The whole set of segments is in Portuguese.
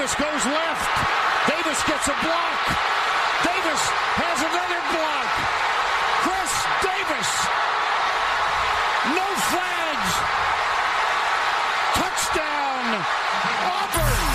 Davis goes left. Davis gets a block. Davis has another block. Chris Davis. No flags. Touchdown. Auburn.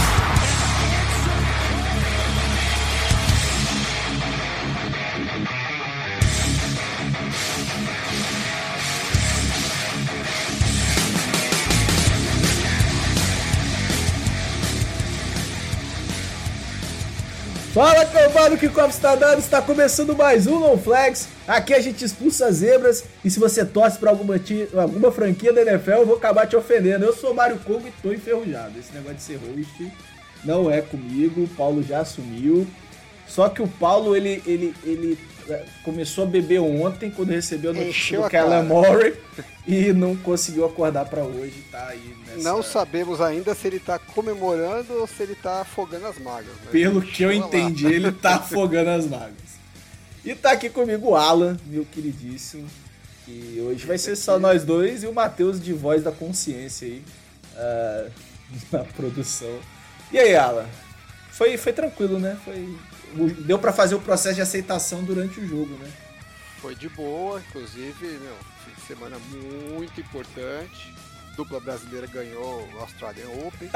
Fala, cambado, que copo está dando? Está começando mais um No Flags. Aqui a gente expulsa zebras. E se você torce para alguma franquia da NFL, eu vou acabar te ofendendo. Eu sou Mário Kogo e tô enferrujado. Esse negócio de ser host não é comigo. O Paulo já assumiu. Só que o Paulo, ele começou a beber ontem, quando recebeu a notícia do Kellen Murray, e não conseguiu acordar para hoje. Tá aí nessa... Não sabemos ainda se ele tá comemorando ou se ele tá afogando as mágoas. Né? Pelo que eu entendi, ele tá afogando as mágoas. E tá aqui comigo o Alan, meu queridíssimo, que hoje vai ser só nós dois e o Matheus de voz da consciência aí na produção. E aí, Alan? Foi tranquilo, né? Deu pra fazer o processo de aceitação durante o jogo, né? Foi de boa, inclusive, fim de semana muito importante. Dupla brasileira ganhou o Australian Open.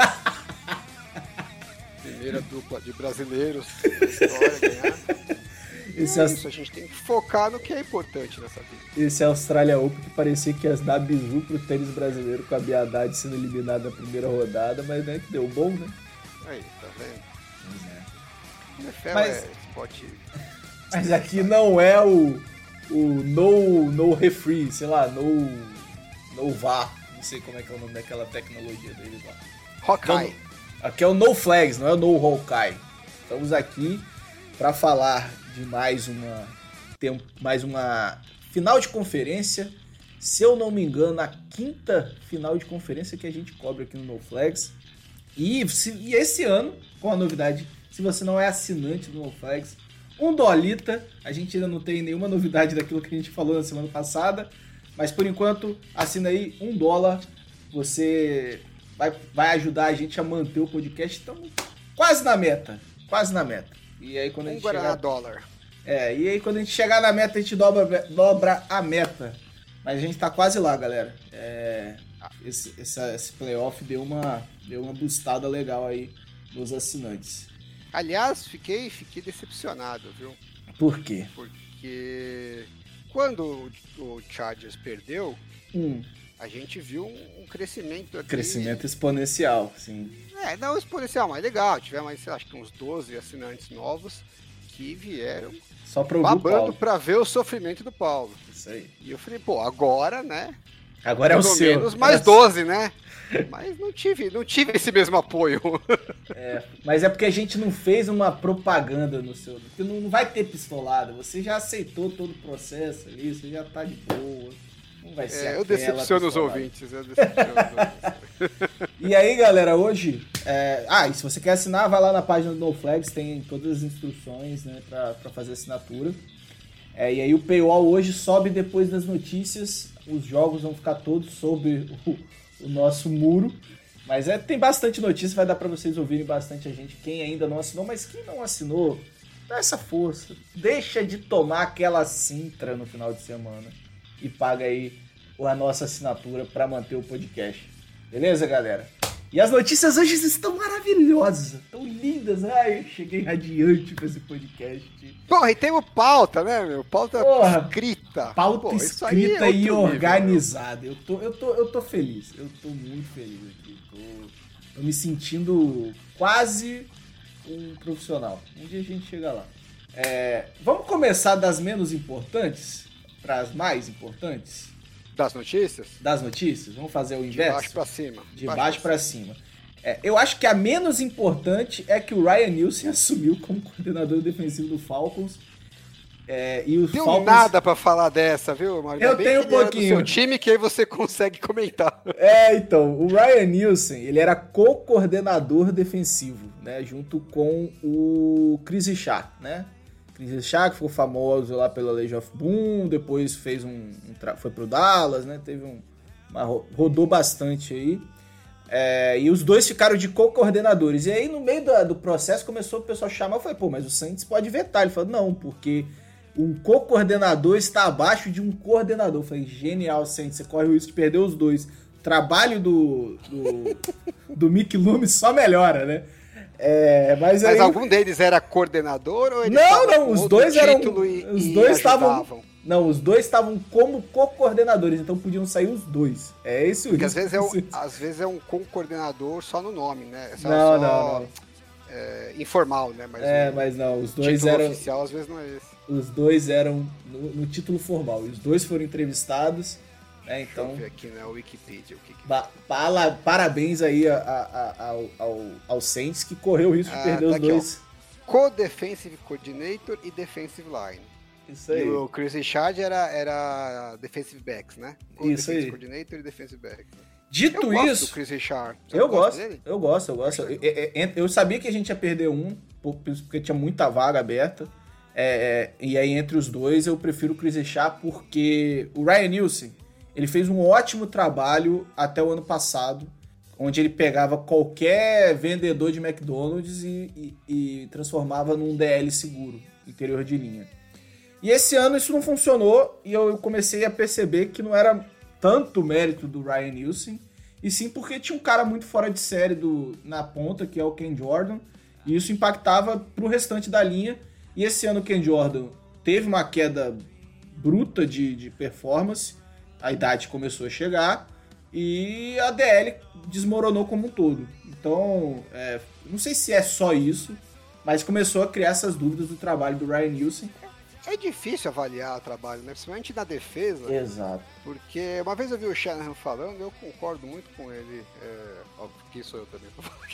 Primeira dupla de brasileiros da história ganhar. Isso, a gente tem que focar no que é importante nessa vida. Esse Australia Open que parecia que ia dar bizu pro tênis brasileiro com a Bia Haddad sendo eliminada na primeira rodada, mas né, que deu bom, né? Aí, tá vendo? Mas, esporte... mas aqui não é o no referee, sei lá, no VAR, não sei como é que é o nome daquela tecnologia deles lá. Hawkeye. Então, aqui é o No Flags, não é o No Hawkeye. Estamos aqui para falar de mais uma final de conferência. Se eu não me engano, a quinta final de conferência que a gente cobre aqui no No Flags. E esse ano, com a novidade, se você não é assinante do No Flags, $1. A gente ainda não tem nenhuma novidade daquilo que a gente falou na semana passada, mas por enquanto, assina aí $1. Você vai ajudar a gente a manter o podcast. Estamos quase na meta. E aí quando a gente chegar... dólar. E aí quando a gente chegar na meta, a gente dobra a meta. Mas a gente tá quase lá, galera. Esse playoff deu uma boostada legal aí nos assinantes. Aliás, fiquei decepcionado, viu? Por quê? Porque quando o Chargers perdeu, a gente viu um crescimento aqui. Crescimento exponencial, sim. Não exponencial, mas legal. Tivemos, acho que uns 12 assinantes novos que vieram só pra ouvir babando pra ver o sofrimento do Paulo. Isso aí. E eu falei, agora, né? Agora é o seu. Menos mais 12, né? Mas não tive esse mesmo apoio. Mas é porque a gente não fez uma propaganda no seu... Porque não vai ter pistolada. Você já aceitou todo o processo ali, você já tá de boa. Não vai ser eu decepciono os ouvintes. E aí, galera, hoje... e se você quer assinar, vai lá na página do No Flags, tem todas as instruções, né, pra fazer assinatura. E aí o paywall hoje sobe depois das notícias. Os jogos vão ficar todos sob o nosso muro. Mas tem bastante notícia, vai dar pra vocês ouvirem bastante a gente. Quem ainda não assinou, mas quem não assinou, dá essa força. Deixa de tomar aquela Sintra no final de semana e paga aí a nossa assinatura pra manter o podcast. Beleza, galera? E as notícias hoje estão maravilhosas, estão lindas. Ai, eu cheguei radiante pra esse podcast. Porra, e temos pauta, né, meu? Pauta escrita. Pauta escrita e organizada. Eu tô feliz. Eu tô muito feliz aqui. Tô me sentindo quase um profissional. Um dia a gente chega lá. Vamos começar das menos importantes para as mais importantes? Das notícias? Das notícias? Vamos fazer o inverso? De baixo pra cima. De baixo pra cima. Eu acho que a menos importante é que o Ryan Nielsen assumiu como coordenador defensivo do Falcons. E o Deu Falcons... nada pra falar dessa, viu, Mário? Eu tenho um pouquinho. Do seu time que aí você consegue comentar. Então, o Ryan Nielsen, ele era co-coordenador defensivo, né, junto com o Chris Richard, né? Chris Richard, que ficou famoso lá pela Legion of Boom, depois fez foi pro Dallas, né? Teve rodou bastante aí. E os dois ficaram de co-coordenadores. E aí, no meio do processo, começou o pessoal a chamar. Eu falei, pô, mas o Saints pode vetar. Ele falou, não, porque um co-coordenador está abaixo de um coordenador. Eu falei, genial, Saints, você corre o risco de perder os dois. O trabalho do Mick Loomis só melhora, né? Mas aí... algum deles era coordenador ou eles não, os dois eram. Os dois estavam. ajudavam? Não, os dois estavam como co-coordenadores, então podiam sair os dois. É esse o risco. Porque às vezes é um co-coordenador só no nome, né? Não. Informal, né? Mas não, os dois título eram. Oficial às vezes não é esse. Os dois eram no título formal. E os dois foram entrevistados. Então, deixa eu ver aqui na Wikipedia. Parabéns aí ao Saints, que correu o risco de perder os dois. Co-Defensive Coordinator e Defensive Line. Isso aí. E o Chris Richard era Defensive Backs, né? Isso aí. Coordinator e Defensive Backs. Dito eu isso... do Chris Richard. Eu gosto. Eu sabia que a gente ia perder um, porque tinha muita vaga aberta. E aí, entre os dois, eu prefiro o Chris Richard, porque o Ryan Nielsen, ele fez um ótimo trabalho até o ano passado, onde ele pegava qualquer vendedor de McDonald's e transformava num DL seguro, interior de linha. E esse ano isso não funcionou, e eu comecei a perceber que não era tanto mérito do Ryan Nielsen, e sim porque tinha um cara muito fora de série na ponta, que é o Ken Jordan, e isso impactava pro restante da linha. E esse ano o Ken Jordan teve uma queda bruta de performance, a idade começou a chegar, e a DL desmoronou como um todo. Então, não sei se é só isso, mas começou a criar essas dúvidas do trabalho do Ryan Nielsen. É difícil avaliar o trabalho, né? Principalmente na defesa. Exato. Porque uma vez eu vi o Shanahan falando, eu concordo muito com ele. Óbvio que sou eu também.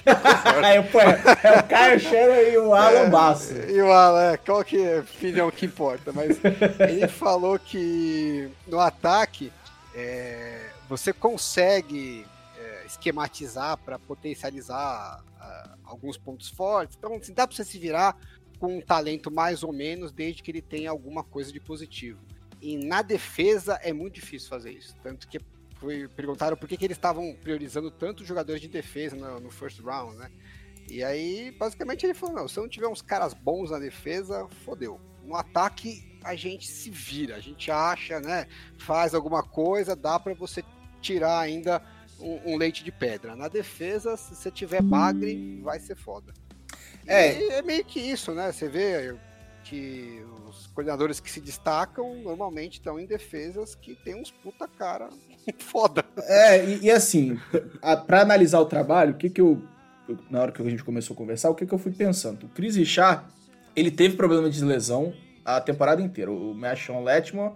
É o Kyle Shanahan e o Alan Basso. E o Alan, qual que é filhão que importa? Mas ele falou que no ataque você consegue esquematizar para potencializar alguns pontos fortes. Então, assim, dá para você se virar com um talento mais ou menos, desde que ele tenha alguma coisa de positivo. E na defesa é muito difícil fazer isso. Tanto que perguntaram por que eles estavam priorizando tanto jogadores de defesa no first round, né? E aí, basicamente, ele falou, não, se não tiver uns caras bons na defesa, fodeu. No ataque, a gente se vira, a gente acha, né? Faz alguma coisa, dá pra você tirar ainda um leite de pedra. Na defesa, se você tiver bagre, vai ser foda. E é meio que isso, né? Você vê que os coordenadores que se destacam normalmente estão em defesas que tem uns puta cara foda. E assim, pra analisar o trabalho, o que eu na hora que a gente começou a conversar, o que eu fui pensando? O Chris Richard, ele teve problema de lesão a temporada inteira. O Marshawn Lattimore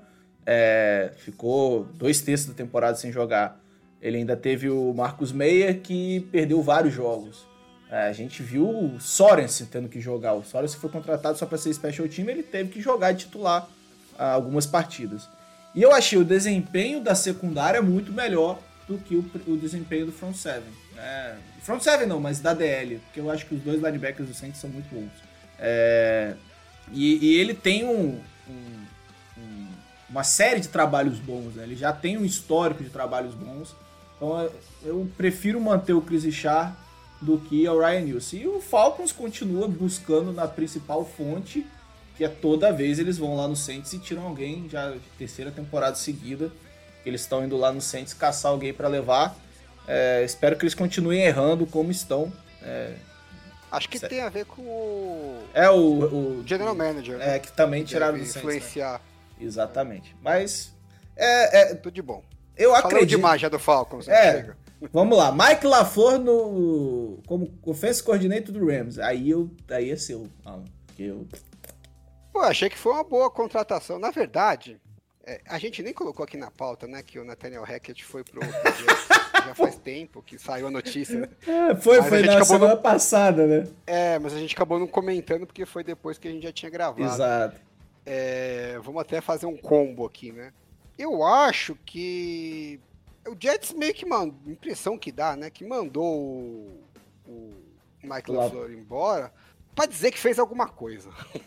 ficou 2/3 da temporada sem jogar. Ele ainda teve o Marcus Meyer, que perdeu vários jogos. A gente viu o Sorensen tendo que jogar. O Sorensen foi contratado só para ser special team, ele teve que jogar de titular algumas partidas. E eu achei o desempenho da secundária muito melhor do que o desempenho do front seven. Front seven não, mas da DL, porque eu acho que os dois linebackers do Saints são muito bons. E ele tem uma série de trabalhos bons, né? Ele já tem um histórico de trabalhos bons. Então eu prefiro manter o Chris Richard do que o Ryan Nielsen. E o Falcons continua buscando na principal fonte, que é toda vez eles vão lá no Saints e tiram alguém, já de terceira temporada seguida. Eles estão indo lá no Saints caçar alguém para levar. Espero que eles continuem errando como estão. Acho que tem a ver com o General Manager. Né? Que também tiraram do Saints. Influenciar. Né? Exatamente. Mas... tudo de bom. Eu acredito... Falando demais já do Falcons. Chega. Vamos lá, Mike LaFleur como Offensive Coordinator do Rams. Aí é seu, Alan. Pô, achei que foi uma boa contratação. Na verdade, a gente nem colocou aqui na pauta, né, que o Nathaniel Hackett foi pro Jets. Já faz tempo que saiu a notícia. Foi na semana passada, né? Mas a gente acabou não comentando porque foi depois que a gente já tinha gravado. Exato. Vamos até fazer um combo aqui, né? Eu acho que o Jets meio que impressão que dá, né? Que mandou o Mike LaFleur embora pra dizer que fez alguma coisa.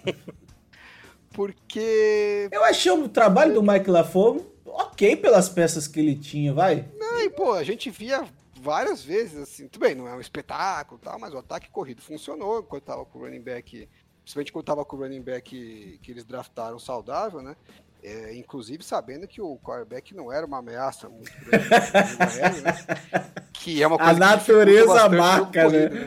Porque... Eu achei o trabalho do Mike LaFleur ok pelas peças que ele tinha, vai? Não, e pô, a gente via várias vezes, assim, tudo bem, não é um espetáculo, tal, mas o ataque corrido funcionou enquanto tava com o running back, principalmente quando tava com o running back que eles draftaram saudável, né? Inclusive sabendo que o quarterback não era uma ameaça muito grande, né? Que é uma coisa a natureza marca, né?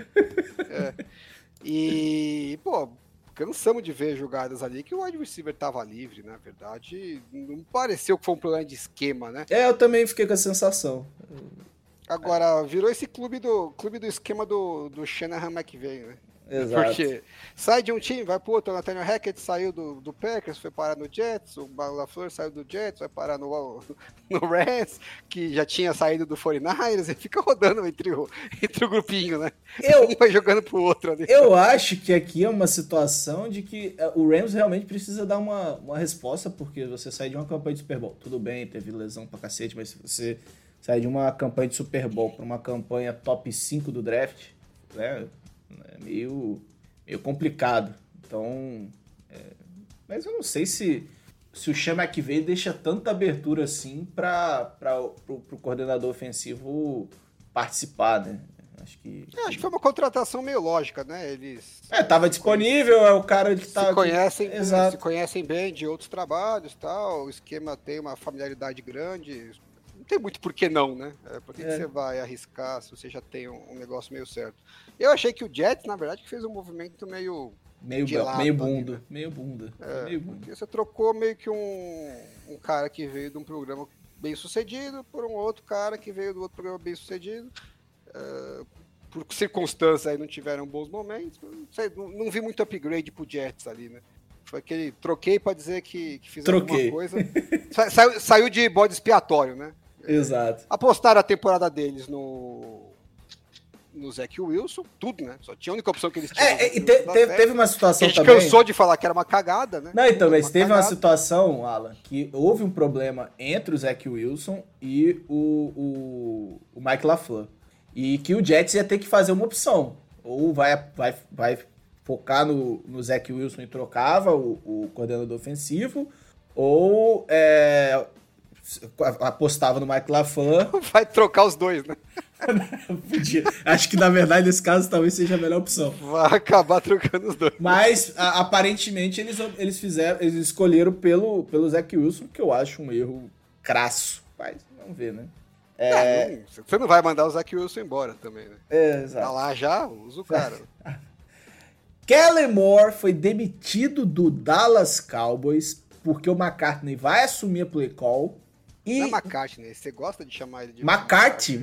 E, pô, cansamos de ver jogadas ali que o wide receiver tava livre, na verdade, não pareceu que foi um problema de esquema, né? Eu também fiquei com a sensação. Agora, virou esse clube do esquema do Shanahan McVay, né? Exato. Porque sai de um time, vai pro outro. O Nathaniel Hackett saiu do Packers, foi parar no Jets. O LaFleur saiu do Jets, vai parar no Rams, que já tinha saído do 49ers. E fica rodando entre o grupinho, né? Um vai jogando pro outro ali. Eu acho que aqui é uma situação de que o Rams realmente precisa dar uma resposta, porque você sai de uma campanha de Super Bowl. Tudo bem, teve lesão pra cacete, mas se você sai de uma campanha de Super Bowl pra uma campanha top 5 do draft, né? É meio complicado. Então, mas eu não sei se o Sean McVay deixa tanta abertura assim para o coordenador ofensivo participar, né? Acho que foi uma contratação meio lógica, né? Eles tava disponível, é o cara que tá se conhecem bem de outros trabalhos, tal. O esquema tem uma familiaridade grande. Não tem muito por que não, né? Por que você vai arriscar se você já tem um negócio meio certo? Eu achei que o Jets, na verdade, que fez um movimento meio bunda. Porque você trocou meio que um cara que veio de um programa bem sucedido por um outro cara que veio do outro programa bem sucedido. Por circunstâncias aí não tiveram bons momentos. Não vi muito upgrade pro Jets ali, né? Foi aquele troquei pra dizer que fizeram alguma coisa. Saiu de bode expiatório, né? Exato. Apostaram a temporada deles no Zach Wilson, tudo, né? Só tinha a única opção que eles tinham. Teve uma situação também... A gente cansou de falar que era uma cagada, né? Não, então, mas teve uma situação, Alan, que houve um problema entre o Zach Wilson e o Mike LaFleur. E que o Jets ia ter que fazer uma opção. Ou vai focar no Zach Wilson e trocava o coordenador ofensivo, ou apostava no Mike LaFleur. Vai trocar os dois, né? Acho que, na verdade, nesse caso, talvez seja a melhor opção. Vai acabar trocando os dois. Mas, aparentemente, eles escolheram pelo Zach Wilson, que eu acho um erro crasso. Mas, vamos ver, né? Você não vai mandar o Zach Wilson embora também, né? Exato. Tá lá já, usa o cara. Kellen Moore foi demitido do Dallas Cowboys porque o McCartney vai assumir a play call. Não é McCartney, você gosta de chamar ele de... McCarthy.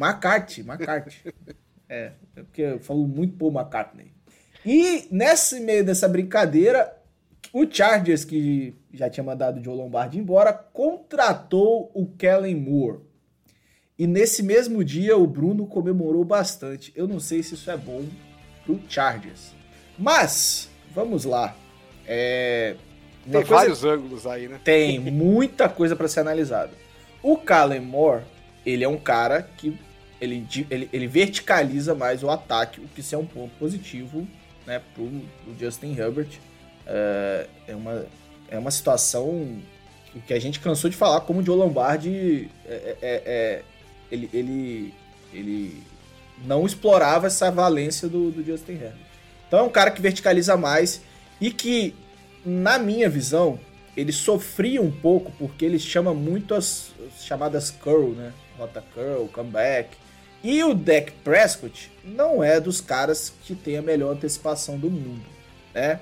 É porque eu falo muito Paul McCartney. E nesse meio dessa brincadeira, o Chargers, que já tinha mandado o Joe Lombardi embora, contratou o Kellen Moore. E nesse mesmo dia o Bruno comemorou bastante. Eu não sei se isso é bom pro Chargers. Mas, vamos lá. Tem vários ângulos aí, né? Tem muita coisa para ser analisada. O Kellen Moore, ele é um cara que ele verticaliza mais o ataque, o que isso é um ponto positivo, né, pro Justin Herbert. É uma situação que a gente cansou de falar, como o Joe Lombardi ele não explorava essa valência do Justin Herbert. Então é um cara que verticaliza mais e que, na minha visão, ele sofria um pouco porque ele chama muito as chamadas curl, né? Rota curl, comeback. E o Dak Prescott não é dos caras que tem a melhor antecipação do mundo, né?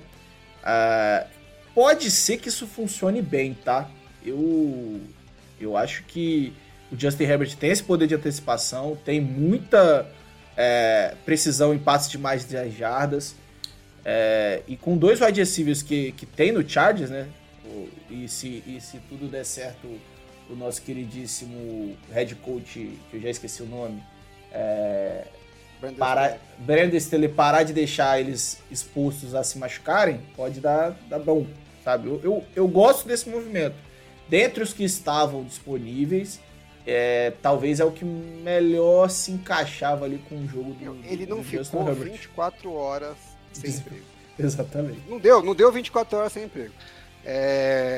Pode ser que isso funcione bem, tá? Eu acho que o Justin Herbert tem esse poder de antecipação, tem muita precisão em passes de mais de 10 jardas. E com dois wide receivers que tem no Chargers, né? E se tudo der certo, o nosso queridíssimo head coach, que eu já esqueci o nome, Brandon Staley parar de deixar eles expostos a se machucarem, pode dar bom, sabe? Eu gosto desse movimento. Dentre os que estavam disponíveis, talvez é o que melhor se encaixava ali com o jogo do Ele não ficou 24 horas sem emprego. Exatamente. Não deu 24 horas sem emprego.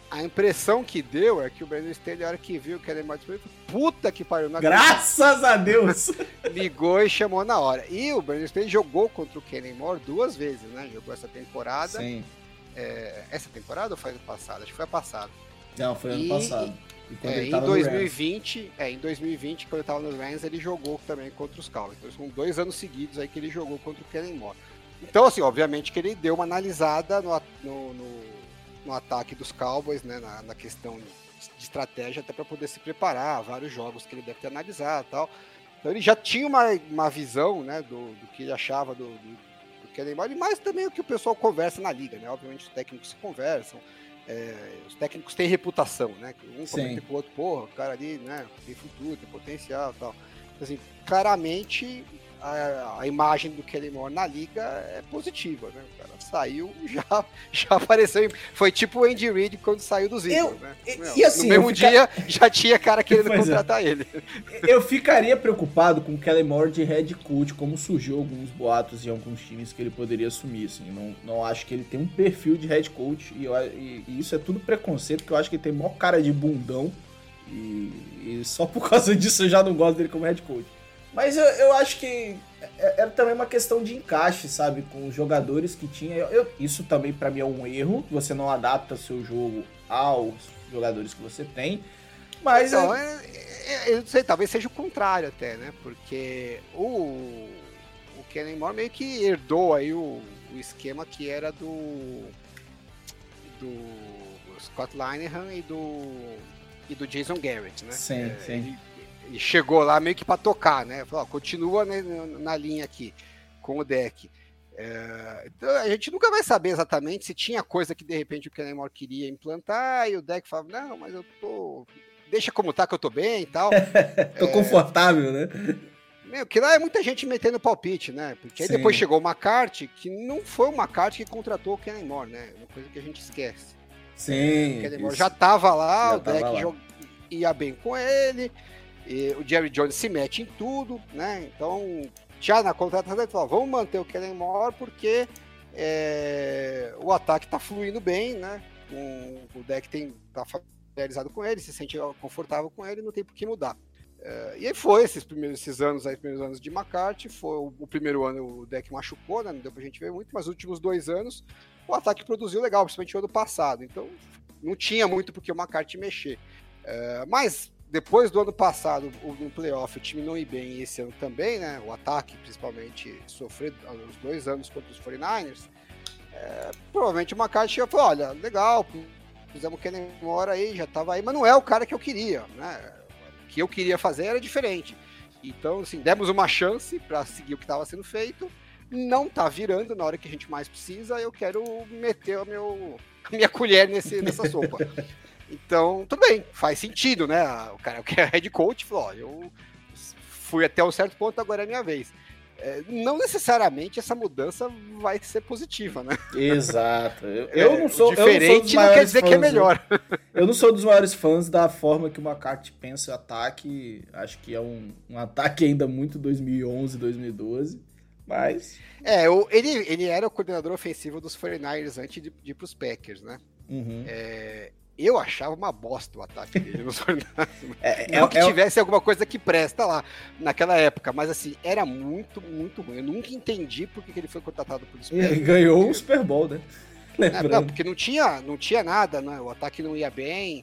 A impressão que deu é que o Brandon Staley, na hora que viu que era mais puta que pariu. Graças a Deus! Ligou e chamou na hora. E o Brandon Staley jogou contra o Kellen Moore 2 vezes, né? Jogou essa temporada. Sim. Essa temporada ou foi ano passado? Acho que foi a passada. Não, foi ano passado. Em 2020, quando ele tava nos Rams, ele jogou também contra os Cowboys. Então são 2 anos seguidos aí que ele jogou contra o Kellen Moore. Então, assim, obviamente que ele deu uma analisada no ataque dos Cowboys, né, na questão de estratégia, até para poder se preparar, vários jogos que ele deve ter analisado e tal. Então ele já tinha uma visão, né, do que ele achava do Kellen Moore, mas também o que o pessoal conversa na liga, né? Obviamente os técnicos se conversam, os técnicos têm reputação, né? Um comenta com o outro, porra, o cara ali, né, tem futuro, tem potencial e tal. Então, assim, claramente a imagem do Kellen Moore na liga é positiva, né? O cara saiu, já apareceu. Foi tipo o Andy Reid quando saiu dos Eagles, né? E assim, no mesmo dia já tinha cara querendo contratar ele. Eu ficaria preocupado com o Kellen Moore de head coach, como surgiu alguns boatos em alguns times que ele poderia assumir. Assim. Não acho que ele tem um perfil de head coach e isso é tudo preconceito, porque eu acho que ele tem maior cara de bundão e só por causa disso eu já não gosto dele como head coach. Mas eu acho que era também uma questão de encaixe, sabe? Com os jogadores que tinha. Isso também pra mim é um erro. Você não adapta seu jogo aos jogadores que você tem. Mas então, eu não sei, talvez seja o contrário até, né? Porque o Kellen Moore meio que herdou aí o esquema que era do Scott Linehan e do Jason Garrett, né? Sim, sim. E chegou lá meio que para tocar, né? Falou, continua na linha aqui, com o deck. Então a gente nunca vai saber exatamente se tinha coisa que de repente o Kellen Moore queria implantar e o deck falava, não, mas eu tô... Deixa como tá que eu tô bem e tal. Tô confortável, né? Que lá é muita gente metendo palpite, né? Porque aí depois chegou o McCarthy, que não foi o McCarthy que contratou o Kellen Moore, né? Uma coisa que a gente esquece. Sim. O Kellen Moore já tava lá, o deck ia bem com ele. E o Jerry Jones se mete em tudo, né? Então, já na contratação, ele falou, vamos manter o Kellen Moore porque o ataque tá fluindo bem, né? O deck tá familiarizado com ele, se sente confortável com ele, não tem por que mudar. E aí foi esses primeiros anos de McCarthy, foi o primeiro ano o deck machucou, né? Não deu pra gente ver muito, mas os últimos 2 anos o ataque produziu legal, principalmente o ano passado. Então, não tinha muito por que o McCarthy mexer. Mas depois do ano passado, no playoff, o time não ir bem, e esse ano também, né? O ataque, principalmente, sofreu os 2 anos contra os 49ers. Provavelmente o McCarthy falou, olha, legal, fizemos o Kellen Moore aí, já tava aí, mas não é o cara que eu queria, né? O que eu queria fazer era diferente. Então, assim, demos uma chance para seguir o que estava sendo feito, não tá virando na hora que a gente mais precisa, eu quero meter a minha colher nessa sopa. Então, tudo bem, faz sentido, né? O cara que é head coach falou, ó, eu fui até um certo ponto, agora é minha vez. Não necessariamente essa mudança vai ser positiva, né? Exato. Eu não sou diferente, não quer dizer que é melhor. Eu não sou dos maiores fãs da forma que o McCarthy pensa o ataque. Acho que é um ataque ainda muito 2011, 2012. Mas... ele era o coordenador ofensivo dos 49ers antes de ir pros Packers, né? Uhum. Eu achava uma bosta o ataque dele nos 49ers. Não que tivesse alguma coisa que presta lá naquela época, mas assim, era muito, muito ruim. Eu nunca entendi por que ele foi contratado por isso. Ele ganhou um Super Bowl, né? Não, porque não tinha nada, né? O ataque não ia bem.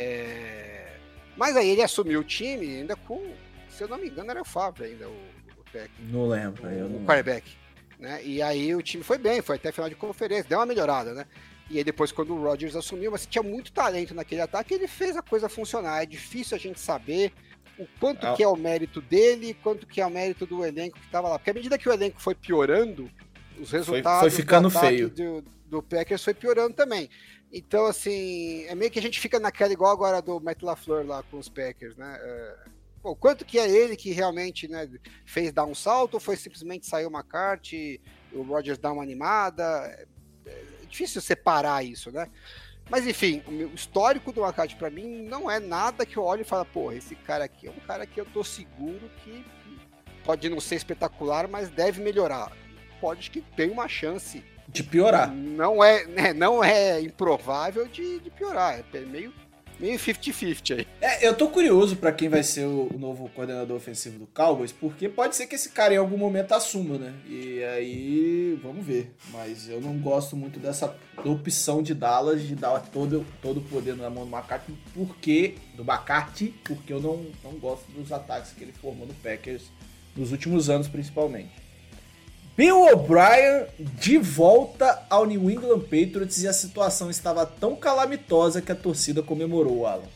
Mas aí ele assumiu o time ainda com, se eu não me engano, era o Favre ainda, o técnico. Não lembro. O quarterback. Né? E aí o time foi bem, foi até final de conferência, deu uma melhorada, né? E aí depois quando o Rodgers assumiu, mas tinha muito talento naquele ataque, ele fez a coisa funcionar. É difícil a gente saber o quanto que é o mérito dele, quanto que é o mérito do elenco que estava lá. Porque à medida que o elenco foi piorando, os resultados foi ficando feio. Do Packers foi piorando também. Então, assim, é meio que a gente fica naquela igual agora do Matt LaFleur lá com os Packers, né? O quanto que é ele que realmente, né, fez dar um salto, ou foi simplesmente sair o McCarthy, o Rodgers dar uma animada? É difícil separar isso, né? Mas enfim, o histórico do McCarthy pra mim não é nada que eu olho e falo, pô, esse cara aqui é um cara que eu tô seguro que pode não ser espetacular, mas deve melhorar. Pode que tem uma chance De piorar. Não é improvável de piorar. É meio 50-50 aí. Eu tô curioso pra quem vai ser o novo coordenador ofensivo do Cowboys, porque pode ser que esse cara em algum momento assuma, né? E aí, vamos ver. Mas eu não gosto muito dessa opção de Dallas de dar todo o poder na mão do McCarthy, porque eu não gosto dos ataques que ele formou no Packers nos últimos anos, principalmente. Bill O'Brien de volta ao New England Patriots e a situação estava tão calamitosa que a torcida comemorou, Alan.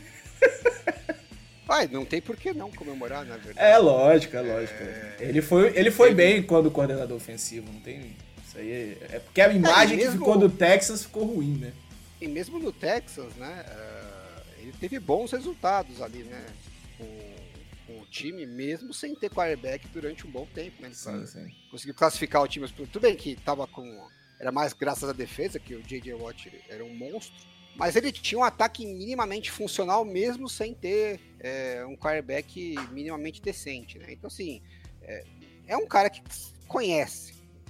Não tem por que não comemorar, na verdade. É lógico. Ele foi bem quando coordenador ofensivo, não tem... Isso aí é porque a imagem que ficou do Texas ficou ruim, né? E mesmo no Texas, né, ele teve bons resultados ali, né, com o time, mesmo sem ter quarterback durante um bom tempo, né? Sim. Conseguiu classificar o time. Tudo bem que era mais graças à defesa, que o J.J. Watt era um monstro, mas ele tinha um ataque minimamente funcional mesmo sem ter um quarterback minimamente decente, né? Então, assim, é um cara que conhece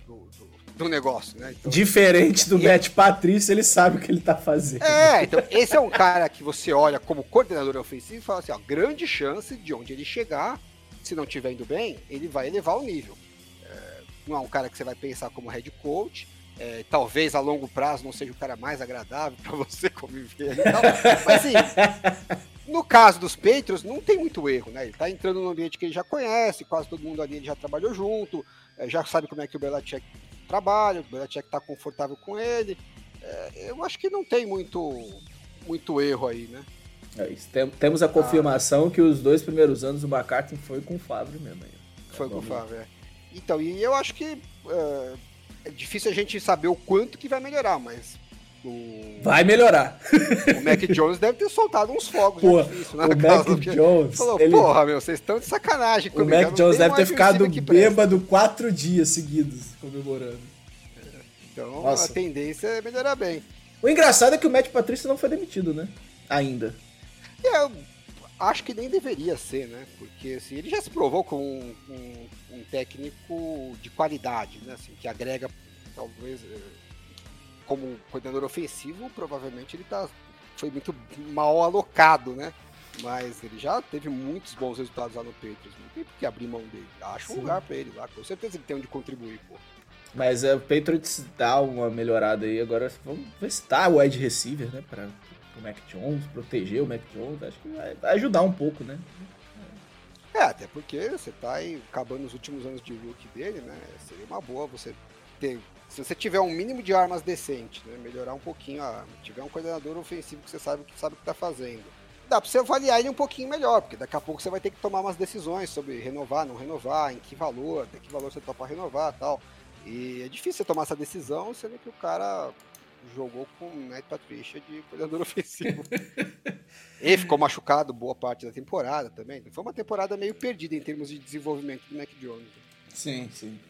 do negócio, né? Então, diferente do Matt Patrício, ele sabe o que ele tá fazendo. Então esse é um cara que você olha como coordenador ofensivo e fala assim, ó, grande chance de onde ele chegar, se não estiver indo bem, ele vai elevar o nível. Não é um cara que você vai pensar como head coach, talvez a longo prazo não seja o cara mais agradável para você conviver e tal, mas assim, no caso dos Patriots, não tem muito erro, né? Ele tá entrando num ambiente que ele já conhece, quase todo mundo ali ele já trabalhou junto, já sabe como é que o Belichick trabalha, o Belichick tá confortável com ele. Eu acho que não tem muito erro aí, né? Temos a confirmação que os 2 primeiros anos do McCarthy foi com o Favre mesmo. Foi com o Favre, Então, e eu acho que é difícil a gente saber o quanto que vai melhorar, mas vai melhorar. O Mac Jones deve ter soltado uns fogos. Pô, o Mac Jones... Falou, porra, vocês estão de sacanagem comigo. O Mac Jones deve ter ficado bêbado 4 dias seguidos comemorando. Então, nossa, a tendência é melhorar bem. O engraçado é que o Matt Patrício não foi demitido, né? Ainda. Eu acho que nem deveria ser, né? Porque assim, ele já se provou como um técnico de qualidade, né? Assim, que agrega, talvez... Como coordenador ofensivo, provavelmente ele foi muito mal alocado, né? Mas ele já teve muitos bons resultados lá no Patriots. Não tem por que abrir mão dele. Acha um lugar pra ele lá. Com certeza ele tem onde contribuir, pô. Mas o Patriots dá uma melhorada aí. Agora vamos ver se tá o wide receiver, né? Para o Mac Jones, proteger o Mac Jones. Acho que vai ajudar um pouco, né? Até porque você tá aí acabando os últimos anos de rookie dele, né? Seria uma boa você ter... Se você tiver um mínimo de armas decente, né, melhorar um pouquinho a arma, tiver um coordenador ofensivo que você sabe o que está fazendo, dá para você avaliar ele um pouquinho melhor, porque daqui a pouco você vai ter que tomar umas decisões sobre renovar, não renovar, em que valor, até que valor você topa renovar e tal. E é difícil você tomar essa decisão, sendo que o cara jogou com o Matt Patricia de coordenador ofensivo. Ele ficou machucado boa parte da temporada também. Foi uma temporada meio perdida em termos de desenvolvimento do Mac Jones. Sim.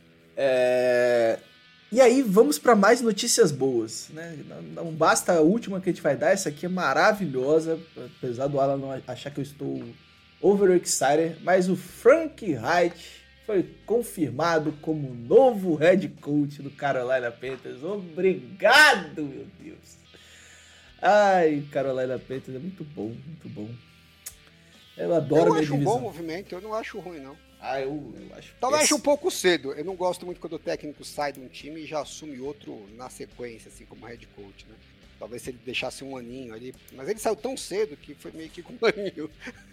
E aí, vamos para mais notícias boas, né? Não basta a última que a gente vai dar, essa aqui é maravilhosa, apesar do Alan não achar que eu estou overexcited, mas o Frank Reich foi confirmado como novo head coach do Carolina Panthers. Obrigado, meu Deus! Ai, Carolina Panthers é muito bom, muito bom. Eu adoro minha divisão. Eu acho um bom movimento, eu não acho ruim, não. Eu acho. Talvez acho um pouco cedo. Eu não gosto muito quando o técnico sai de um time e já assume outro na sequência, assim como head coach, né? Talvez se ele deixasse um aninho ali. Mas ele saiu tão cedo que foi meio que com um aninho.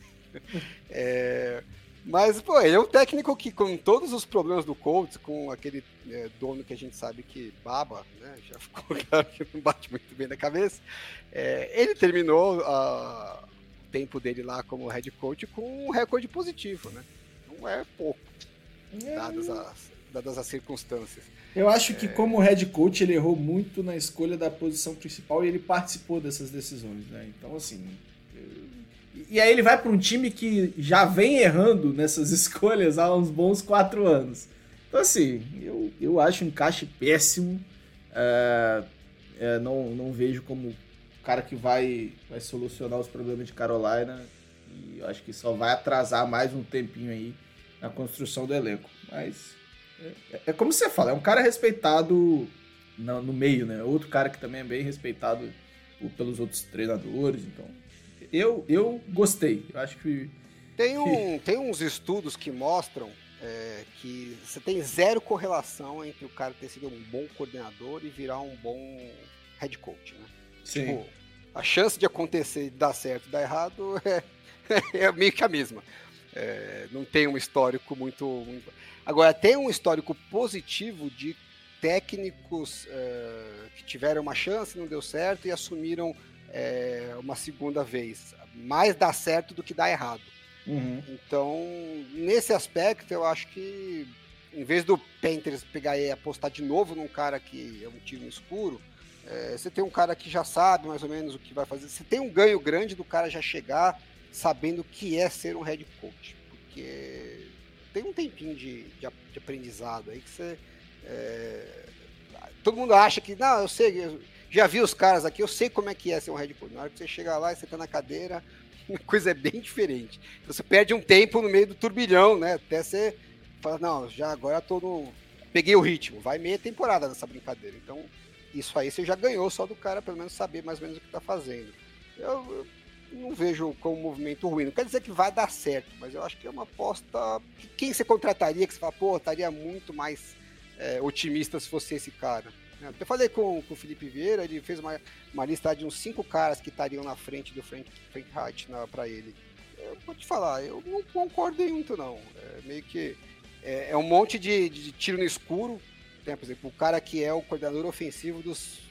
Mas, pô, ele é um técnico que, com todos os problemas do Colts, com aquele dono que a gente sabe que baba, né? Já ficou claro que não bate muito bem na cabeça. Ele terminou o tempo dele lá como head coach com um recorde positivo, né? Não é pouco, dadas as circunstâncias. Eu acho que como head coach ele errou muito na escolha da posição principal e ele participou dessas decisões, né? Então, assim... E aí ele vai para um time que já vem errando nessas escolhas há uns bons 4 anos. Então, assim, eu acho um encaixe péssimo. Não vejo como o cara que vai solucionar os problemas de Carolina. E eu acho que só vai atrasar mais um tempinho aí na construção do elenco. Mas é como você fala, é um cara respeitado no meio, né? Outro cara que também é bem respeitado pelos outros treinadores, então eu gostei. Eu acho que tem uns estudos que mostram que você tem zero correlação entre o cara ter sido um bom coordenador e virar um bom head coach, né? Sim. Tipo, a chance de acontecer, dar certo e dar errado é meio que a mesma. Não tem um histórico muito... Agora, tem um histórico positivo de técnicos que tiveram uma chance, não deu certo e assumiram uma segunda vez. Mais dá certo do que dá errado. Uhum. Então, nesse aspecto, eu acho que em vez do Panthers pegar e apostar de novo num cara que é um tiro no escuro, você tem um cara que já sabe mais ou menos o que vai fazer. Você tem um ganho grande do cara já chegar sabendo o que é ser um head coach. Porque tem um tempinho de aprendizado aí que você... todo mundo acha que, não, eu sei, eu já vi os caras aqui, eu sei como é que é ser um head coach. Na hora que você chega lá e você tá na cadeira... a coisa é bem diferente. Você perde um tempo no meio do turbilhão, né? Até você fala, não, já agora peguei o ritmo. Vai meia temporada nessa brincadeira. Então, isso aí você já ganhou só do cara, pelo menos saber mais ou menos o que tá fazendo. Eu não vejo como um movimento ruim. Não quer dizer que vai dar certo, mas eu acho que é uma aposta que quem você contrataria, que você fala, pô, estaria muito mais otimista se fosse esse cara. Eu falei com o Felipe Vieira, ele fez uma lista de uns 5 caras que estariam na frente do Frank Reich para ele. Eu vou te falar, eu não concordo muito não. Meio que é um monte de tiro no escuro. Tem, por exemplo, o cara que é o coordenador ofensivo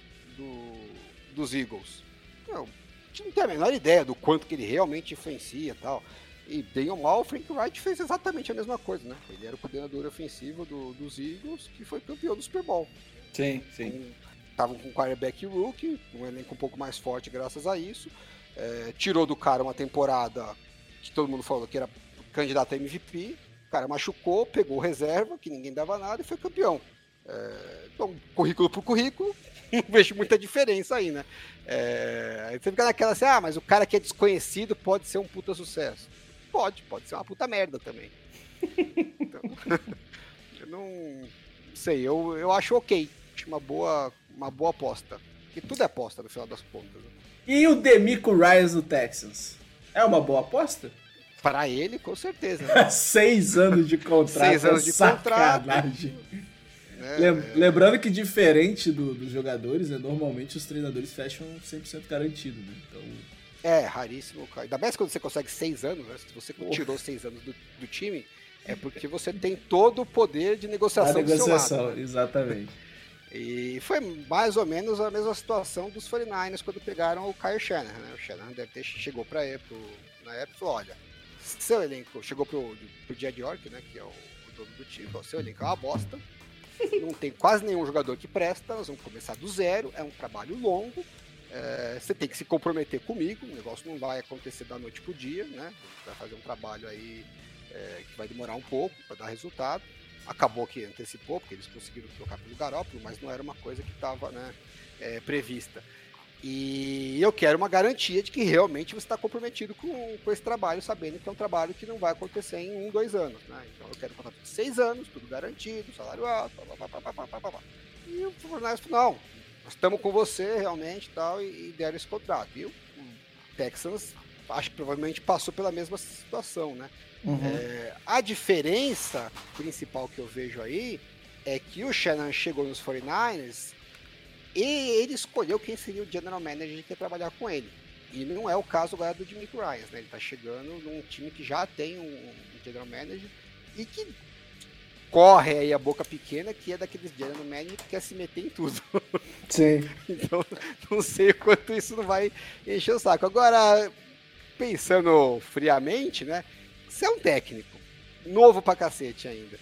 dos Eagles. A gente não tem a menor ideia do quanto que ele realmente influencia e tal. E bem ou mal, o Frank Reich fez exatamente a mesma coisa, né? Ele era o coordenador ofensivo dos Eagles, que foi campeão do Super Bowl. Sim, sim. Estavam com um quarterback rookie, um elenco um pouco mais forte graças a isso. Tirou do cara uma temporada que todo mundo falou que era candidato a MVP. O cara machucou, pegou reserva, que ninguém dava nada e foi campeão. Então, currículo por currículo, não vejo muita diferença aí, né? Aí você fica naquela assim, mas o cara que é desconhecido pode ser um puta sucesso. Pode ser uma puta merda também. Então, eu não sei, eu acho ok. Acho uma boa aposta. Porque tudo é aposta no final das contas. Né? E o DeMeco Ryans do Texans? É uma boa aposta? Para ele, com certeza. Né? 6 anos de contrato. 6 anos de sacanagem. Lembrando que diferente dos jogadores, né, normalmente os treinadores fecham 100% garantido. Né? Então... raríssimo. Ainda mais quando você consegue 6 anos. Né? Se você tirou 6 anos do time, é porque você tem todo o poder de negociação do seu lado. Né? Exatamente. E foi mais ou menos a mesma situação dos 49ers quando pegaram o Kyle Shanahan. Né? O Shanahan chegou na época e falou, olha, seu elenco, chegou pro Jed York, né, que é o dono do time, falou, seu elenco é uma bosta, não tem quase nenhum jogador que presta, nós vamos começar do zero, é um trabalho longo, você tem que se comprometer comigo, o negócio não vai acontecer da noite pro dia, né, vai fazer um trabalho aí que vai demorar um pouco para dar resultado. Acabou que antecipou, porque eles conseguiram trocar pelo Garoppolo, mas não era uma coisa que estava, né, prevista. E eu quero uma garantia de que realmente você está comprometido com esse trabalho, sabendo que é um trabalho que não vai acontecer em 1-2 anos. Né? Então eu quero um contrato de 6 anos, tudo garantido, salário alto, E o Fortnite falou, não, nós estamos com você realmente e deram esse contrato. E o Texans, acho que provavelmente passou pela mesma situação, né? Uhum. A diferença principal que eu vejo aí é que o Shanahan chegou nos 49ers e ele escolheu quem seria o general manager que ia trabalhar com ele. E não é o caso agora do DeMeco Ryans, né? Ele tá chegando num time que já tem um general manager e que corre aí a boca pequena, que é daqueles general manager que quer se meter em tudo. Sim. Então, não sei o quanto isso não vai encher o saco. Agora, pensando friamente, né? Você é um técnico, novo pra cacete ainda.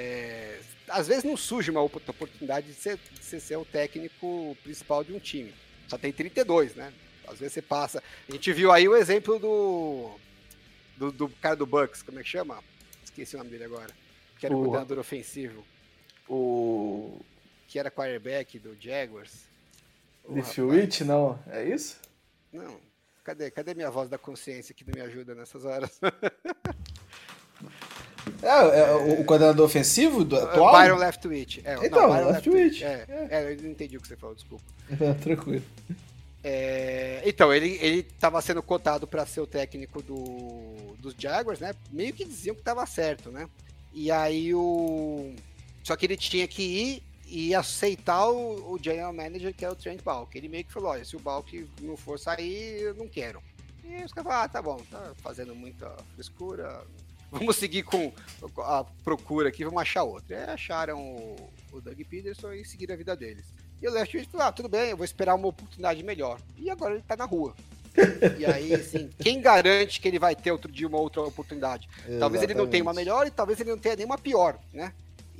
Às vezes não surge uma oportunidade de você ser o técnico principal de um time. Só tem 32, né? Às vezes você passa... A gente viu aí o exemplo do cara do Bucks, como é que chama? Esqueci o nome dele agora. Que era o coordenador ofensivo. Que era quarterback do Jaguars. Leftwich, não? É isso? Não. Cadê minha voz da consciência que não me ajuda nessas horas? O coordenador ofensivo do atual? Byron Leftwich. Então, Byron Leftwich. Eu não entendi o que você falou, desculpa. Tranquilo. Então, ele estava sendo cotado para ser o técnico dos Jaguars, né? Meio que diziam que estava certo, né? E aí só que ele tinha que ir e aceitar o general manager, que é o Trent Baalke. Ele meio que falou, olha, se o Baalke não for sair, eu não quero. E os caras falaram, tá bom, tá fazendo muita frescura, vamos seguir com a procura aqui, vamos achar outro. E aí acharam o Doug Peterson e seguiram a vida deles. E o Leftwich falou, tudo bem, eu vou esperar uma oportunidade melhor. E agora ele tá na rua. E aí, assim, quem garante que ele vai ter outro dia uma outra oportunidade? Exatamente. Talvez ele não tenha uma melhor e talvez ele não tenha nenhuma pior, né?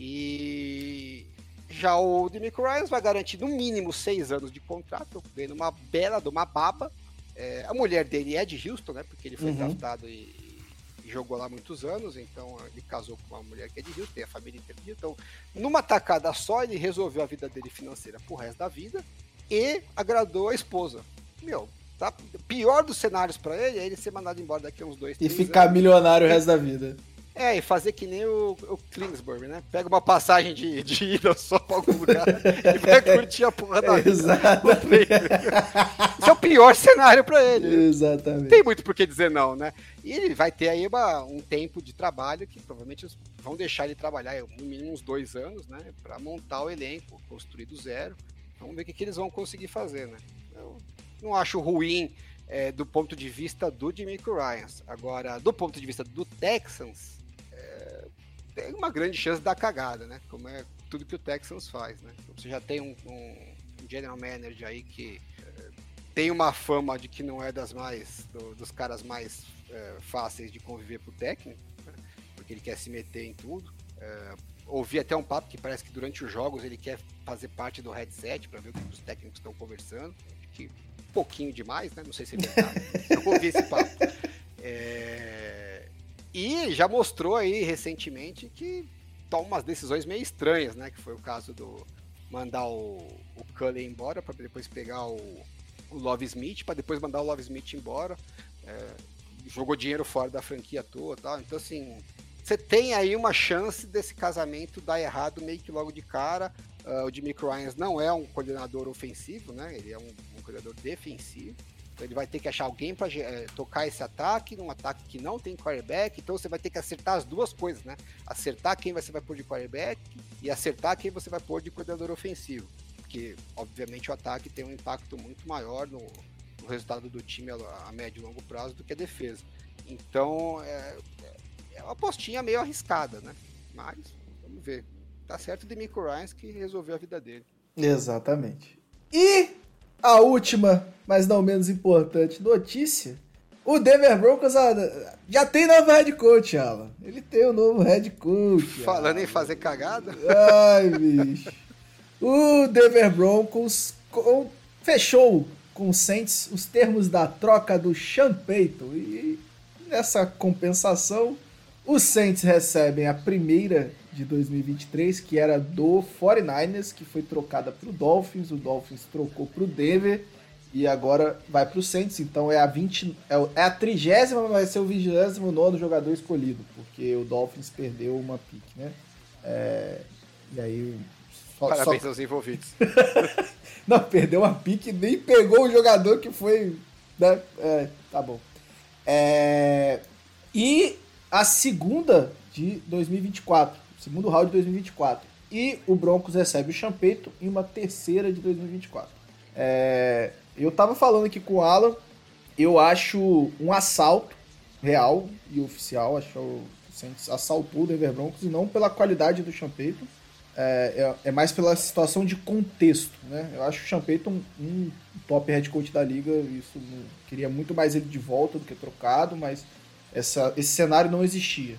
E já o DeMeco Ryans vai garantir no mínimo 6 anos de contrato, ganhando uma bela de uma baba. A mulher dele é de Houston, né? Porque ele foi draftado e jogou lá muitos anos, então ele casou com uma mulher que é de Houston, tem a família inteira de Houston. Então, numa tacada só, ele resolveu a vida dele financeira pro resto da vida e agradou a esposa. Tá? Pior dos cenários pra ele é ele ser mandado embora daqui a uns 2, 3 anos. E ficar milionário o resto da vida. E fazer que nem o Kingsbury, né? Pega uma passagem de ida só pra algum lugar e vai curtir a porra da vida. Exatamente. Esse é o pior cenário pra ele. Exatamente. Não tem muito por que dizer não, né? E ele vai ter aí um tempo de trabalho que provavelmente vão deixar ele trabalhar no mínimo uns 2 anos, né? Pra montar o elenco, construir do zero. Vamos ver o que eles vão conseguir fazer, né? Eu não acho ruim do ponto de vista do DeMeco Ryans. Agora, do ponto de vista do Texans, tem uma grande chance de dar cagada, né? Como é tudo que o Texans faz, né? Você já tem um general manager aí que tem uma fama de que não é dos caras mais fáceis de conviver pro técnico, né? Porque ele quer se meter em tudo. Ouvi até um papo que parece que durante os jogos ele quer fazer parte do headset para ver o que os técnicos estão conversando, que um pouquinho demais, né? Não sei se é verdade. Eu ouvi esse papo. E já mostrou aí recentemente que toma umas decisões meio estranhas, né? Que foi o caso do mandar o Cullen embora para depois pegar o Love Smith, para depois mandar o Love Smith embora. Jogou dinheiro fora da franquia à toa, tal. Então, assim, você tem aí uma chance desse casamento dar errado meio que logo de cara. O DeMeco Ryans não é um coordenador ofensivo, né? Ele é um coordenador defensivo. Então ele vai ter que achar alguém para tocar esse ataque, num ataque que não tem quarterback. Então você vai ter que acertar as duas coisas, né? Acertar quem você vai pôr de quarterback e acertar quem você vai pôr de coordenador ofensivo. Porque, obviamente, o ataque tem um impacto muito maior no resultado do time a médio e longo prazo do que a defesa. Então, é uma apostinha meio arriscada, né? Mas, vamos ver. Tá certo o DeMeco Ryans que resolveu a vida dele. Exatamente. E a última, mas não menos importante, notícia. O Denver Broncos já tem novo head coach, Alan. Ele tem um novo head coach. Falando em fazer cagada. Ai, bicho. O Denver Broncos fechou com o Saints os termos da troca do Sean Payton. E nessa compensação, os Saints recebem a primeira de 2023, que era do 49ers, que foi trocada para o Dolphins. O Dolphins trocou para o Denver e agora vai para o Saints. Então é a 30ª, mas vai ser o 29º jogador escolhido, porque o Dolphins perdeu uma pick, né? E aí... Parabéns aos envolvidos. Não, perdeu uma pick, nem pegou o jogador que foi... Né? Tá bom. E a segunda de 2024, segundo round de 2024. E o Broncos recebe o Sean Payton em uma terceira de 2024. Eu tava falando aqui com o Alan, eu acho um assalto real e oficial, acho que o Saints assaltou o Denver Broncos e não pela qualidade do Sean Payton. É mais pela situação de contexto, né? Eu acho o Sean Payton um top head coach da liga, queria muito mais ele de volta do que trocado, mas esse cenário não existia.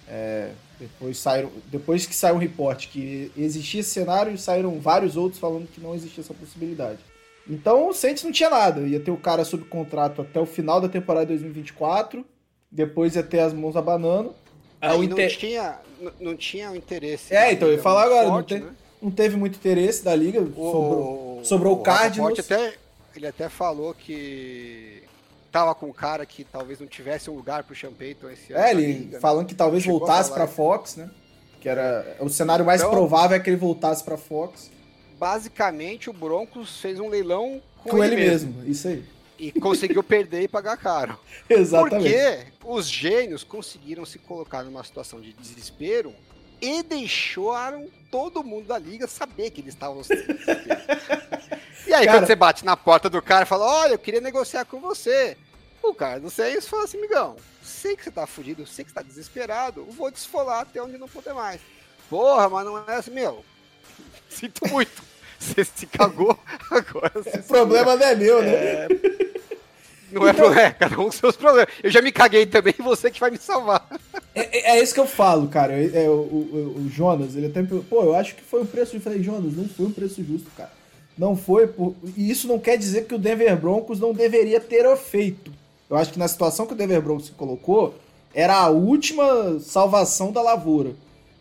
Depois que saiu um report que existia esse cenário, saíram vários outros falando que não existia essa possibilidade. Então o Saints não tinha nada, ia ter o cara sob contrato até o final da temporada de 2024, depois ia ter as mãos abanando. Não tinha o interesse. Então eu ia falar agora, forte, não teve muito interesse da liga, sobrou o Cardinals. Ele até falou que tava com um cara que talvez não tivesse um lugar pro Sean Payton esse ano. Ele liga, falando que talvez Chegou voltasse a pra falar Fox, né? Que era o cenário mais Então- provável é que ele voltasse pra Fox. Basicamente, o Broncos fez um leilão Com ele mesmo, isso aí. E conseguiu perder e pagar caro. Exatamente. Porque os gênios conseguiram se colocar numa situação de desespero e deixaram todo mundo da liga saber que eles estavam se desespero. E aí, Cara- quando você bate na porta do cara e fala, olha, eu queria negociar com você. O cara do Saints fala assim, migão, sei que você tá fudido, sei que você tá desesperado, eu vou desfolar até onde não puder mais. Porra, mas não é assim, meu, sinto muito. Você se cagou, agora você O problema não é meu, né? Não é problema, cada um com seus problemas. Eu já me caguei também, você que vai me salvar. É isso que eu falo, cara. O Jonas, ele até me perguntou, pô, eu acho que foi um preço justo. Eu falei, Jonas, não foi um preço justo, cara. Não foi, e isso não quer dizer que o Denver Broncos não deveria ter feito. Eu acho que na situação que o Denver Broncos se colocou, era a última salvação da lavoura.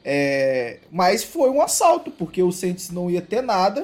Mas foi um assalto, porque o Saints não ia ter nada.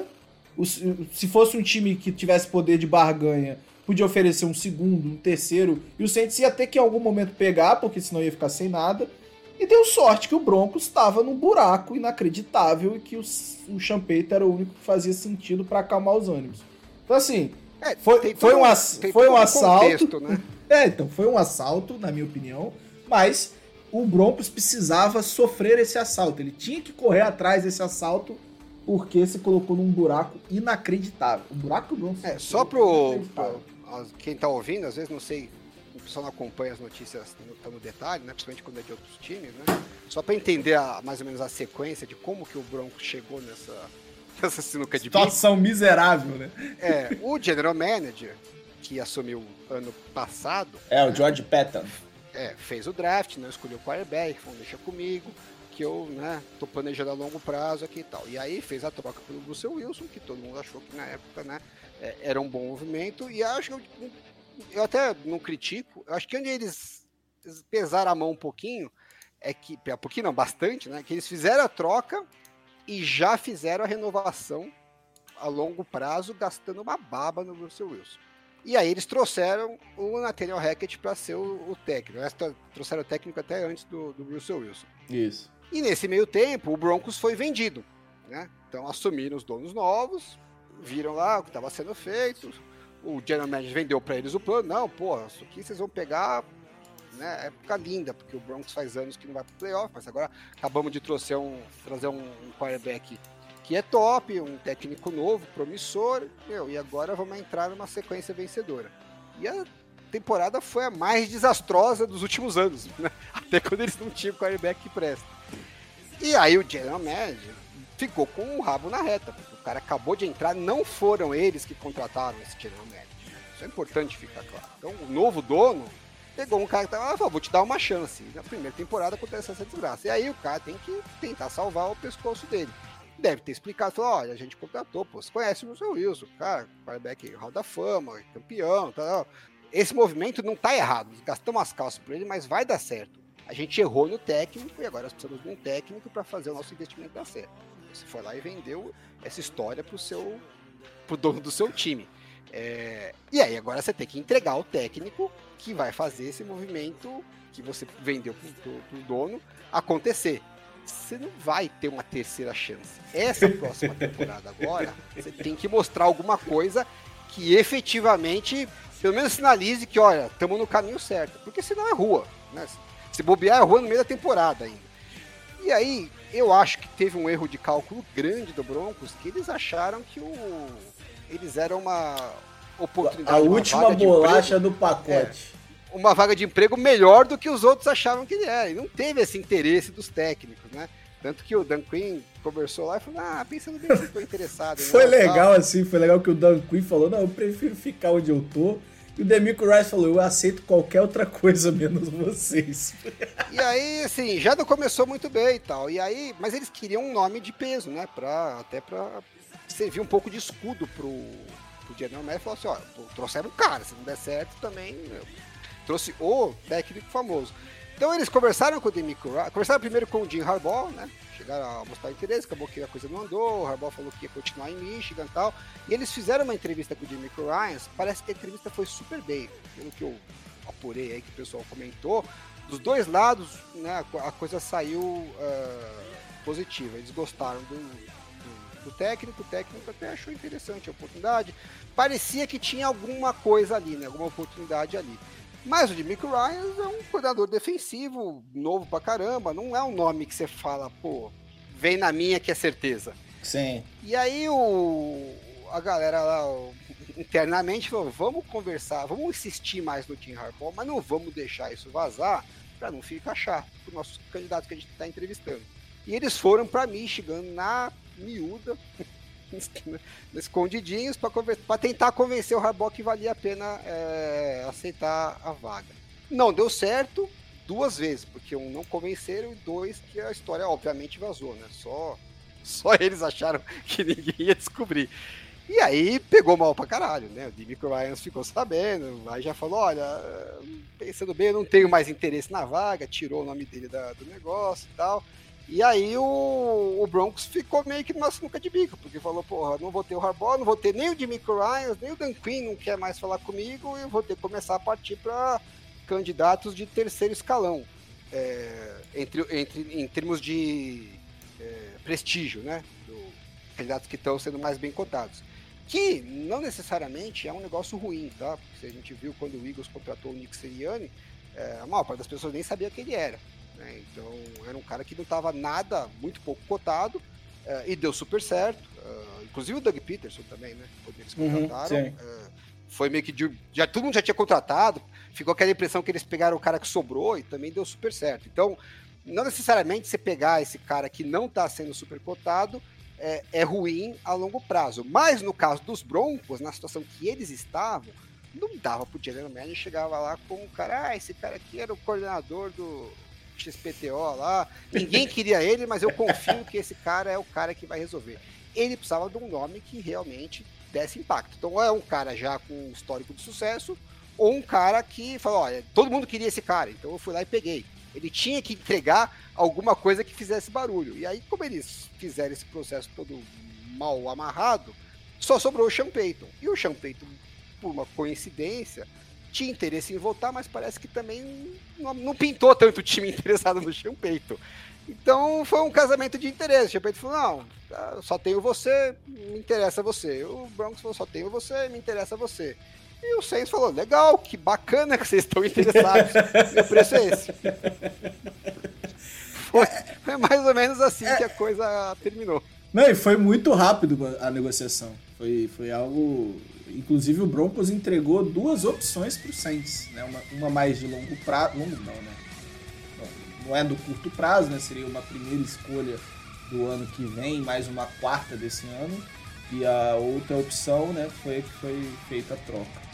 Se fosse um time que tivesse poder de barganha, podia oferecer um segundo, um terceiro, e o Saints ia ter que em algum momento pegar, porque senão ia ficar sem nada. E deu sorte que o Broncos estava num buraco inacreditável e que o Sean Payton era o único que fazia sentido para acalmar os ânimos. Então assim, foi um assalto. Contexto, né? Então foi um assalto, na minha opinião, mas o Broncos precisava sofrer esse assalto. Ele tinha que correr atrás desse assalto porque se colocou num buraco inacreditável. O buraco do Broncos. Só pro quem tá ouvindo, às vezes não sei, o pessoal não acompanha as notícias no detalhe, né? Principalmente quando é de outros times, né? Só para entender mais ou menos a sequência de como que o Broncos chegou nessa sinuca de bico. Situação miserável, né? O general manager, que assumiu ano passado... o George Patton. Fez o draft, não escolheu o quarterback, falou, deixa comigo, que eu, né, tô planejando a longo prazo aqui e tal. E aí fez a troca pelo Russell Wilson, que todo mundo achou que na época, né, era um bom movimento, e acho que eu até não critico, eu acho que onde eles pesaram a mão um pouquinho, bastante, né, que eles fizeram a troca e já fizeram a renovação a longo prazo, gastando uma baba no Russell Wilson. E aí eles trouxeram o Nathaniel Hackett para ser o técnico. Eles trouxeram o técnico até antes do Russell Wilson. Isso. E nesse meio tempo, o Broncos foi vendido, né? Então assumiram os donos novos, viram lá o que estava sendo feito, o general manager vendeu para eles o plano. Não, pô, isso aqui vocês vão pegar, né? Época linda, porque o Broncos faz anos que não vai pro playoff, mas agora acabamos de trazer um quarterback que é top, um técnico novo, promissor, e agora vamos entrar numa sequência vencedora. E a temporada foi a mais desastrosa dos últimos anos, né? Até quando eles não tinham quarterback que presta. E aí o general manager ficou com o rabo na reta, porque o cara acabou de entrar, não foram eles que contrataram esse general manager. Isso é importante ficar claro. Então o novo dono pegou um cara que falou, vou te dar uma chance. E na primeira temporada acontece essa desgraça. E aí o cara tem que tentar salvar o pescoço dele. Deve ter explicado, falou, olha, a gente contratou, pô, você conhece o Russell Wilson, cara, quarterback Hall da Fama, campeão, tal. Esse movimento não tá errado, gastamos as calças por ele, mas vai dar certo. A gente errou no técnico e agora nós precisamos de um técnico para fazer o nosso investimento dar certo. Você foi lá e vendeu essa história pro dono do seu time. E aí agora você tem que entregar o técnico que vai fazer esse movimento que você vendeu pro dono acontecer. Você não vai ter uma terceira chance. Essa próxima temporada agora, você tem que mostrar alguma coisa que efetivamente, pelo menos sinalize que, olha, estamos no caminho certo. Porque senão é rua, né? Se bobear, é rua no meio da temporada ainda. E aí, eu acho que teve um erro de cálculo grande do Broncos, que eles acharam que eles eram uma oportunidade. A última bolacha do pacote. Uma vaga de emprego melhor do que os outros achavam que era. E não teve esse interesse dos técnicos, né? Tanto que o Dan Quinn conversou lá e falou, pensando bem, se tô interessado. Foi legal assim, foi legal que o Dan Quinn falou, não, eu prefiro ficar onde eu tô. E o DeMeco Ryans falou, eu aceito qualquer outra coisa menos vocês. E aí, assim, já não começou muito bem e tal. E aí, mas eles queriam um nome de peso, né? Até pra servir um pouco de escudo pro general manager. Falou assim, trouxeram um cara, se não der certo também... Trouxe o técnico famoso. Então eles conversaram com o DeMeco Ryans, conversaram primeiro com o Jim Harbaugh, né? chegaram a mostrar interesse, acabou que a coisa não andou, o Harbaugh falou que ia continuar em Michigan e tal, e eles fizeram uma entrevista com o DeMeco Ryans, parece que a entrevista foi super bem, pelo que eu apurei aí, que o pessoal comentou, dos dois lados, né, a coisa saiu positiva, eles gostaram do técnico, o técnico até achou interessante a oportunidade, parecia que tinha alguma coisa ali, né, alguma oportunidade ali. Mas o DeMeco Ryans é um coordenador defensivo, novo pra caramba, não é um nome que você fala, pô, vem na minha que é certeza. Sim. E aí a galera lá internamente falou, vamos conversar, vamos insistir mais no Jim Harbaugh, mas não vamos deixar isso vazar para não ficar chato para os nossos candidatos que a gente está entrevistando. E eles foram para Michigan na miúda, escondidinhos, para tentar convencer o Harbaugh que valia a pena aceitar a vaga. Não deu certo 2 vezes, porque não convenceram, e 2 que a história obviamente vazou, né? Só eles acharam que ninguém ia descobrir. E aí pegou mal pra caralho, né? O DeMeco Ryans ficou sabendo, aí já falou, olha, pensando bem, eu não tenho mais interesse na vaga, tirou o nome dele do negócio e tal. E aí o Broncos ficou meio que numa sinuca de bico, porque falou, porra, não vou ter o Harbaugh, não vou ter nem o DeMeco Ryans, nem o Dan Quinn não quer mais falar comigo, e eu vou ter que começar a partir para candidatos de terceiro escalão, em termos de prestígio, né? Candidatos que estão sendo mais bem cotados. Que não necessariamente é um negócio ruim, tá? Porque a gente viu quando o Eagles contratou o Nick Sirianni, a maior parte das pessoas nem sabia quem ele era. Né? Então era um cara que não estava nada, muito pouco cotado, e deu super certo. Inclusive o Doug Peterson também, né? Quando eles contrataram. Foi meio que todo mundo já tinha contratado, ficou aquela impressão que eles pegaram o cara que sobrou e também deu super certo. Então, não necessariamente você pegar esse cara que não está sendo super cotado é ruim a longo prazo. Mas no caso dos Broncos, na situação que eles estavam, não dava pro Jalen Manning, chegava lá com um cara, esse cara aqui era o coordenador do XPTO lá, ninguém queria ele, mas eu confio que esse cara é o cara que vai resolver. Ele precisava de um nome que realmente desse impacto. Então, ou é um cara já com um histórico de sucesso, ou um cara que falou, olha, todo mundo queria esse cara, então eu fui lá e peguei. Ele tinha que entregar alguma coisa que fizesse barulho. E aí, como eles fizeram esse processo todo mal amarrado, só sobrou o Sean Payton. E o Sean Payton, por uma coincidência, tinha interesse em voltar, mas parece que também não pintou tanto o time interessado no Sean Payton. Então, foi um casamento de interesse. O Sean Payton falou, não, só tenho você, me interessa você. O Broncos falou, só tenho você, me interessa você. E o Saints falou, legal, que bacana que vocês estão interessados. Meu preço é esse. Foi mais ou menos assim que a coisa terminou. Não, e foi muito rápido a negociação. Foi algo... Inclusive o Broncos entregou 2 opções para o Saints, né? Uma mais de longo prazo... Longo não, né? Não é do curto prazo, né? Seria uma primeira escolha do ano que vem, mais uma 4ª desse ano. E a outra opção, né, foi que foi feita a troca.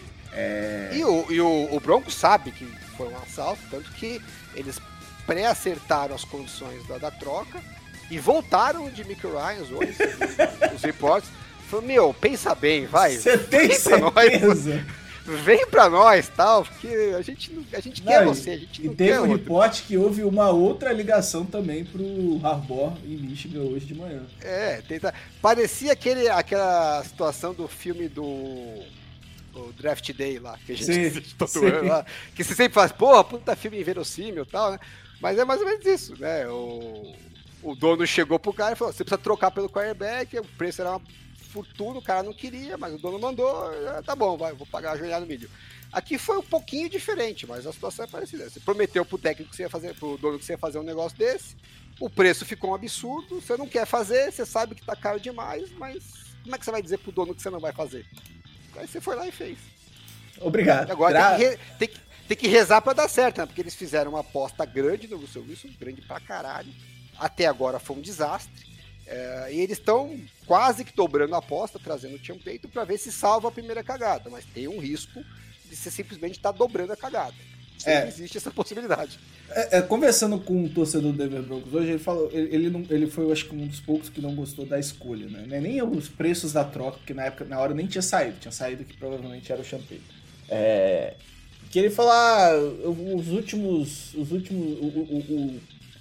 E o Broncos sabe que foi um assalto, tanto que eles pré-acertaram as condições da troca e voltaram de Mickey Ryans hoje, os reportes. Falaram, pensa bem, vai. Você tem certeza? Vem pra nós, tal, porque a gente quer você, a gente não quer. E teve um reporte que houve uma outra ligação também pro Harbaugh em Michigan hoje de manhã. Parecia aquela situação do filme do Draft Day lá, que a gente assiste todo ano lá, que você sempre faz, puta filme inverossímil e tal, né? Mas é mais ou menos isso, né? O dono chegou pro cara e falou, você precisa trocar pelo quarterback, o preço era uma fortuna, o cara não queria, mas o dono mandou, tá bom, vou pagar a joelhada no milho. Aqui foi um pouquinho diferente, mas a situação é parecida. Você prometeu pro técnico que você ia fazer, pro dono que você ia fazer um negócio desse, o preço ficou um absurdo, você não quer fazer, você sabe que tá caro demais, mas como é que você vai dizer pro dono que você não vai fazer? Aí você foi lá e fez. Obrigado. Agora tem que rezar pra dar certo, né? Porque eles fizeram uma aposta grande no Russell Wilson, grande pra caralho. Até agora foi um desastre. E eles estão quase que dobrando a aposta, trazendo o Sean Payton pra ver se salva a primeira cagada. Mas tem um risco de você simplesmente estar dobrando a cagada. Sempre existe essa possibilidade. Conversando com um torcedor do Denver Broncos hoje, ele falou, ele foi, eu acho que um dos poucos que não gostou da escolha, né? Nem os preços da troca, porque na hora nem tinha saído que provavelmente era o Sean Payton. Que ele falou,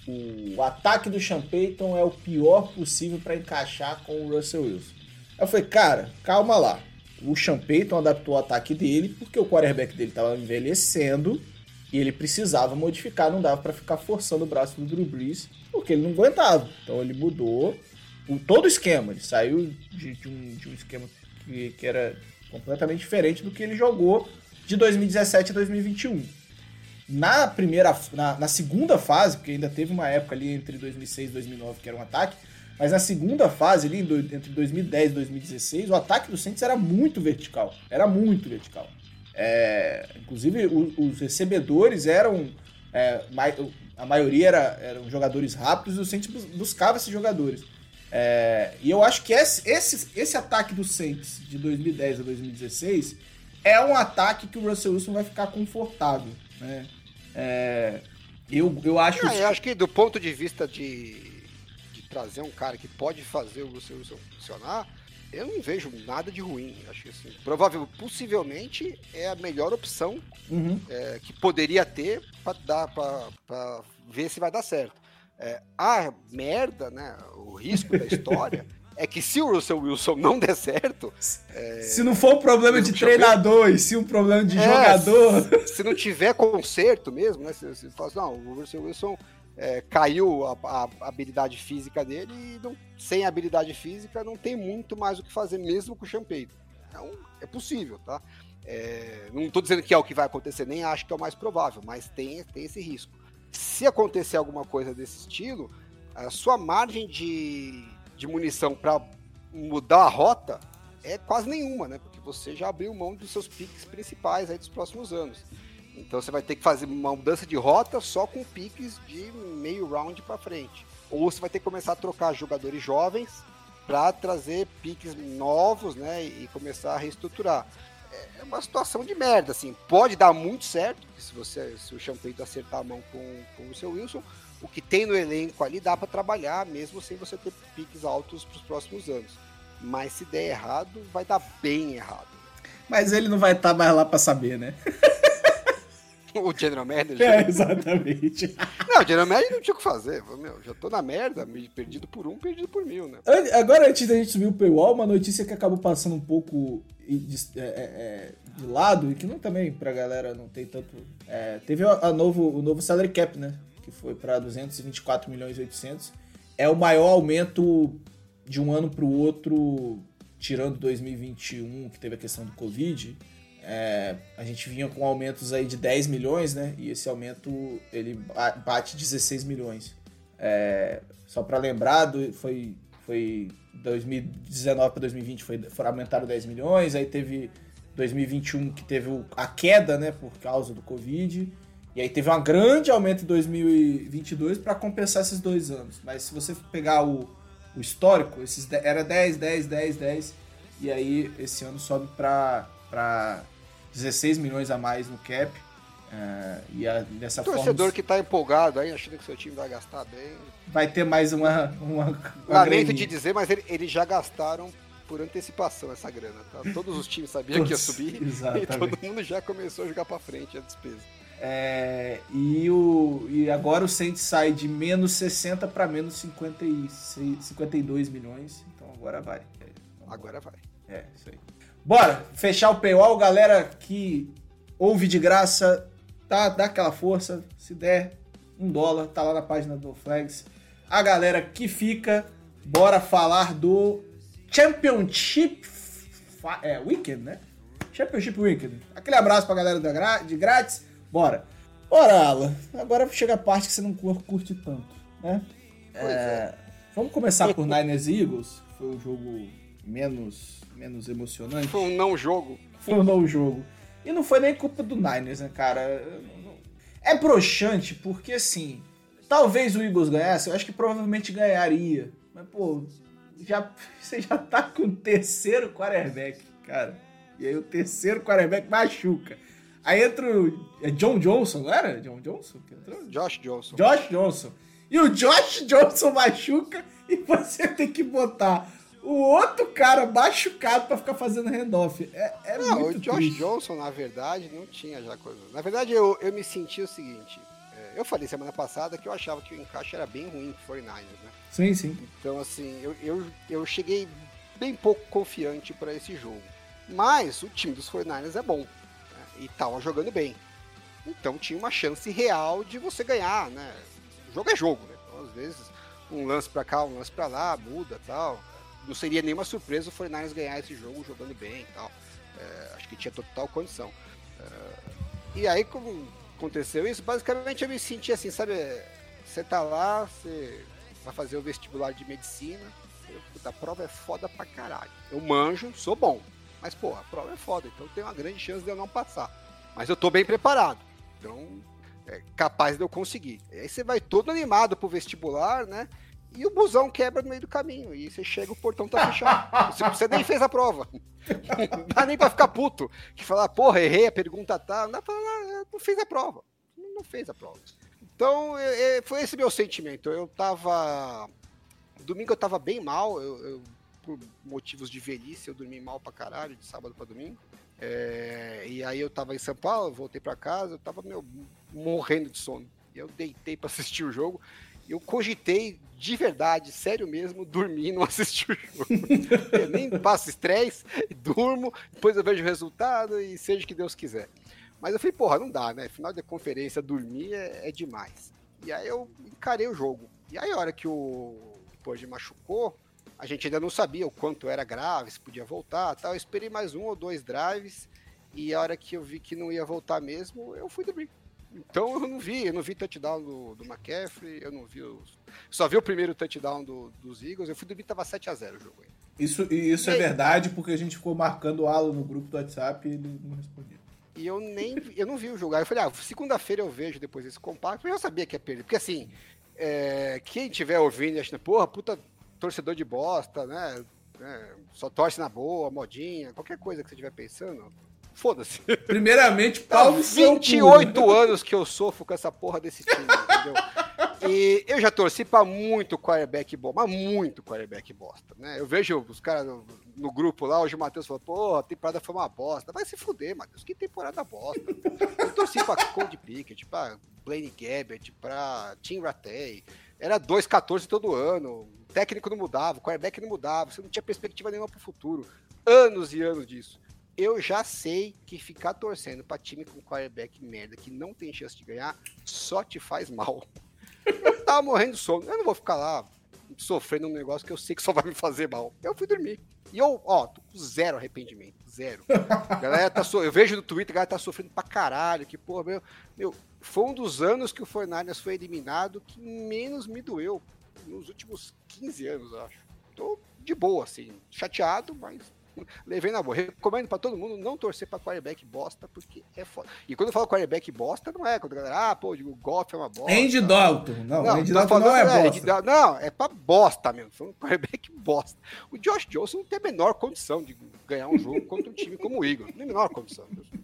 o ataque do Sean Payton é o pior possível para encaixar com o Russell Wilson. Aí eu falei, cara, calma lá. O Sean Payton adaptou o ataque dele porque o quarterback dele estava envelhecendo e ele precisava modificar, não dava para ficar forçando o braço do Drew Brees porque ele não aguentava. Então ele mudou todo o esquema, ele saiu de um esquema que era completamente diferente do que ele jogou de 2017 a 2021. Na segunda fase, porque ainda teve uma época ali entre 2006 e 2009 que era um ataque, mas na segunda fase, ali entre 2010 e 2016, o ataque do Saints era muito vertical. Era muito vertical. Inclusive, os recebedores eram... a maioria eram jogadores rápidos e o Saints buscava esses jogadores. E eu acho que esse ataque do Saints de 2010 a 2016 é um ataque que o Russell Wilson vai ficar confortável, né? Eu acho... Eu acho que do ponto de vista de trazer um cara que pode fazer o Russell Wilson funcionar, eu não vejo nada de ruim. Acho que assim, possivelmente é a melhor opção que poderia ter para ver se vai dar certo. A merda, né, o risco da história é que se o Russell Wilson não der certo... se não for um problema de treinador e se um problema de jogador... Se não tiver conserto mesmo, né? Se fala assim, não, o Russell Wilson caiu a habilidade física dele e sem habilidade física não tem muito mais o que fazer mesmo com o Sean Payton. Então, é possível, tá? Não estou dizendo que é o que vai acontecer, nem acho que é o mais provável, mas tem esse risco. Se acontecer alguma coisa desse estilo, a sua margem de munição para mudar a rota é quase nenhuma, né? Porque você já abriu mão dos seus piques principais aí dos próximos anos. Então você vai ter que fazer uma mudança de rota só com piques de meio round para frente. Ou você vai ter que começar a trocar jogadores jovens para trazer piques novos, né? E começar a reestruturar. É uma situação de merda, assim. Pode dar muito certo, se o Sean Payton acertar a mão com o seu Wilson, o que tem no elenco ali dá para trabalhar, mesmo sem você ter piques altos para os próximos anos. Mas se der errado, vai dar bem errado. Mas ele não vai estar mais lá para saber, né? O General Manager? Exatamente. Não, o General Manager não tinha o que fazer. Já tô na merda, perdido por 1000, né? Agora, antes da gente subir o paywall, uma notícia que acabou passando um pouco de lado, e que não também pra galera não tem tanto... teve o novo salary cap, né? Que foi pra 224 milhões e 800. É o maior aumento de um ano pro outro, tirando 2021, que teve a questão do Covid. A gente vinha com aumentos aí de 10 milhões, né? E esse aumento, ele bate 16 milhões. Só para lembrar, foi 2019 para 2020 foram aumentaram 10 milhões, aí teve 2021 que teve a queda, né? Por causa do Covid. E aí teve um grande aumento em 2022 para compensar esses 2 anos. Mas se você pegar o histórico, era 10, e aí esse ano sobe para 16 milhões a mais no cap. Dessa forma... Torcedor que tá empolgado aí, achando que seu time vai gastar bem. Vai ter mais uma Lamento de dizer, mas eles já gastaram por antecipação essa grana, tá? Todos os times sabiam que ia subir. Exatamente. E todo mundo já começou a jogar pra frente a despesa. E agora o Saints sai de menos 60 para menos 52 milhões. Então agora vai. Agora vai. Isso aí. Bora fechar o paywall, galera que ouve de graça, dá aquela força, se der $1, tá lá na página do Flags. A galera que fica, bora falar do Championship Weekend, né? Championship Weekend. Aquele abraço pra galera de grátis, bora. Bora, Alan. Agora chega a parte que você não curte tanto, né? Vamos começar por Niners e Eagles, que foi o jogo menos emocionante. Foi um não jogo. E não foi nem culpa do Niners, né, cara? É broxante, porque assim, talvez o Eagles ganhasse, eu acho que provavelmente ganharia. Mas, pô, você já tá com o terceiro quarterback, cara. E aí o terceiro quarterback machuca. Aí entra o John Johnson, não era? John Johnson que entrou? Josh Johnson. Josh Johnson. E o Josh Johnson machuca e você tem que botar o outro cara machucado pra ficar fazendo handoff. Não, muito o Josh triste. Johnson, na verdade, não tinha já coisa. Na verdade, eu me senti o seguinte. Eu falei semana passada que eu achava que o encaixe era bem ruim pro 49ers, né? Sim, sim. Então, assim, eu cheguei bem pouco confiante para esse jogo. Mas o time dos 49ers é bom, né? E tava jogando bem. Então tinha uma chance real de você ganhar, né? O jogo é jogo, né? Então, às vezes, um lance para cá, um lance para lá, muda e tal. Não seria nenhuma surpresa o 49ers ganhar esse jogo jogando bem e tal. Acho que tinha total condição. E aí, como aconteceu isso, basicamente eu me senti assim, sabe? Você tá lá, você vai fazer o vestibular de medicina, a prova é foda pra caralho. Eu manjo, sou bom, mas, porra, a prova é foda, então tem uma grande chance de eu não passar. Mas eu tô bem preparado, então é capaz de eu conseguir. E aí você vai todo animado pro vestibular, né? E o busão quebra no meio do caminho, e você chega, o portão tá fechado. Você nem fez a prova. Não dá nem pra ficar puto. Que falar, porra, errei a pergunta, tá. Não dá pra falar, não fez a prova. Não fez a prova. Então, foi esse meu sentimento. Eu tava... Domingo eu tava bem mal, por motivos de velhice, eu dormi mal pra caralho, de sábado pra domingo. E aí eu tava em São Paulo, voltei pra casa, eu tava morrendo de sono. E eu deitei pra assistir o jogo. Eu cogitei de verdade, sério mesmo, dormir e não assistir o jogo. Eu nem passo estresse, durmo, depois eu vejo o resultado e seja o que Deus quiser. Mas eu falei, porra, não dá, né? Final de conferência, dormir é demais. E aí eu encarei o jogo. E aí a hora que o Purdy machucou, a gente ainda não sabia o quanto era grave, se podia voltar, tal. Eu esperei mais 1 ou 2 drives e a hora que eu vi que não ia voltar mesmo, eu fui dormir. Então eu não vi touchdown do McCaffrey, eu não vi só vi o primeiro touchdown dos Eagles, eu fui dormir, tava 7-0 o jogo aí. Isso é verdade, porque a gente ficou marcando o Alan no grupo do WhatsApp e ele não respondia. E eu não vi o jogo. Aí eu falei, segunda-feira eu vejo depois esse compacto, eu já sabia que ia perder. Porque assim, quem tiver ouvindo e achando, porra, puta torcedor de bosta, né? Só torce na boa, modinha, qualquer coisa que você estiver pensando, foda-se. Primeiramente, Paulo 28 anos que eu sofro com essa porra desse time, entendeu? E eu já torci pra muito quarterback bosta, mas muito quarterback bosta, né? Eu vejo os caras no grupo lá, hoje o Matheus falou, porra, a temporada foi uma bosta. Vai se fuder, Matheus, que temporada bosta. Eu torci pra Cody Pickett, pra Blaine Gabbert, pra Tim Rattay. Era 2-14 todo ano, o técnico não mudava, o quarterback não mudava, você não tinha perspectiva nenhuma pro futuro. Anos e anos disso. Eu já sei que ficar torcendo pra time com quarterback merda que não tem chance de ganhar só te faz mal. Eu tava morrendo de sono. Eu não vou ficar lá sofrendo um negócio que eu sei que só vai me fazer mal. Eu fui dormir. E eu, tô com zero arrependimento. Zero. A galera eu vejo no Twitter, a galera tá sofrendo pra caralho. Que, porra, meu, foi um dos anos que o 49ers foi eliminado que menos me doeu. Nos últimos 15 anos, eu acho. Tô de boa, assim. Chateado, mas levei na boa. Recomendo pra todo mundo não torcer pra quarterback bosta, porque é foda. E quando eu falo quarterback bosta, não é quando a galera, o Goff é uma bosta. Andy Dalton. Não, Andy Dalton não é bosta. Não, é pra bosta mesmo. Foi um quarterback bosta. O Josh Johnson não tem a menor condição de ganhar um jogo contra um time como o Eagles. Não tem a menor condição.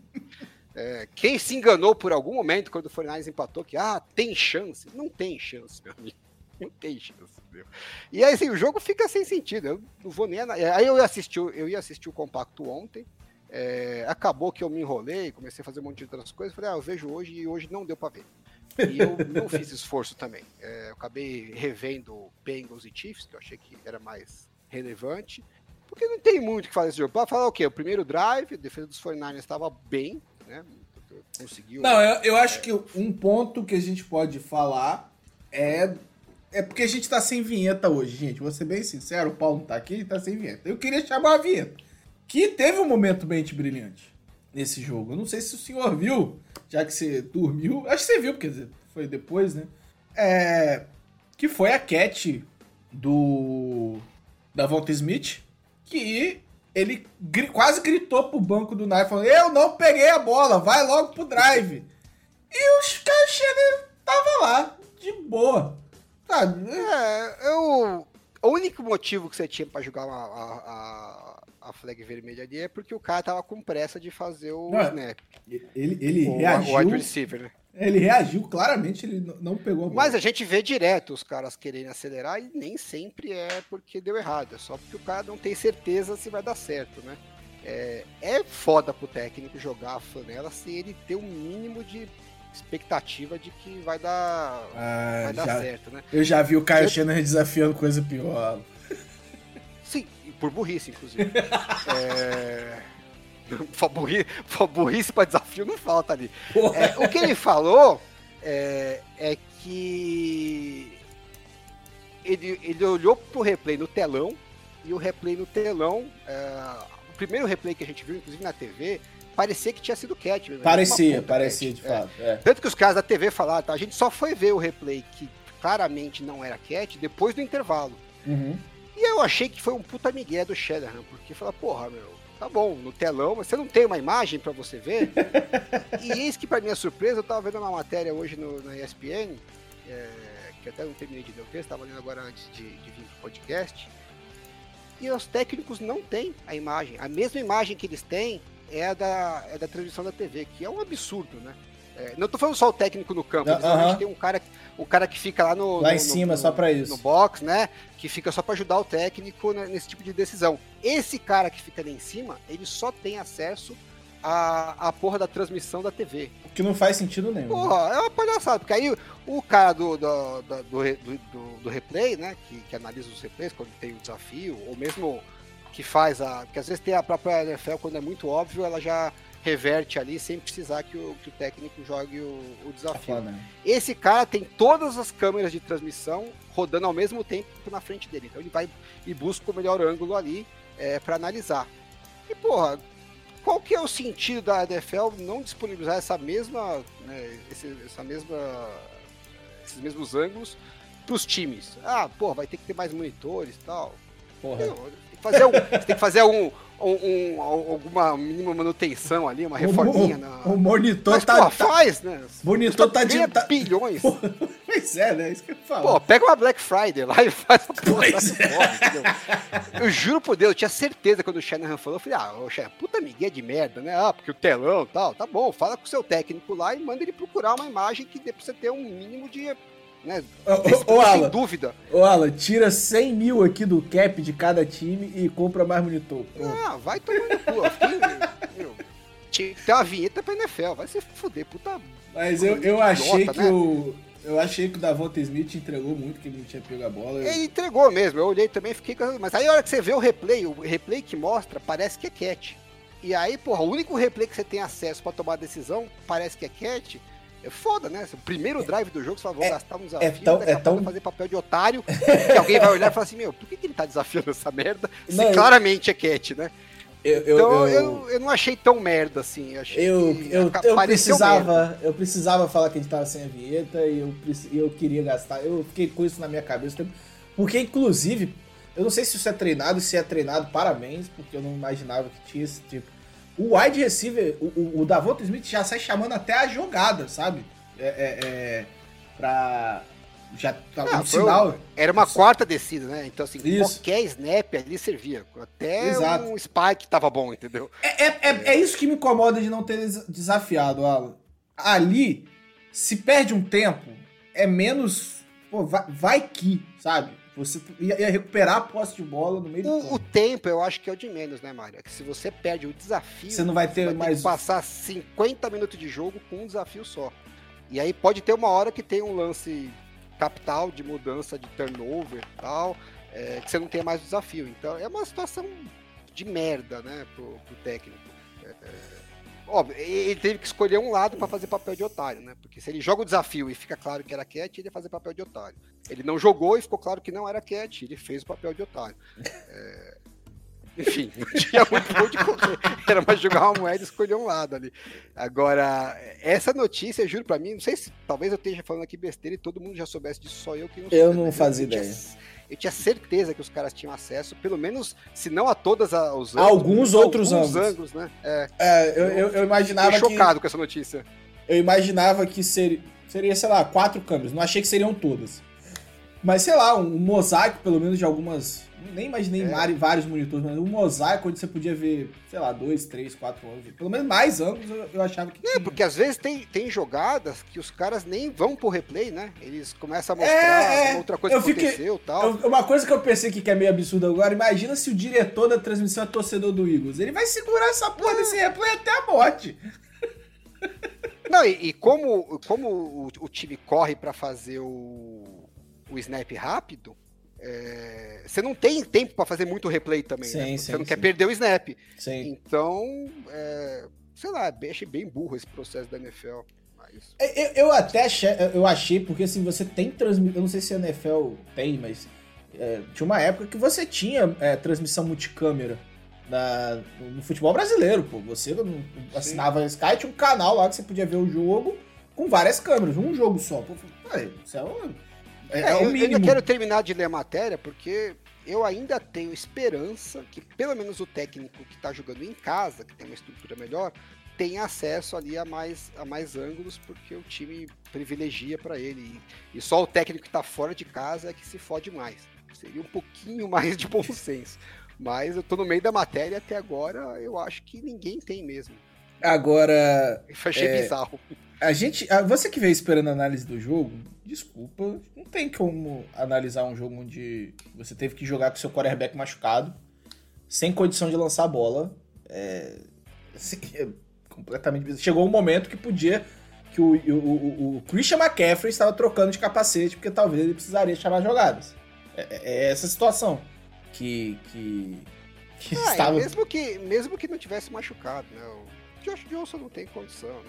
Quem se enganou por algum momento quando o 49ers empatou, que tem chance. Não tem chance, meu amigo. Não tem chance, meu. E aí, assim, o jogo fica sem sentido. Eu não vou nem... Aí eu ia assistir o compacto ontem. Acabou que eu me enrolei, comecei a fazer um monte de outras coisas. Falei, eu vejo hoje e hoje não deu pra ver. E eu não fiz esforço também. Eu acabei revendo Bengals e Chiefs, que eu achei que era mais relevante. Porque não tem muito o que fazer esse jogo. Pra falar o quê? O primeiro drive, a defesa dos 49ers estava bem, né? Conseguiu... Não, eu acho que um ponto que a gente pode falar é porque a gente tá sem vinheta hoje, gente. Vou ser bem sincero, o Paulo não tá aqui, ele tá sem vinheta. Eu queria chamar a vinheta, que teve um momento bem brilhante nesse jogo. Eu não sei se o senhor viu, já que você dormiu. Acho que você viu, porque foi depois, né? Que foi a catch do Davonta Smith, que ele quase gritou pro banco do Nike, falando, eu não peguei a bola, vai logo pro drive. E os caras chegam, tava lá, de boa. O único motivo que você tinha pra jogar a flag vermelha ali é porque o cara tava com pressa de fazer o snap. Ele reagiu. O wide receiver, né? Ele reagiu, claramente ele não pegou a bola. Mas a gente vê direto os caras querendo acelerar e nem sempre é porque deu errado, é só porque o cara não tem certeza se vai dar certo, né? É foda pro técnico jogar a flanela sem ele ter um mínimo de expectativa de que vai dar certo, né? Eu já vi o Kyle Shanahan desafiando coisa pior. Sim, por burrice, inclusive. Burrice pra desafio não falta ali. O que ele falou é que ele olhou pro replay no telão, e o replay no telão, o primeiro replay que a gente viu, inclusive na TV, parecia que tinha sido catch. Parecia de fato. Tanto que os caras da TV falaram, tá? A gente só foi ver o replay que claramente não era catch depois do intervalo. Uhum. E eu achei que foi um puta migué do Shanahan, porque fala, porra, meu, tá bom, no telão, mas você não tem uma imagem pra você ver? E eis que, pra minha surpresa, eu tava vendo uma matéria hoje na ESPN, que até não terminei de ler o texto, tava lendo agora antes de vir pro podcast, e os técnicos não têm a imagem. A mesma imagem que eles têm é a da transmissão da TV, que é um absurdo, né? Não tô falando só o técnico no campo, eles tem um cara que fica lá em cima, só pra isso. No box, né? Que fica só pra ajudar o técnico nesse tipo de decisão. Esse cara que fica lá em cima, ele só tem acesso à porra da transmissão da TV. O que não faz sentido nenhum. Porra, é uma palhaçada, porque aí o cara do replay, né? Que analisa os replays quando tem o desafio, ou mesmo que faz porque às vezes tem a própria NFL, quando é muito óbvio, ela já reverte ali sem precisar que o técnico jogue o desafio. Esse cara tem todas as câmeras de transmissão rodando ao mesmo tempo na frente dele. Então ele vai e busca o melhor ângulo ali para analisar. E porra, qual que é o sentido da NFL não disponibilizar esses mesmos ângulos para os times? Porra, vai ter que ter mais monitores e tal. Porra. Você tem que fazer alguma mínima manutenção ali, uma reforminha. O monitor. Mas, tá... faz, né? O monitor tá de... bilhões. Pois é, né? Isso que eu falo. Pô, pega uma Black Friday lá e faz a porra. Pois Eu juro por Deus, eu tinha certeza quando o Shanahan falou, eu falei, Shanahan, puta migué de merda, né? Porque o telão e tal, tá bom, fala com o seu técnico lá e manda ele procurar uma imagem que dê pra você ter um mínimo de... Né? Sem dúvida. Alan, tira 100 mil aqui do cap de cada time e compra mais monitor. Vai tomar no cu. Tinha que ter uma vinheta pra NFL, vai se fuder, puta. Mas eu achei que eu achei que o Davonta Smith entregou muito, que ele não tinha pego a bola. Ele entregou mesmo, eu olhei também e fiquei... Mas aí a hora que você vê o replay que mostra, parece que é catch. E aí, porra, o único replay que você tem acesso pra tomar a decisão, parece que é catch. É foda, né? O primeiro drive do jogo, você fala, vou gastar um desafio, fazer papel de otário, que alguém vai olhar e falar assim, meu, por que ele tá desafiando essa merda se claramente é catch, né? Eu não achei tão merda assim. Eu precisava falar que a gente tava sem a vinheta e eu queria gastar. Eu fiquei com isso na minha cabeça. Porque, inclusive, eu não sei se isso é treinado, parabéns, porque eu não imaginava que tinha esse tipo. O wide receiver, o Davonta Smith já sai chamando até a jogada, sabe? Já tá um sinal. Era uma quarta descida, né? Então, assim, qualquer snap ali servia. Até um spike tava bom, entendeu? É isso que me incomoda de não ter desafiado, Alan. Ali, se perde um tempo, é menos... Pô, vai que, sabe? Você ia recuperar a posse de bola no meio do campo. O tempo, eu acho que é o de menos, né, Mário? É que se você perde o desafio... Você não vai ter mais... que passar 50 minutos de jogo com um desafio só. E aí pode ter uma hora que tem um lance capital de mudança de turnover e tal, que você não tem mais o desafio. Então é uma situação de merda, né, pro técnico. Óbvio, ele teve que escolher um lado para fazer papel de otário, né? Porque se ele joga o desafio e fica claro que era catch, ele ia fazer papel de otário. Ele não jogou e ficou claro que não era catch, ele fez o papel de otário. Enfim, não tinha muito gol de correr. Era mais jogar uma moeda e escolher um lado ali. Agora, essa notícia, juro pra mim, não sei se talvez eu esteja falando aqui besteira e todo mundo já soubesse disso, só eu que não sei. Eu não fazia ideia. Eu tinha certeza que os caras tinham acesso, pelo menos, se não a todos os ângulos. Alguns outros ângulos, né? Eu imaginava que... Fiquei chocado com essa notícia. Eu imaginava que seria, sei lá, 4 câmeras. Não achei que seriam todas. Mas, sei lá, um mosaico, pelo menos, de algumas... Nem imaginei vários monitores, mas um mosaico onde você podia ver, sei lá, 2, 3, 4 ângulos. Pelo menos mais ângulos eu achava que tinha. Porque às vezes tem jogadas que os caras nem vão pro replay, né? Eles começam a mostrar outra coisa que aconteceu e tal. Uma coisa que eu pensei que é meio absurdo agora, imagina se o diretor da transmissão é torcedor do Eagles. Ele vai segurar essa porra desse replay até a morte. Não, e como o time corre para fazer o snap rápido, você não tem tempo para fazer muito replay também, sim, né? sim, Você não sim. quer perder o snap. Sim. Então, sei lá, achei bem burro esse processo da NFL. Mas... Eu achei, porque assim, você tem transmissão, eu não sei se a NFL tem, mas tinha uma época que você tinha transmissão multicâmera no futebol brasileiro, pô. Você assinava a Sky, tinha um canal lá que você podia ver o jogo com várias câmeras, um jogo só. Pô, isso é o mínimo. Eu ainda quero terminar de ler a matéria, porque eu ainda tenho esperança que pelo menos o técnico que está jogando em casa, que tem uma estrutura melhor, tenha acesso ali a mais ângulos, porque o time privilegia para ele. E só o técnico que está fora de casa é que se fode mais. Seria um pouquinho mais de bom senso. Mas eu tô no meio da matéria até agora, eu acho que ninguém tem mesmo. Agora... Eu achei bizarro. Você que veio esperando a análise do jogo, desculpa, não tem como analisar um jogo onde você teve que jogar com seu quarterback machucado, sem condição de lançar a bola. Completamente bizarro. Chegou um momento que o Christian McCaffrey estava trocando de capacete, porque talvez ele precisaria chamar jogadas. É essa situação que estava... mesmo que não tivesse machucado, né? O Josh Johnson não tem condição, né?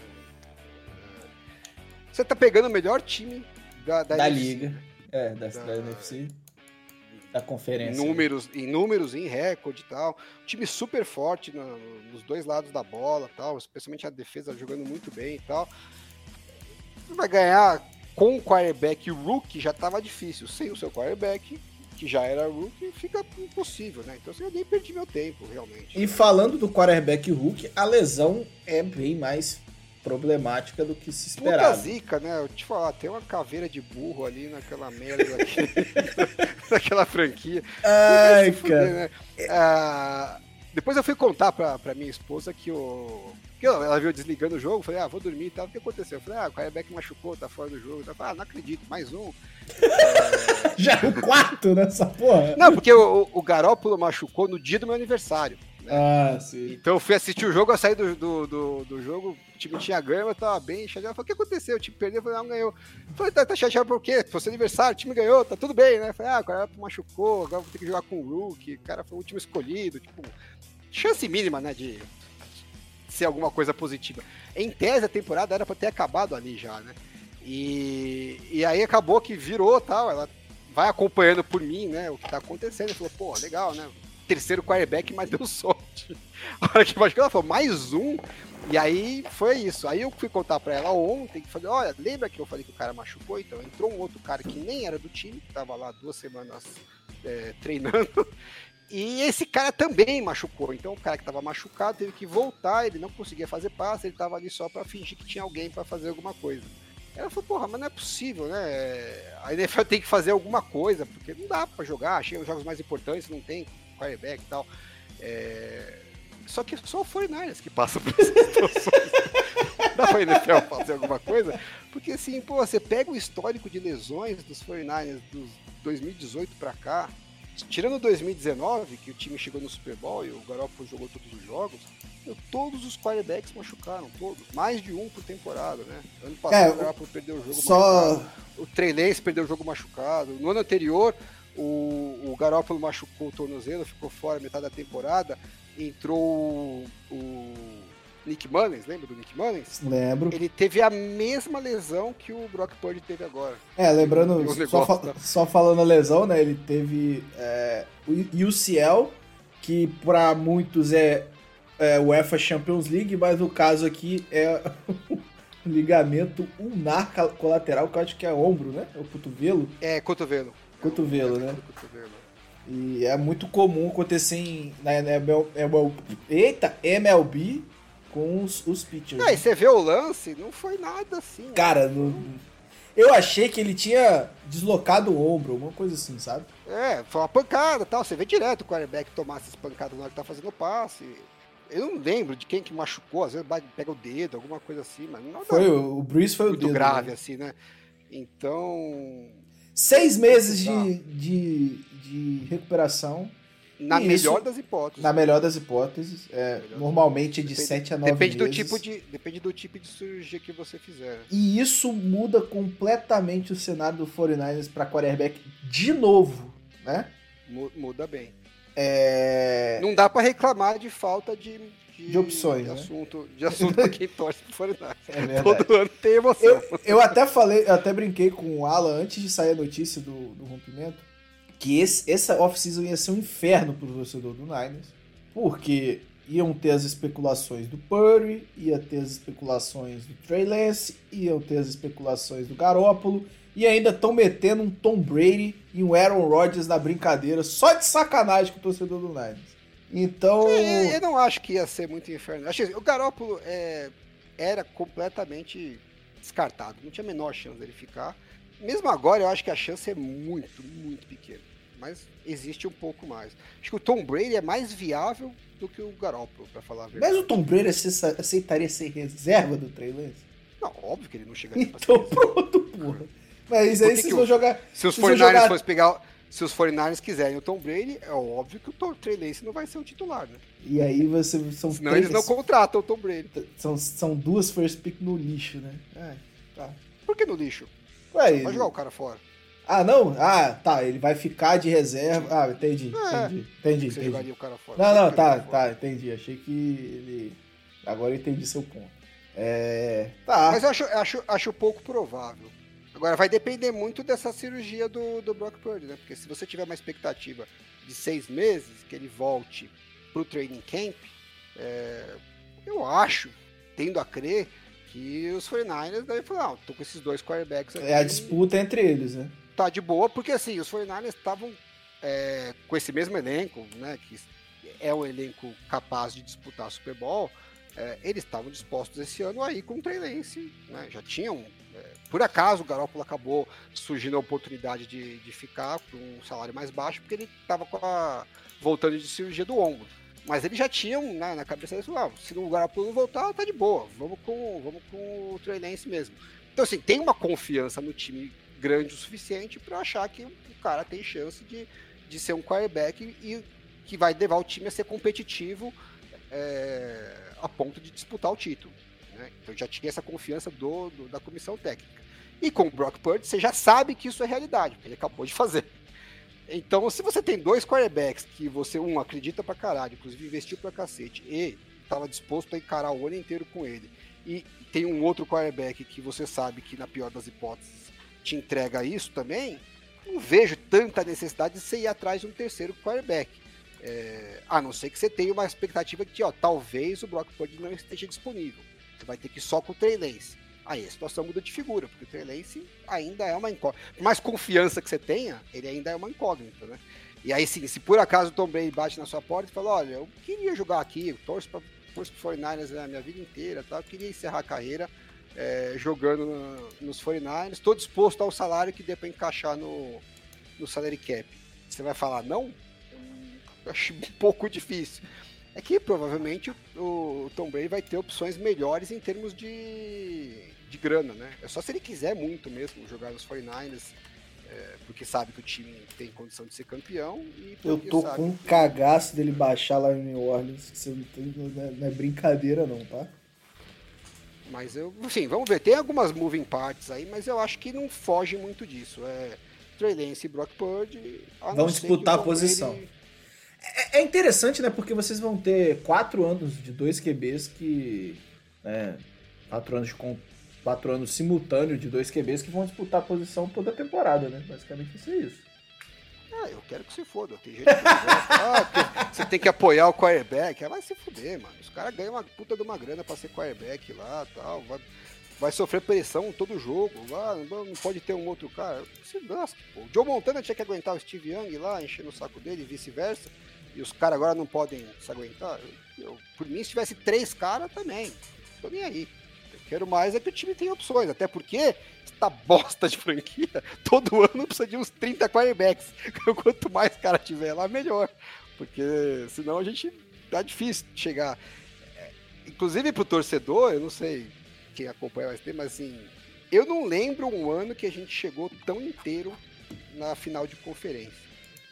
Você tá pegando o melhor time da liga, da NFC, da conferência. Em números, em recorde e tal. Time super forte nos dois lados da bola, tal, especialmente a defesa jogando muito bem e tal. Você vai ganhar com o quarterback rookie, já tava difícil. Sem o seu quarterback, que já era rookie, fica impossível, né? Então eu nem perdi meu tempo, realmente. E falando do quarterback rookie, a lesão é bem mais problemática do que se esperava. Puta zica, né? Eu te falar, tem uma caveira de burro ali naquela merda daquela franquia. Ai, fuder, né? Depois eu fui contar pra minha esposa que ela viu desligando o jogo, falei, vou dormir e tal. O que aconteceu? Eu falei, o quarterback machucou, tá fora do jogo. Ela falou, não acredito, mais um. Já é o quarto nessa porra? Não, porque o Garoppolo machucou no dia do meu aniversário. Né? Sim. Então eu fui assistir o jogo, eu saí do jogo, o time tinha ganho, eu tava bem chateado. Eu falei, o que aconteceu? O time perdeu, eu falei, não ganhou. Eu falei, tá chateado por quê? Foi seu aniversário, o time ganhou, tá tudo bem, né? Eu falei, o cara machucou, agora vou ter que jogar com o Rookie, o cara foi o último escolhido, tipo, chance mínima, né, de ser alguma coisa positiva. Em tese, a temporada era pra ter acabado ali já, né? E aí acabou que virou, tal, ela vai acompanhando por mim, né, o que tá acontecendo. Ela falou, legal, né? Terceiro quarterback, mas deu sorte. A hora que machucou, ela falou, mais um? E aí foi isso. Aí eu fui contar pra ela ontem, que falei, olha, lembra que eu falei que o cara machucou? Então entrou um outro cara que nem era do time, que tava lá 2 semanas treinando, e esse cara também machucou. Então o cara que tava machucado teve que voltar, ele não conseguia fazer passe, ele tava ali só pra fingir que tinha alguém pra fazer alguma coisa. Ela falou, mas não é possível, né? A NFL tem que fazer alguma coisa, porque não dá pra jogar, achei os jogos mais importantes, não tem quarterback e tal. Só que só o 49ers que passa por essas situações. Dá pra NFL fazer alguma coisa? Porque assim, você pega o histórico de lesões dos 49ers dos 2018 pra cá, tirando 2019, que o time chegou no Super Bowl e o Garoppolo jogou todos os jogos, todos os quarterbacks machucaram, todos. Mais de um por temporada, né? Ano passado o Garoppolo perdeu o jogo machucado. O Trey Lance perdeu o jogo machucado. No ano anterior, o Garoppolo machucou o tornozelo, ficou fora metade da temporada. Entrou o Nick Mullins, lembra do Nick Mullins? Lembro. Ele teve a mesma lesão que o Brock Purdy teve agora. Lembrando, só falando a lesão, né? Ele teve o UCL, que para muitos é o UEFA Champions League, mas no caso aqui é o ligamento ulnar colateral, que eu acho que é ombro, né? É o cotovelo. É, cotovelo. Cotovelo, né? Cotovelo. E é muito comum acontecer na MLB com os pitchers. E você vê o lance, não foi nada assim. Cara, eu achei que ele tinha deslocado o ombro, alguma coisa assim, sabe? Foi uma pancada e tal. Você vê direto o quarterback tomar essas pancadas na hora que tá fazendo o passe. Eu não lembro de quem que machucou, às vezes pega o dedo, alguma coisa assim, mas não foi o Brees foi o dedo. Muito grave, né? Assim, né? Então... 6 meses de recuperação. Na melhor das hipóteses. Na melhor das hipóteses. Normalmente é de 7 a 9 meses. Depende do tipo de cirurgia que você fizer. E isso muda completamente o cenário do 49ers para quarterback de novo, né? Muda bem. Não dá para reclamar de falta de opções, de assunto pra quem torce pro 49ers. Todo ano tem emoção. Eu até brinquei com o Alan antes de sair a notícia do rompimento, que essa off-season ia ser um inferno pro torcedor do Niners, porque iam ter as especulações do Purdy, ia ter as especulações do Trey Lance, iam ter as especulações do Garoppolo, e ainda estão metendo um Tom Brady e um Aaron Rodgers na brincadeira, só de sacanagem com o torcedor do Niners. Então... Eu não acho que ia ser muito inferno. Acho que o Garoppolo era completamente descartado, não tinha a menor chance dele ficar. Mesmo agora, eu acho que a chance é muito, muito pequena. Mas existe um pouco mais. Acho que o Tom Brady é mais viável do que o Garoppolo, pra falar a verdade. Mas o Tom Brady aceitaria ser reserva do Trey Lance? Não, óbvio que ele não chegaria pra ser então pronto, porra. Mas aí vocês vão jogar... Se os 49ers fossem pegar... Se os 49ers quiserem o Tom Brady, é óbvio que o Trey Lance não vai ser o titular, né? E aí senão eles não contratam o Tom Brady. São duas first pick no lixo, né? Tá. Por que no lixo? Ué, vai jogar o cara fora. Não? Tá, ele vai ficar de reserva. Entendi. Você jogaria o cara fora. Não, tá, entendi. Achei que ele... Agora eu entendi seu ponto. Tá. Mas eu acho pouco provável. Agora, vai depender muito dessa cirurgia do Brock Purdy, né? Porque se você tiver uma expectativa de 6 meses, que ele volte pro training camp, eu acho, tendo a crer, que os 49ers devem falar, tô com esses dois quarterbacks aqui. A disputa entre eles, né? Tá de boa, porque assim, os 49ers estavam com esse mesmo elenco, né? Que é um elenco capaz de disputar Super Bowl, eles estavam dispostos esse ano aí com o Trey Lance, né? Já tinham... por acaso o Garoppolo acabou surgindo a oportunidade de ficar por um salário mais baixo, porque ele estava voltando de cirurgia do ombro. Mas eles já tinham na cabeça deles, se o Garoppolo não voltar, tá de boa, vamos com o Trey Lance mesmo. Então assim, tem uma confiança no time grande o suficiente para achar que o cara tem chance de ser um quarterback e que vai levar o time a ser competitivo a ponto de disputar o título. Né? Então já tinha essa confiança da comissão técnica. E com o Brock Purdy, você já sabe que isso é realidade, porque ele acabou de fazer. Então, se você tem dois quarterbacks que você, acredita pra caralho, inclusive investiu pra cacete, e estava disposto a encarar o ano inteiro com ele, e tem um outro quarterback que você sabe que, na pior das hipóteses, te entrega isso também, não vejo tanta necessidade de você ir atrás de um terceiro quarterback. A não ser que você tenha uma expectativa de que, talvez o Brock Purdy não esteja disponível. Você vai ter que ir só com o Trey Lance. Aí a situação muda de figura, porque o Trey Lance ainda é uma incógnita. Por mais confiança que você tenha, ele ainda é uma incógnita, né? E aí, sim, se por acaso o Tom Brady bate na sua porta e fala, olha, eu queria jogar aqui, eu torço pro 49ers a minha vida inteira, tá? Eu queria encerrar a carreira jogando nos 49ers, estou disposto ao salário que dê para encaixar no salary cap. Você vai falar não? Eu acho um pouco difícil. É que provavelmente o Tom Brady vai ter opções melhores em termos de grana, né? É só se ele quiser muito mesmo jogar nos 49ers, porque sabe que o time tem condição de ser campeão. Eu tô com um cagaço dele baixar lá em New Orleans, que não é brincadeira não, tá? Mas enfim, vamos ver. Tem algumas moving parts aí, mas eu acho que não foge muito disso. Trey Lance e Brock Purdy... Vão disputar a posição. É interessante, né? Porque vocês vão ter 4 anos de 2 QBs que... 4 anos simultâneos de 2 QBs que vão disputar a posição toda a temporada, né? Basicamente isso é isso. Eu quero que se foda. Tem gente que gosta. Você tem que apoiar o quarterback. Vai se fuder, mano. Os caras ganham uma puta de uma grana pra ser quarterback lá e tal. Vai sofrer pressão todo jogo. Não pode ter um outro cara. Se gosta, pô. O Joe Montana tinha que aguentar o Steve Young lá, enchendo o saco dele e vice-versa. E os caras agora não podem se aguentar. Por mim, se tivesse 3 caras, também. Tô nem aí. Eu quero mais que o time tenha opções. Até porque, essa bosta de franquia, todo ano precisa de uns 30 quarterbacks. Quanto mais cara tiver lá, melhor. Porque senão a gente tá difícil de chegar. Inclusive pro torcedor, eu não sei quem acompanha mais tempo, mas assim, eu não lembro um ano que a gente chegou tão inteiro na final de conferência.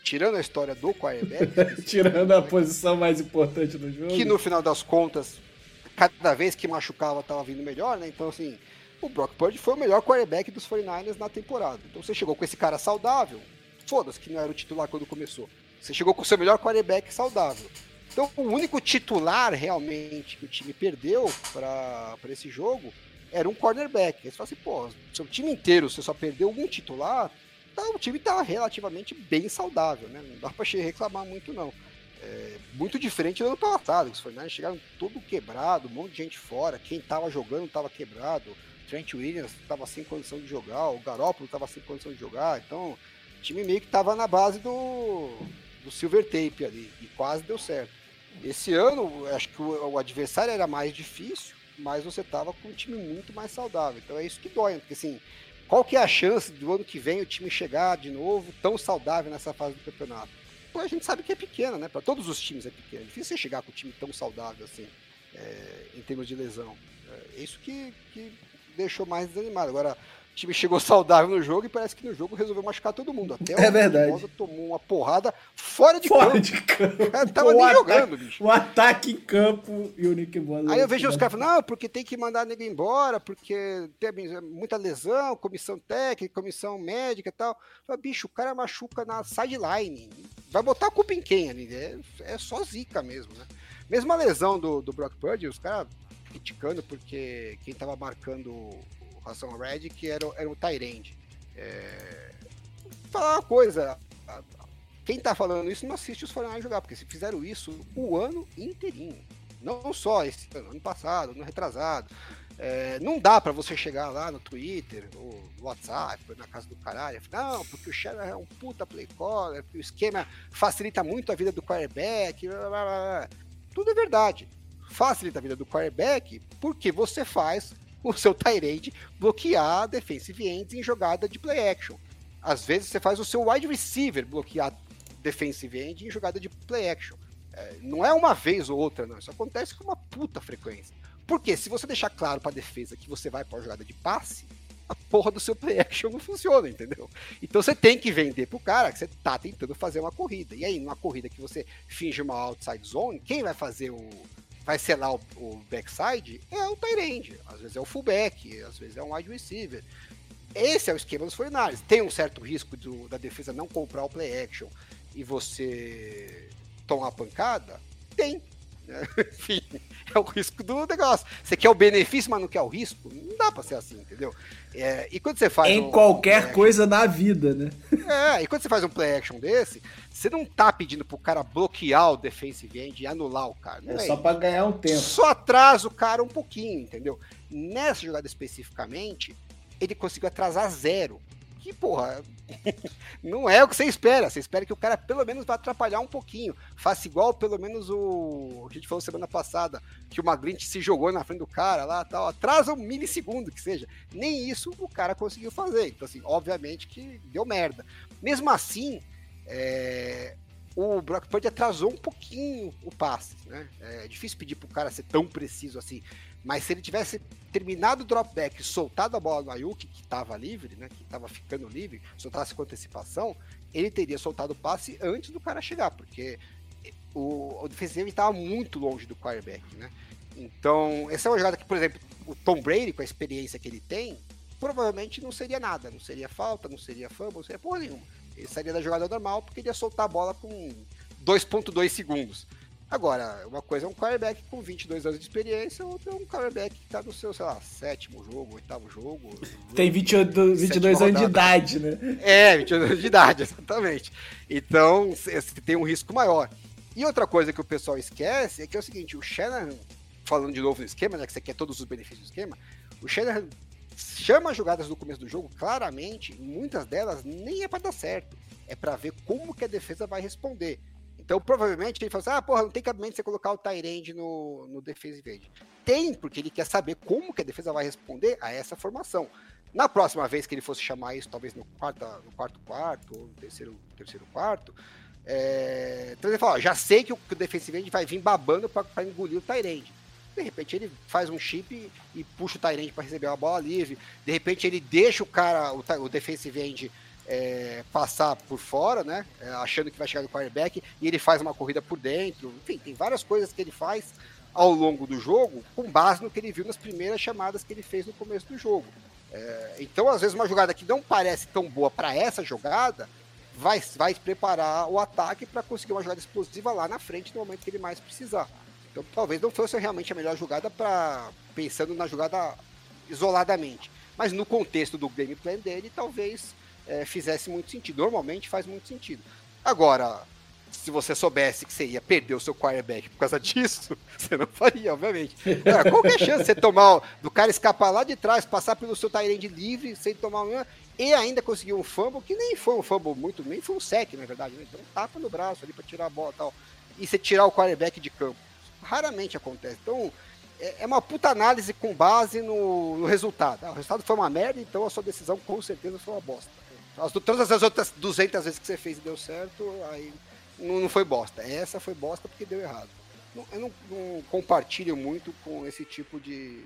tirando a história do quarterback... tirando a posição mais importante do jogo. Que no final das contas, cada vez que machucava, estava vindo melhor, né? Então, assim, o Brock Purdy foi o melhor quarterback dos 49ers na temporada. Então, você chegou com esse cara saudável, foda-se que não era o titular quando começou. Você chegou com o seu melhor quarterback saudável. Então, o único titular realmente que o time perdeu para esse jogo era um cornerback. Aí você fala assim, pô, seu time inteiro, você só perdeu um titular, tá, o time tá relativamente bem saudável, né? Não dá pra reclamar muito, não. Muito diferente do ano passado, que os 49ers chegaram todo quebrado, um monte de gente fora, quem tava jogando tava quebrado, Trent Williams tava sem condição de jogar, o Garoppolo tava sem condição de jogar, então o time meio que tava na base do silver tape ali, e quase deu certo. Esse ano, acho que o adversário era mais difícil, mas você tava com um time muito mais saudável, então é isso que dói, porque assim, qual que é a chance do ano que vem o time chegar de novo tão saudável nessa fase do campeonato? Pô, a gente sabe que é pequena, né? Para todos os times é pequena. É difícil você chegar com um time tão saudável assim, em termos de lesão. É isso que deixou mais desanimado. Agora, o time chegou saudável no jogo e parece que no jogo resolveu machucar todo mundo. Até o verdade. Bosa tomou uma porrada fora de campo. O cara não tava nem jogando, bicho. O ataque em campo e o Nick Bosa. Aí eu vejo os caras falando, não, porque tem que mandar nego embora, porque tem muita lesão, comissão técnica, comissão médica e tal. Fala, bicho, o cara machuca na sideline. Vai botar a culpa em quem ali? É só zica mesmo, né? Mesmo a lesão do Brock Purdy, os caras criticando porque quem tava marcando o Hassan Reddick era o Tyrande. Vou falar uma coisa, quem tá falando isso não assiste os 49ers jogar, porque se fizeram isso o ano inteirinho, não só esse ano passado, ano retrasado. Não dá pra você chegar lá no Twitter ou no WhatsApp, na casa do caralho, não, porque o Shanahan é um puta play caller, porque o esquema facilita muito a vida do quarterback, blá, blá, blá. Tudo é verdade, facilita a vida do quarterback porque você faz o seu tight end bloquear defensive ends em jogada de play action. Às vezes você faz o seu wide receiver bloquear defensive end em jogada de play action. Não é uma vez ou outra, não. Isso acontece com uma puta frequência. Porque se você deixar claro pra defesa que você vai pra jogada de passe, a porra do seu play action não funciona, entendeu? Então você tem que vender pro cara que você tá tentando fazer uma corrida. E aí, numa corrida que você finge uma outside zone, quem vai fazer vai selar o backside é o tight end. Às vezes é o fullback, às vezes é um wide receiver. Esse é o esquema dos 49ers. Tem um certo risco da defesa não comprar o play action e você tomar a pancada? Tem. Enfim, é o risco do negócio. Você quer o benefício, mas não quer o risco? Não dá pra ser assim, entendeu? E quando você faz qualquer coisa na vida, né? E quando você faz um play action desse, você não tá pedindo pro cara bloquear o defensive end e anular o cara. Não é só pra ganhar um tempo. Só atrasa o cara um pouquinho, entendeu? Nessa jogada especificamente, ele conseguiu atrasar 0. Que, porra, não é o que você espera. Você espera que o cara pelo menos vá atrapalhar um pouquinho. Faça igual pelo menos o que a gente falou semana passada, que o McGlinchey se jogou na frente do cara lá, tal, atrasa um milissegundo que seja. Nem isso o cara conseguiu fazer. Então, assim, obviamente que deu merda. Mesmo assim, o Brock Purdy atrasou um pouquinho o passe, né? É difícil pedir pro cara ser tão preciso assim. Mas se ele tivesse terminado o dropback e soltado a bola no Ayuk, que estava livre, né, que estava ficando livre, soltasse com antecipação, ele teria soltado o passe antes do cara chegar, porque o defensivo estava muito longe do quarterback, né? Então, essa é uma jogada que, por exemplo, o Tom Brady, com a experiência que ele tem, provavelmente não seria nada, não seria falta, não seria fumble, não seria porra nenhuma. Ele sairia da jogada normal porque ele ia soltar a bola com 2.2 segundos. Agora, uma coisa é um quarterback com 22 anos de experiência, outra é um quarterback que tá no seu, sei lá, 7º jogo, 8º jogo. Tem 22 anos de idade, né? 22 anos de idade, exatamente. Então, você tem um risco maior. E outra coisa que o pessoal esquece é que é o seguinte, o Shanahan, falando de novo no esquema, né, que você quer todos os benefícios do esquema, o Shanahan chama as jogadas no começo do jogo, claramente, muitas delas nem é para dar certo, é para ver como que a defesa vai responder. Então, provavelmente, ele fala assim, porra, não tem cabimento você colocar o tight end no defensive end. Tem, porque ele quer saber como que a defesa vai responder a essa formação. Na próxima vez que ele fosse chamar isso, talvez no quarto quarto, ou no terceiro quarto, então ele fala, já sei que o defensive end vai vir babando para engolir o tight end. De repente ele faz um chip e puxa o tight end para receber uma bola livre. De repente ele deixa o cara, o defensive end, passar por fora, né? Achando que vai chegar no quarterback, e ele faz uma corrida por dentro. Enfim, tem várias coisas que ele faz ao longo do jogo, com base no que ele viu nas primeiras chamadas que ele fez no começo do jogo. Então, às vezes, uma jogada que não parece tão boa para essa jogada, vai preparar o ataque para conseguir uma jogada explosiva lá na frente, no momento que ele mais precisar. Então, talvez não fosse realmente a melhor jogada pensando na jogada isoladamente. Mas no contexto do game plan dele, talvez fizesse muito sentido. Normalmente faz muito sentido. Agora, se você soubesse que você ia perder o seu quarterback por causa disso, você não faria, obviamente. Qual que é a chance de você do cara escapar lá de trás, passar pelo seu tight end livre, sem tomar uma, e ainda conseguir um fumble, que nem foi um fumble muito, nem foi um sec, na verdade, né? Então tapa no braço ali para tirar a bola e tal. E você tirar o quarterback de campo. Raramente acontece. Então, é uma puta análise com base no resultado. O resultado foi uma merda, então a sua decisão com certeza foi uma bosta. Todas as outras 200 vezes que você fez e deu certo, aí não foi bosta. Essa foi bosta porque deu errado. Eu não compartilho muito com esse tipo de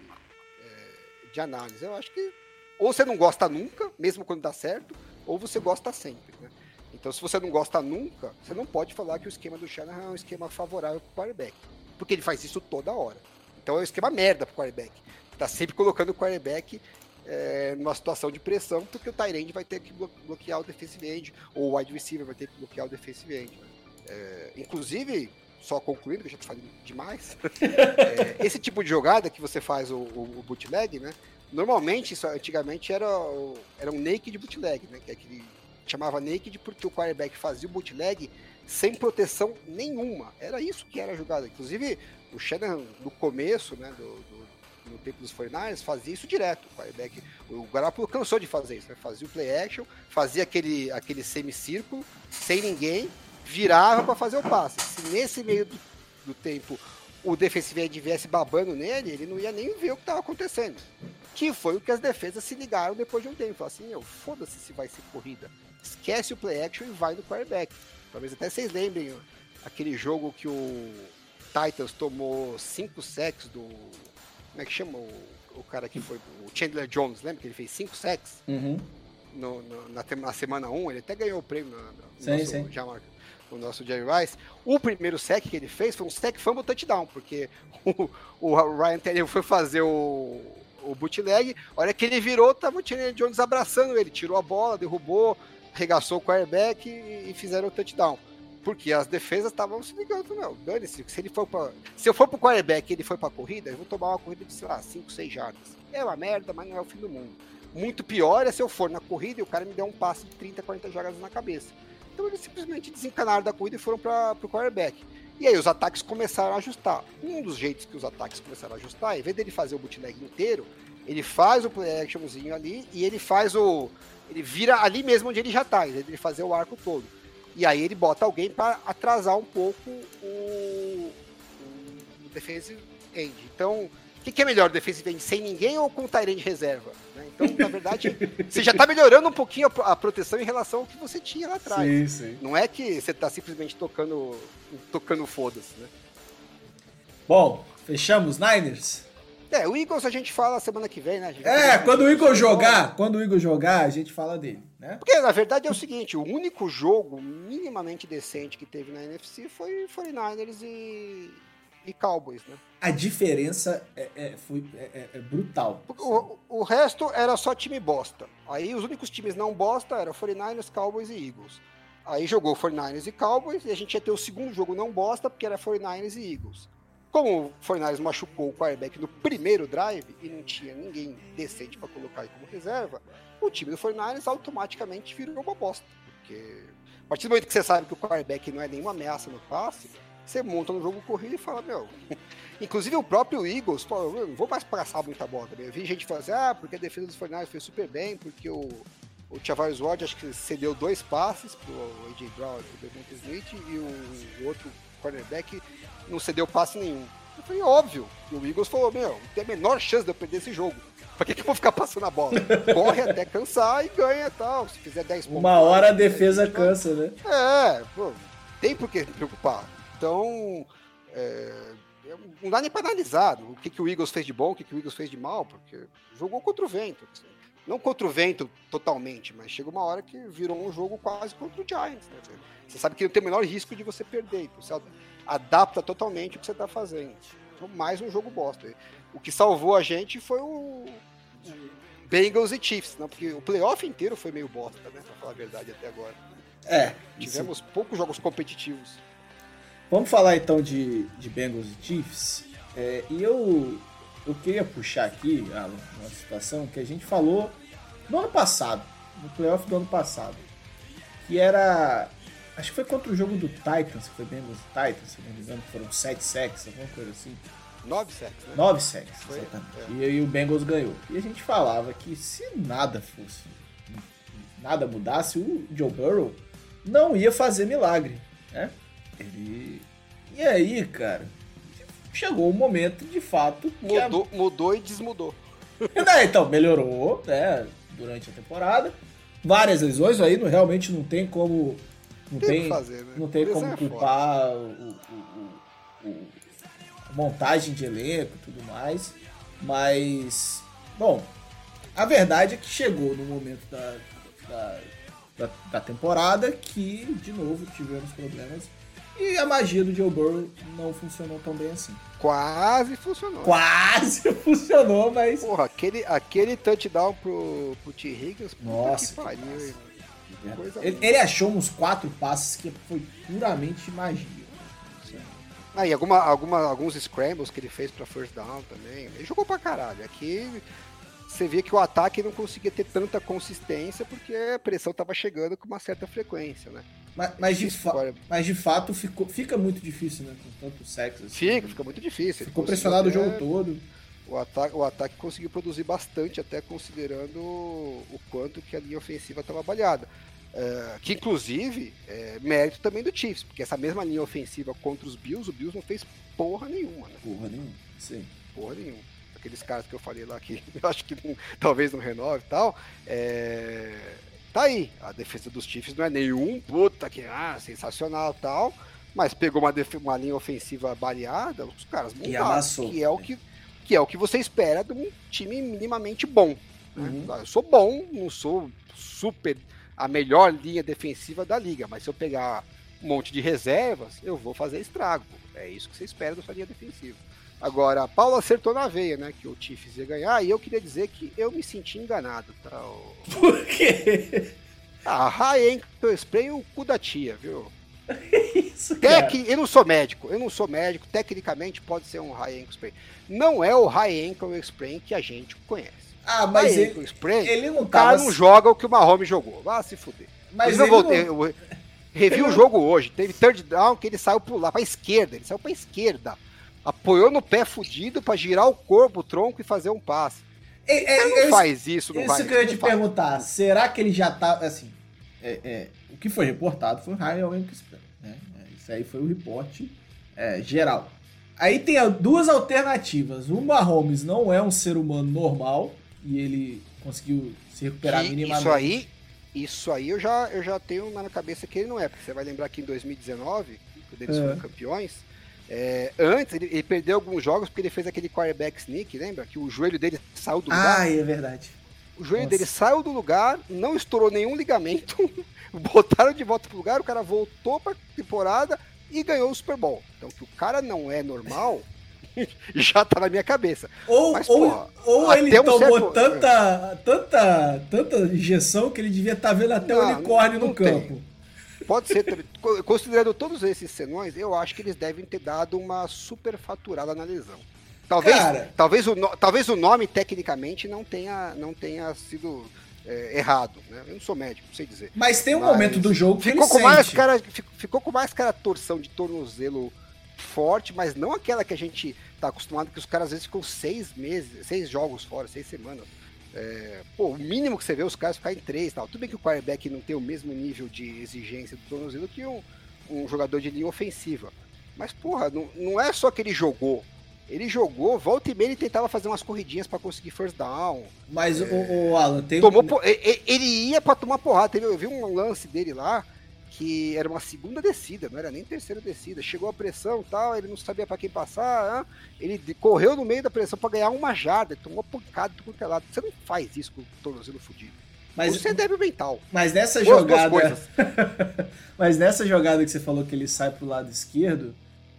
análise. Eu acho que ou você não gosta nunca, mesmo quando dá certo, ou você gosta sempre, né? Então, se você não gosta nunca, você não pode falar que o esquema do Shanahan é um esquema favorável para o quarterback, porque ele faz isso toda hora. Então, é um esquema merda para o quarterback. Tá sempre colocando o quarterback numa situação de pressão, porque o tight end vai ter que bloquear o defensive end, ou o wide receiver vai ter que bloquear o defensive end. Inclusive, só concluindo, que eu já tô falando demais, esse tipo de jogada que você faz o bootleg, né? Normalmente, isso antigamente era um naked bootleg, né? Que é aquele chamava naked porque o quarterback fazia o bootleg sem proteção nenhuma. Era isso que era a jogada. Inclusive, o Shanahan, no começo, né, no tempo dos 49ers, fazia isso direto. O Garoppolo cansou de fazer isso, né? Fazia o play action, fazia aquele semicírculo, sem ninguém, virava para fazer o passe. Se nesse meio do tempo o defensive end viesse babando nele, ele não ia nem ver o que estava acontecendo. Que foi o que as defesas se ligaram depois de um tempo. Falaram assim, foda-se se vai ser corrida. Esquece o play action e vai no quarterback. Talvez até vocês lembrem aquele jogo que o Titans tomou 5 sacks do... Como é que chama o cara que foi? O Chandler Jones, lembra que ele fez 5 sacks? Uhum. Na semana 1, ele até ganhou o prêmio o nosso Jerry Rice. O primeiro sack que ele fez foi um sack fumble touchdown, porque o Ryan Tannehill foi fazer o bootleg, a hora que ele virou, tava o Chandler Jones abraçando ele, tirou a bola, derrubou, arregaçou o quarterback e fizeram o touchdown. Porque as defesas estavam se ligando, não, dane-se, se eu for pro quarterback e ele for pra corrida, eu vou tomar uma corrida de, sei lá, 5, 6 jardas. É uma merda, mas não é o fim do mundo. Muito pior é se eu for na corrida e o cara me der um passe de 30, 40 jardas na cabeça. Então eles simplesmente desencanaram da corrida e foram pro quarterback. E aí os ataques começaram a ajustar. Um dos jeitos que os ataques começaram a ajustar, em vez dele fazer o bootleg inteiro, ele faz o play actionzinho ali e ele ele vira ali mesmo onde ele já tá, ele fazer o arco todo. E aí ele bota alguém para atrasar um pouco o defensive end. Então, o que é melhor, o defensive end sem ninguém ou com o tight end reserva? Né? Então, na verdade, você já tá melhorando um pouquinho a proteção em relação ao que você tinha lá atrás. Sim, sim. Não é que você tá simplesmente tocando foda-se, né? Bom, fechamos Niners? O Eagles a gente fala semana que vem, né? Quando o Eagles jogar, a gente fala dele, né? Porque, na verdade, é o seguinte, o único jogo minimamente decente que teve na NFC foi 49ers e Cowboys, né? A diferença é brutal. O resto era só time bosta. Aí os únicos times não bosta eram 49ers, Cowboys e Eagles. Aí jogou 49ers e Cowboys e a gente ia ter o segundo jogo não bosta, porque era 49ers e Eagles. Como o 49ers machucou o quarterback no primeiro drive e não tinha ninguém decente para colocar aí como reserva, o time do 49ers automaticamente virou uma bosta. Porque a partir do momento que você sabe que o quarterback não é nenhuma ameaça no passe, você monta no jogo corrido e fala, Inclusive o próprio Eagles, eu não vou mais passar muita bola também. Eu vi gente fazer, porque a defesa dos 49ers foi super bem, porque o Charvarius Ward acho que cedeu 2 passes pro A.J. Brown e pro Devonta Smith e o outro cornerback não cedeu passe nenhum. Eu falei, óbvio. E o Eagles falou, tem a menor chance de eu perder esse jogo. Pra que eu vou ficar passando a bola? Corre até cansar e ganha e tal. Se fizer 10 pontos... Uma hora a defesa cansa, né? Tem por que se preocupar. Então, não dá nem pra analisar o que o Eagles fez de bom, o que o Eagles fez de mal, porque jogou contra o vento. Assim. Não contra o vento totalmente, mas chega uma hora que virou um jogo quase contra o Giants. Né? Você sabe que não tem o menor risco de você perder. Então você adapta totalmente o que você está fazendo. Então, mais um jogo bosta. O que salvou a gente foi o Bengals e Chiefs, né? Porque o playoff inteiro foi meio bosta, né? Pra falar a verdade até agora. Tivemos poucos jogos competitivos. Vamos falar então de Bengals e Chiefs. E eu queria puxar aqui, Alan, uma situação que a gente falou no ano passado, no playoff do ano passado, que era, acho que foi contra o jogo do Titans, que foi Bengals e Titans, se não me engano, foram 7 sacks, alguma coisa assim. 9 sacks, né? 9 sacks, exatamente. E aí o Bengals ganhou. E a gente falava que se nada mudasse, o Joe Burrow não ia fazer milagre, né? E aí, cara, chegou o momento, de fato... Mudou e desmudou. Então, melhorou, né, durante a temporada. Várias lesões, aí realmente não tem como... Não tem como culpar a montagem de elenco e tudo mais. Mas, bom, a verdade é que chegou no momento da temporada que, de novo, tivemos problemas. E a magia do Joe Burrow não funcionou tão bem assim. Quase funcionou. Quase funcionou, mas... Porra, aquele touchdown pro T. Higgins... Nossa, que pariu, ele achou uns 4 passes que foi puramente magia. E alguns scrambles que ele fez pra first down também. Ele jogou pra caralho. Aqui você via que o ataque não conseguia ter tanta consistência porque a pressão tava chegando com uma certa frequência, né? Mas de fato fica muito difícil, né? Com tanto sexo. Assim, fica muito difícil. Ficou pressionado o jogo todo. O ataque conseguiu produzir bastante, até considerando o quanto que a linha ofensiva estava baleada. Que inclusive mérito também do Chiefs, porque essa mesma linha ofensiva contra os Bills, o Bills não fez porra nenhuma, né? Porra nenhuma, sim. Porra nenhuma. Aqueles caras que eu falei lá que eu acho que talvez não renove e tal. Tá aí, a defesa dos Chiefs não é nenhum puta que sensacional e tal, mas pegou uma linha ofensiva baleada, os caras montaram, que é o que você espera de um time minimamente bom. Né? Eu sou bom, não sou super a melhor linha defensiva da liga, mas se eu pegar um monte de reservas, eu vou fazer estrago. É isso que você espera da sua linha defensiva. Agora, a Paula acertou na veia, né? Que o Chiefs ia ganhar, e eu queria dizer que eu me senti enganado, tá? Por quê? High ankle spray é o cu da tia, viu? Isso, cara. Eu não sou médico, tecnicamente pode ser um high ankle spray. Não é o high ankle spray que a gente conhece. Mas ele não cara não joga o que o Mahomes jogou. Vá se fuder. Mas eu revi o jogo hoje, teve third down que ele saiu pra esquerda, apoiou no pé fudido pra girar o corpo, o tronco e fazer um passe. Ele não faz isso, não vai. Isso que eu ia te perguntar, será que ele já tá, assim, o que foi reportado foi um high ankle spray, né? Isso aí foi o reporte geral. Aí tem 2 alternativas. O Mahomes não é um ser humano normal e ele conseguiu se recuperar minimamente. Isso aí eu já tenho na cabeça que ele não é, porque você vai lembrar que em 2019, quando eles foram campeões, antes ele perdeu alguns jogos porque ele fez aquele quarterback sneak, lembra? Que o joelho dele saiu do lugar. É verdade. O joelho dele saiu do lugar, não estourou nenhum ligamento, botaram de volta pro lugar, o cara voltou pra temporada e ganhou o Super Bowl. Então que o cara não é normal já tá na minha cabeça. Ou ele tomou tanta injeção que ele devia estar vendo até o unicórnio no campo. Pode ser, considerando todos esses senões, eu acho que eles devem ter dado uma superfaturada na lesão. Talvez o nome tecnicamente não tenha sido errado, né? Eu não sou médico, não sei dizer. Mas tem um momento do jogo que ficou com mais cara torção de tornozelo forte, mas não aquela que a gente tá acostumado, que os caras às vezes ficam 6 jogos fora, 6 semanas. O mínimo que você vê os caras ficarem 3 e tal. Tudo bem que o quarterback não tem o mesmo nível de exigência do tornozelo que um jogador de linha ofensiva. Mas, porra, não é só que ele jogou. Ele jogou, volta e meia ele tentava fazer umas corridinhas pra conseguir first down. Mas o Alan tem... Ele ia pra tomar porrada. Eu vi um lance dele lá que era uma segunda descida, não era nem terceira descida. Chegou a pressão e tal, ele não sabia para quem passar, ele correu no meio da pressão para ganhar uma jarda, tomou pancada do quanto é lado. Você não faz isso com o tornozelo fudido. Mas você é débil mental. Mas nessa jogada... Mas nessa jogada que você falou que ele sai pro lado esquerdo,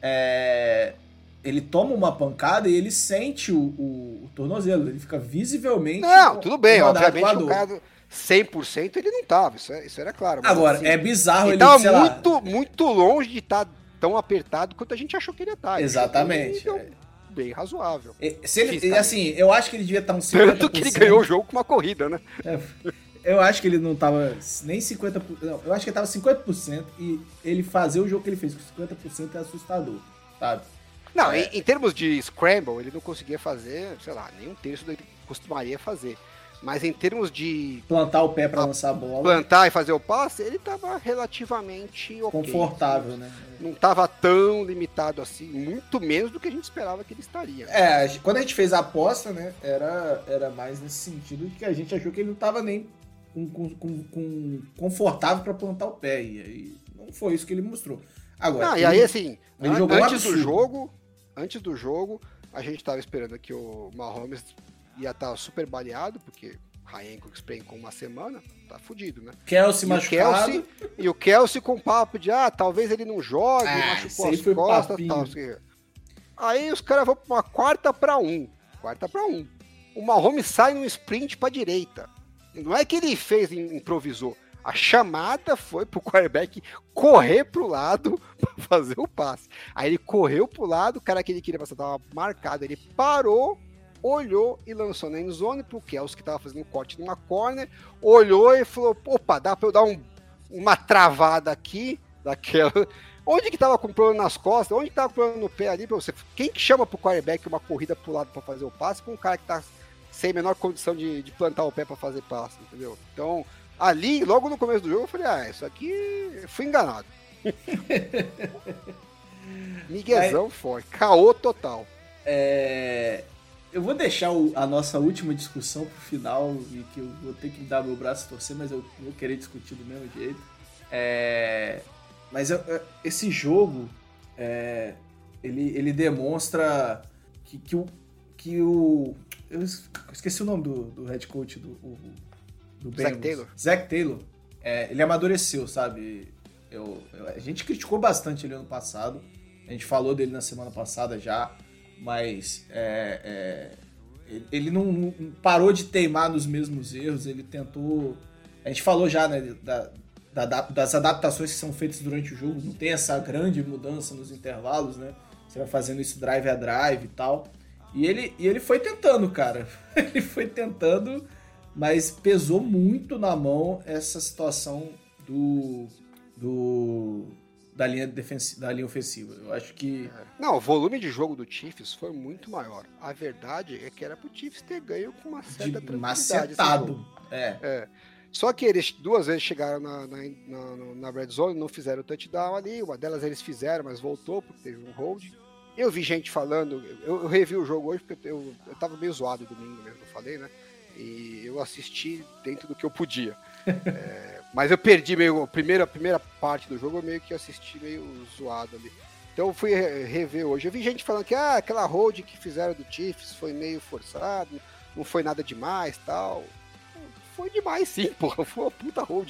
ele toma uma pancada e ele sente o tornozelo, ele fica visivelmente... Não, tudo bem, obviamente o cara 100% ele não tava, isso era claro. Mas, agora, assim, é bizarro ele tava muito longe de estar tão apertado quanto a gente achou que ele ia estar. Exatamente. Bem razoável. Se ele, assim, eu acho que ele devia estar uns 50%. Tanto que ele ganhou o jogo com uma corrida, né? Eu acho que ele não tava nem 50%, não, eu acho que ele tava 50% e ele fazer o jogo que ele fez com 50% é assustador, sabe? Não, em termos de scramble, ele não conseguia fazer, sei lá, nem um terço do que ele costumaria fazer. Mas em termos de... plantar o pé para lançar a bola. Plantar e fazer o passe, ele tava relativamente ok. Confortável, né? Não tava tão limitado assim, muito menos do que a gente esperava que ele estaria. Quando a gente fez a aposta, né, era mais nesse sentido de que a gente achou que ele não tava nem confortável para plantar o pé. E aí não foi isso que ele mostrou. Agora, e aí assim, ele jogou antes do jogo, a gente tava esperando que o Mahomes ia estar super baleado, porque Ryan despencou uma semana, tá fudido, né? Kelsey machucado. E o Kelsey com papo de, talvez ele não jogue, machucou as costas e tal. Aí os caras vão pra uma 4-1. O Mahomes sai num sprint pra direita. Não é que ele improvisou. A chamada foi pro quarterback correr pro lado pra fazer o passe. Aí ele correu pro lado, o cara que ele queria passar tava marcado, ele parou, olhou e lançou na endzone pro Kelsey, que tava fazendo um corte numa corner, olhou e falou, opa, dá pra eu dar uma travada aqui, daquela... Onde que tava com problema nas costas? Onde que tava com problema no pé ali? Pra você... Quem que chama pro quarterback uma corrida pro lado pra fazer o passe com um cara que tá sem a menor condição de plantar o pé pra fazer passe, entendeu? Então, ali, logo no começo do jogo, eu falei, isso aqui... Fui enganado. Miguezão forte. Caô total. Eu vou deixar a nossa última discussão pro final, e que eu vou ter que dar meu braço a torcer, mas eu vou querer discutir do mesmo jeito. Mas esse jogo, ele demonstra que o... Eu esqueci o nome do head coach do Bengals. Zach Taylor. Ele amadureceu, sabe? A gente criticou bastante ele ano passado. A gente falou dele na semana passada já. Mas ele não parou de teimar nos mesmos erros. Ele tentou... A gente falou já, né, das adaptações que são feitas durante o jogo. Não tem essa grande mudança nos intervalos, né? Você vai fazendo isso drive a drive e tal. E ele foi tentando, cara. Ele foi tentando, mas pesou muito na mão essa situação da linha ofensiva. Eu acho que... Não, o volume de jogo do Chiefs foi muito maior. A verdade é que era pro Chiefs ter ganho com uma certa tranquilidade. Macetado. Só que eles 2 vezes chegaram na red zone, não fizeram o touchdown ali. Uma delas eles fizeram, mas voltou porque teve um hold. Eu vi gente falando, eu revi o jogo hoje porque eu tava meio zoado domingo mesmo, eu falei, né? E eu assisti dentro do que eu podia. Mas eu perdi meio a primeira parte do jogo, eu meio que assisti meio zoado ali. Então eu fui rever hoje. Eu vi gente falando que aquela hold que fizeram do Chiefs foi meio forçado, não foi nada demais, tal. Foi demais sim, porra, foi uma puta hold.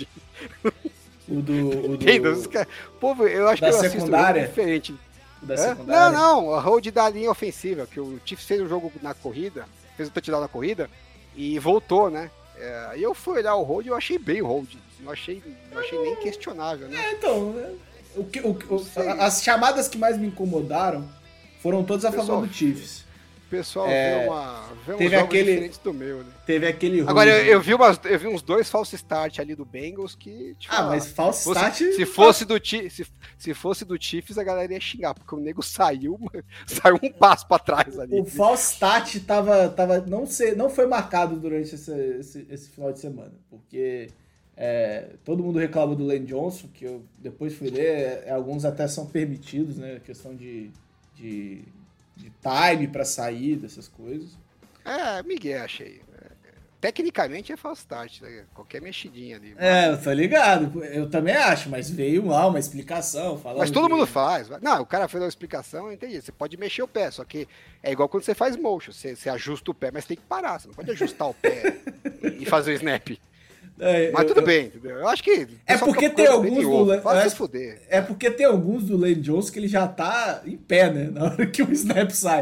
Povo, eu acho que eu assisto um jogo diferente. Não, a hold da linha ofensiva, que o Chiefs fez um jogo na corrida, fez o touchdown na corrida e voltou, né? Aí eu fui olhar o hold e eu achei bem o hold. Não achei nem questionável, né? Então, as chamadas que mais me incomodaram foram todas a favor do Chiefs. O pessoal vê uns jogos diferentes do meu, né? Teve aquele hold. Agora, eu vi uns 2 false start ali do Bengals que... mas false start... Se fosse do Chiefs, a galera ia xingar, porque o nego saiu um passo pra trás ali. O false start não foi marcado durante esse final de semana, porque todo mundo reclama do Lane Johnson, que eu depois fui ler, alguns até são permitidos, né? Questão de time pra sair dessas coisas. Miguel, achei. tecnicamente é false start, né? Qualquer mexidinha ali. Eu tô ligado. Eu também acho, mas veio lá uma explicação falando. Mas todo mundo faz. Não, o cara fez uma explicação, eu entendi. Você pode mexer o pé, só que é igual quando você faz motion. Você ajusta o pé, mas tem que parar. Você não pode ajustar o pé e fazer o snap. Mas tudo bem, entendeu? Eu acho que. É porque tem alguns do fuder. É porque tem alguns do Lane Johnson que ele já tá em pé, né? Na hora que o snap sai.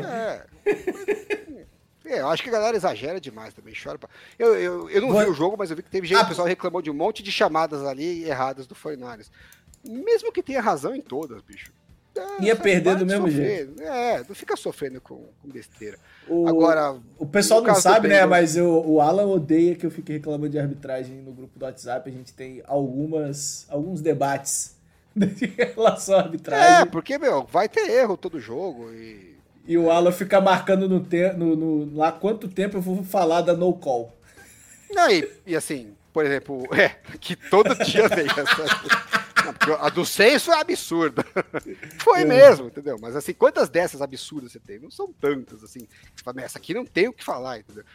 Eu acho que a galera exagera demais também, chora. Eu não vi o jogo, mas eu vi que teve gente, o pessoal reclamou de um monte de chamadas ali erradas do 49ers. Mesmo que tenha razão em todas, bicho. Ia perder do mesmo jeito. Não fica sofrendo com besteira. Agora, o pessoal não sabe, né? Mas o Alan odeia que eu fique reclamando de arbitragem no grupo do WhatsApp. A gente tem alguns debates em relação à arbitragem. Porque, vai ter erro todo jogo e o Alan fica marcando lá quanto tempo eu vou falar da no call. Não, e assim, por exemplo, que todo dia vem essa. A do 6 foi absurda. Foi mesmo, entendeu? Mas assim, quantas dessas absurdas você tem? Não são tantas, assim. Você fala, essa aqui não tem o que falar, entendeu?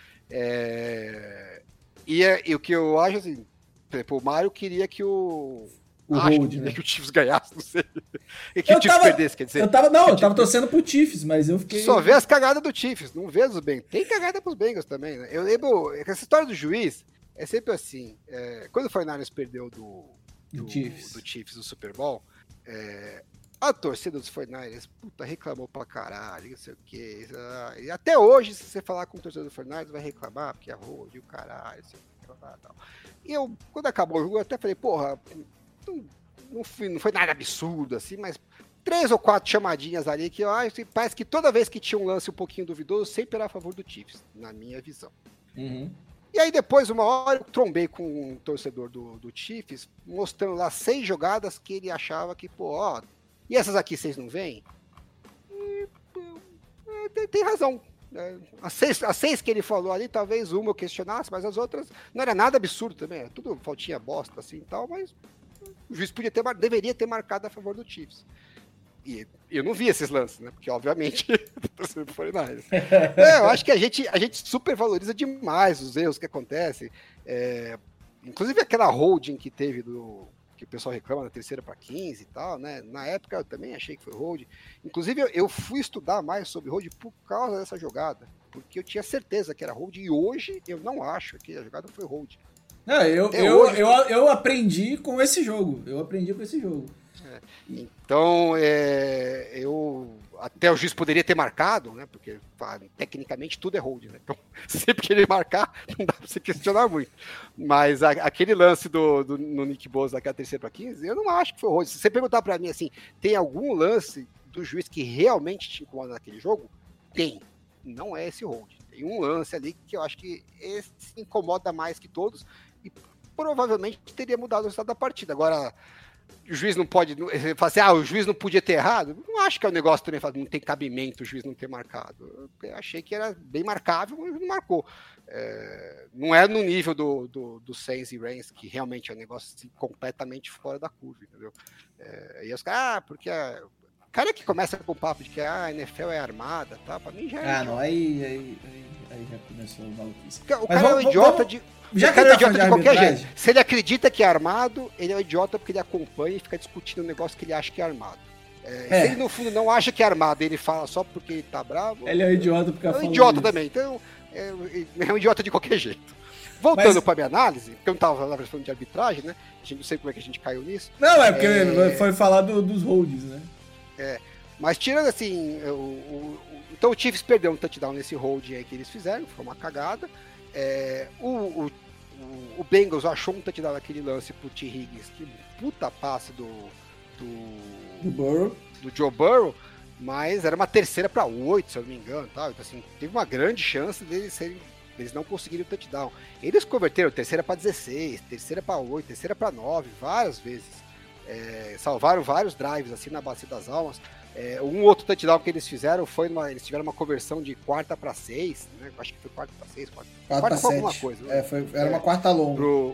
E o que eu acho, assim, por exemplo, o Mário queria que que o Chiefs ganhasse, não sei. E que o Chiefs perdesse, quer dizer. Eu tava torcendo pro Chiefs, mas eu fiquei. Só vê as cagadas do Chiefs, não vê dos Bengals. Tem cagada pros Bengals também, né? Eu lembro, essa história do juiz é sempre assim. Quando o 49ers perdeu do Chiefs no Super Bowl, a torcida dos 49ers, reclamou pra caralho, não sei o que. E até hoje, se você falar com o torcedor do 49ers, vai reclamar, porque é road, o caralho, sei o que, tal. E eu, quando acabou o jogo, eu até falei, porra, não foi nada absurdo, assim, mas 3 ou 4 chamadinhas ali que parece que toda vez que tinha um lance um pouquinho duvidoso, sempre era a favor do Chiefs, na minha visão. Uhum. E aí depois, uma hora, eu trombei com um torcedor do Chiefs, mostrando lá 6 jogadas que ele achava que, e essas aqui vocês não veem? Tem razão. As 6 que ele falou ali, talvez uma eu questionasse, mas as outras não era nada absurdo também, era tudo faltinha bosta assim e tal, mas o juiz deveria ter marcado a favor do Chiefs. E eu não vi esses lances, né? Porque, obviamente, eu acho que a gente supervaloriza demais os erros que acontecem. Inclusive aquela holding que teve que o pessoal reclama na 3ª para 15 e tal, né? Na época eu também achei que foi holding. Inclusive eu fui estudar mais sobre holding por causa dessa jogada, porque eu tinha certeza que era holding e hoje eu não acho que a jogada foi holding. Não, eu aprendi com esse jogo. Então, até o juiz poderia ter marcado, né? Porque tecnicamente tudo é hold, né? Então, sempre que ele marcar, não dá pra você questionar muito. Mas aquele lance no Nick Bosa, daquela 3ª para 15, eu não acho que foi hold. Se você perguntar pra mim assim, tem algum lance do juiz que realmente te incomoda naquele jogo? Tem. Não é esse hold. Tem um lance ali que eu acho que esse incomoda mais que todos e provavelmente teria mudado o resultado da partida. Agora, o juiz não pode... Fala assim, o juiz não podia ter errado? Não acho que é um negócio também, não tem cabimento o juiz não ter marcado. Eu achei que era bem marcável, mas não marcou. Não é no nível do Saints e Rams, que realmente é um negócio assim, completamente fora da curva, entendeu? E os caras, porque... O cara que começa com o papo de que a NFL é armada, tá? Pra mim já é... não, aí já começou o maluquice. O cara é um idiota de... Já que ele é idiota de qualquer jeito. Se ele acredita que é armado, ele é um idiota porque ele acompanha e fica discutindo um negócio que ele acha que é armado. Se ele, no fundo, não acha que é armado, ele fala só porque ele tá bravo... Ele é um idiota porque é um idiota também. Então, é um idiota de qualquer jeito. Voltando pra minha análise, porque eu não tava falando de arbitragem, né? A gente não sei como é que a gente caiu nisso. Não, é porque foi falar dos holds, né? Mas tirando assim, então o Chiefs perdeu um touchdown nesse hold aí que eles fizeram, foi uma cagada. O Bengals achou um touchdown naquele lance pro T. Higgins, que puta passe do Joe Burrow, mas era uma 3ª para 8, se eu não me engano, tá? Então, assim, teve uma grande chance deles não conseguirem o touchdown. Eles converteram 3ª para 16, 3ª para 8, 3ª para 9, várias vezes. Salvaram vários drives assim na Bacia das Almas. Um outro touchdown que eles fizeram eles tiveram uma conversão de 4ª para 6, né? Acho que foi 4ª para 6, 4ª para 7. Alguma coisa, né? Era uma 4ª longa.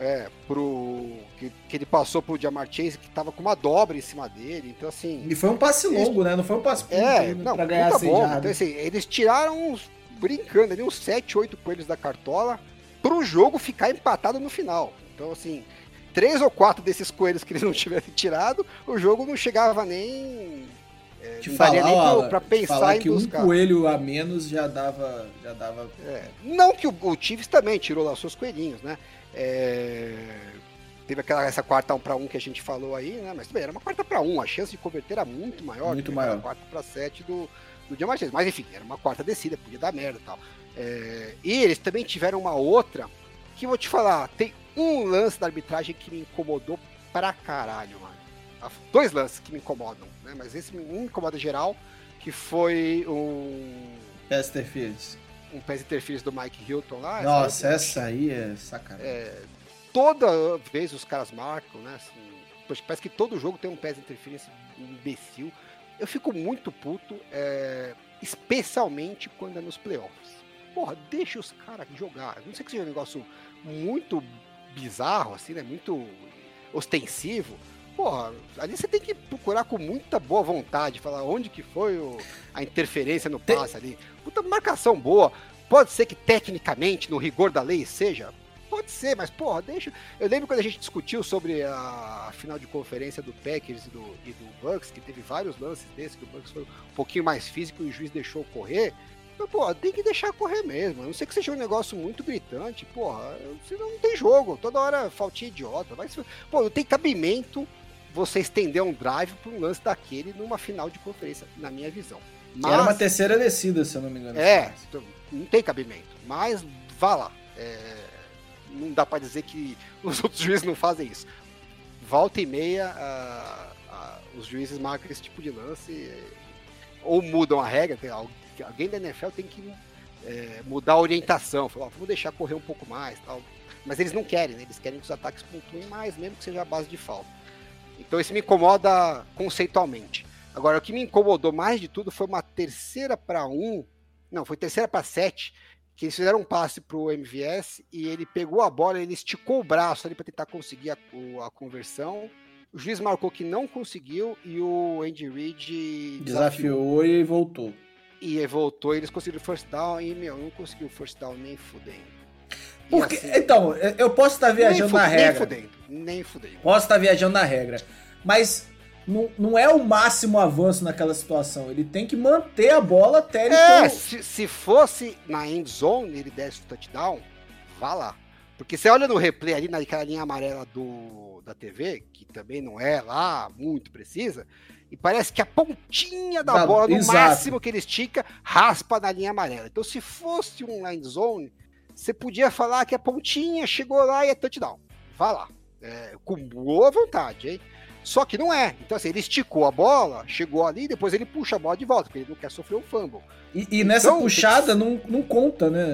Que ele passou pro Ja'Marr Chase, que tava com uma dobra em cima dele. Então, assim. E foi um passe longo, né? Não foi um passe curto pra ganhar 6 jardas. Então, assim, eles tiraram brincando ali uns 7, 8 coelhos da cartola. pro jogo ficar empatado no final. Então, assim, 3 ou 4 desses coelhos que eles não tivessem tirado, o jogo não chegava nem... Te falar, pra pensar falar em que buscar. um coelho a menos já dava... Não que o Chiefs também tirou lá os seus coelhinhos, né? Teve essa quarta 1-1 que a gente falou aí, né? Mas também era uma quarta para 1, a chance de converter era muito maior muito que maior. a quarta para 7 do Jamar Chase. Mas enfim, era uma quarta descida, podia dar merda e tal. E eles também tiveram uma outra, que vou te falar, tem um lance da arbitragem que me incomodou pra caralho, mano. 2 lances que me incomodam, né? Mas esse me incomoda geral, que foi um pass interference do Mike Hilton lá. Nossa, essa aí é sacanagem. Toda vez os caras marcam, né? Assim, parece que todo jogo tem um pass interference imbecil. Eu fico muito puto, especialmente quando é nos playoffs. Porra, deixa os caras jogar. Não sei que seja um negócio muito bizarro, assim, né? Muito ostensivo. Porra, ali você tem que procurar com muita boa vontade, falar onde que foi a interferência no passe ali. Puta marcação boa. Pode ser que tecnicamente, no rigor da lei, seja. Pode ser, mas porra, deixa. Eu lembro quando a gente discutiu sobre a final de conferência do Packers e do Bucks, que teve vários lances desses, que o Bucks foi um pouquinho mais físico e o juiz deixou correr. Mas, porra, tem que deixar correr mesmo. A não ser que seja um negócio muito gritante, porra, senão não tem jogo. Toda hora faltinha idiota. Pô, não tem cabimento você estender um drive para um lance daquele numa final de conferência, na minha visão. Mas, era uma terceira descida, se eu não me engano. Não tem cabimento. Mas vá lá. Não dá para dizer que os outros juízes não fazem isso. Volta e meia, os juízes marcam esse tipo de lance, ou mudam a regra. Alguém da NFL tem que mudar a orientação, falar, vamos deixar correr um pouco mais, tal. Mas eles não querem, né? Eles querem que os ataques pontuem mais, mesmo que seja a base de falta. Então isso me incomoda conceitualmente. Agora, o que me incomodou mais de tudo foi uma terceira para 7, que eles fizeram um passe pro MVS e ele pegou a bola, ele esticou o braço ali para tentar conseguir a conversão. O juiz marcou que não conseguiu e o Andy Reid desafiou e voltou. E eles conseguiram first down e, não conseguiu first down nem fudendo. Porque, assim, então, eu posso estar viajando na regra. Nem fudendo. Posso estar viajando na regra. Mas não é o máximo avanço naquela situação. Ele tem que manter a bola até ele se fosse na end zone, ele desse o touchdown, vá lá. Porque você olha no replay ali, naquela linha amarela da TV, que também não é lá muito precisa, e parece que a pontinha da bola, no máximo que ele estica, raspa na linha amarela. Então, se fosse um end zone, você podia falar que a pontinha chegou lá e é touchdown. Vá lá. Com boa vontade, hein? Só que não é. Então, assim, ele esticou a bola, chegou ali, depois ele puxa a bola de volta, porque ele não quer sofrer um fumble. E nessa puxada não conta, né?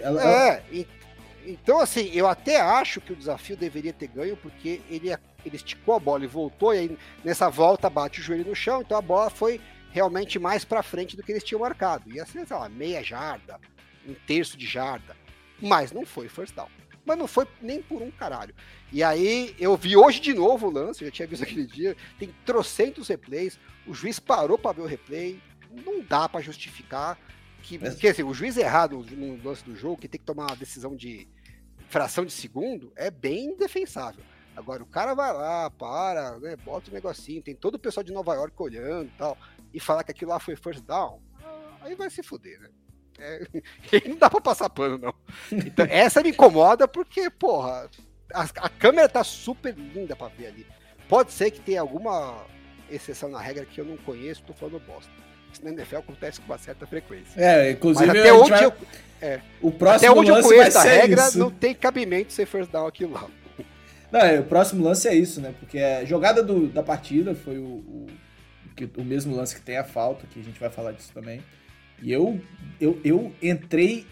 Então, assim, eu até acho que o desafio deveria ter ganho, porque ele esticou a bola e voltou, e aí nessa volta bate o joelho no chão, então a bola foi realmente mais pra frente do que eles tinham marcado. Ia ser, sei lá, meia jarda, 1/3 de jarda. Mas não foi first down. Mas não foi nem por um caralho. E aí, eu vi hoje de novo o lance, eu já tinha visto aquele dia, tem trocentos replays, o juiz parou pra ver o replay, não dá pra justificar porque assim, o juiz errado no lance do jogo, que tem que tomar uma decisão de fração de segundo, é bem indefensável. Agora, o cara vai lá, né, bota um negocinho, tem todo o pessoal de Nova York olhando e tal, e falar que aquilo lá foi first down, aí vai se fuder, né? Não dá pra passar pano, não. Então, essa me incomoda porque, porra, a câmera tá super linda pra ver ali. Pode ser que tenha alguma exceção na regra que eu não conheço, tô falando bosta. Isso na NFL acontece com uma certa frequência. Inclusive, mas até onde o próximo até onde eu conheço a regra, isso. Não tem cabimento ser first down aquilo lá. Não, o próximo lance é isso, né? Porque a jogada da partida foi o mesmo lance que tem a falta, que a gente vai falar disso também. E eu entrei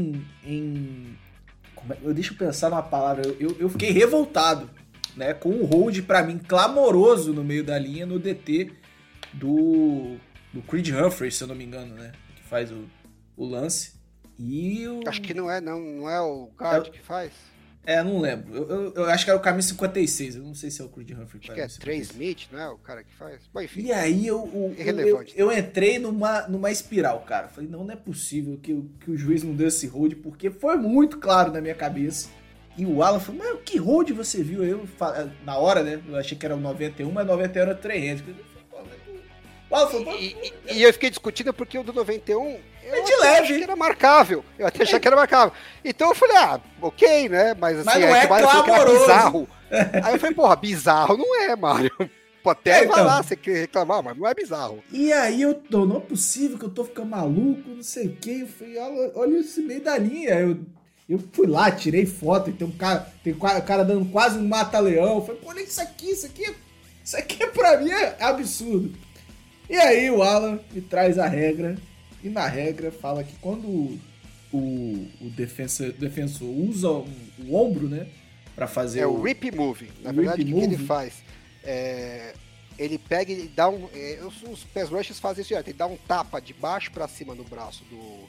deixa eu pensar numa palavra. Eu fiquei revoltado, né? Com um hold, pra mim, clamoroso no meio da linha, no DT do Creed Humphrey, se eu não me engano, né? Que faz o lance. Acho que não é o guard que faz. Não lembro. Eu acho que era o camisa 56. Eu não sei se é o Creed Humphrey. Acho que é Trey Smith, não é o cara que faz? Bom, enfim. E aí eu entrei numa espiral, cara. Falei, não é possível que o juiz não deu esse hold, porque foi muito claro na minha cabeça. E o Alan falou, mas que hold você viu? Na hora, né? Eu achei que era o 91, mas 91 era o Trey Hendricks. O Alan falou, e eu fiquei discutindo porque o do 91... É de leve. Que era marcável. Eu até achei que era marcável. Então eu falei, ok, né? Mas assim, não é clamoroso. Bizarro. Aí eu falei, porra, bizarro não é, Mário. Pode até vai lá, você quer reclamar, mas não é bizarro. E aí não é possível que eu tô ficando maluco, não sei o que. Eu falei, olha esse meio da linha. Eu fui lá, tirei foto, e tem um cara dando quase um mata-leão. Eu falei, pô, olha isso aqui pra mim é absurdo. E aí o Alan me traz a regra. E na regra fala que quando o defensor usa o ombro, né, pra fazer o rip move. Na verdade, o que ele faz? Ele pega e dá os pass rushers fazem isso direto. Ele dá um tapa de baixo pra cima no braço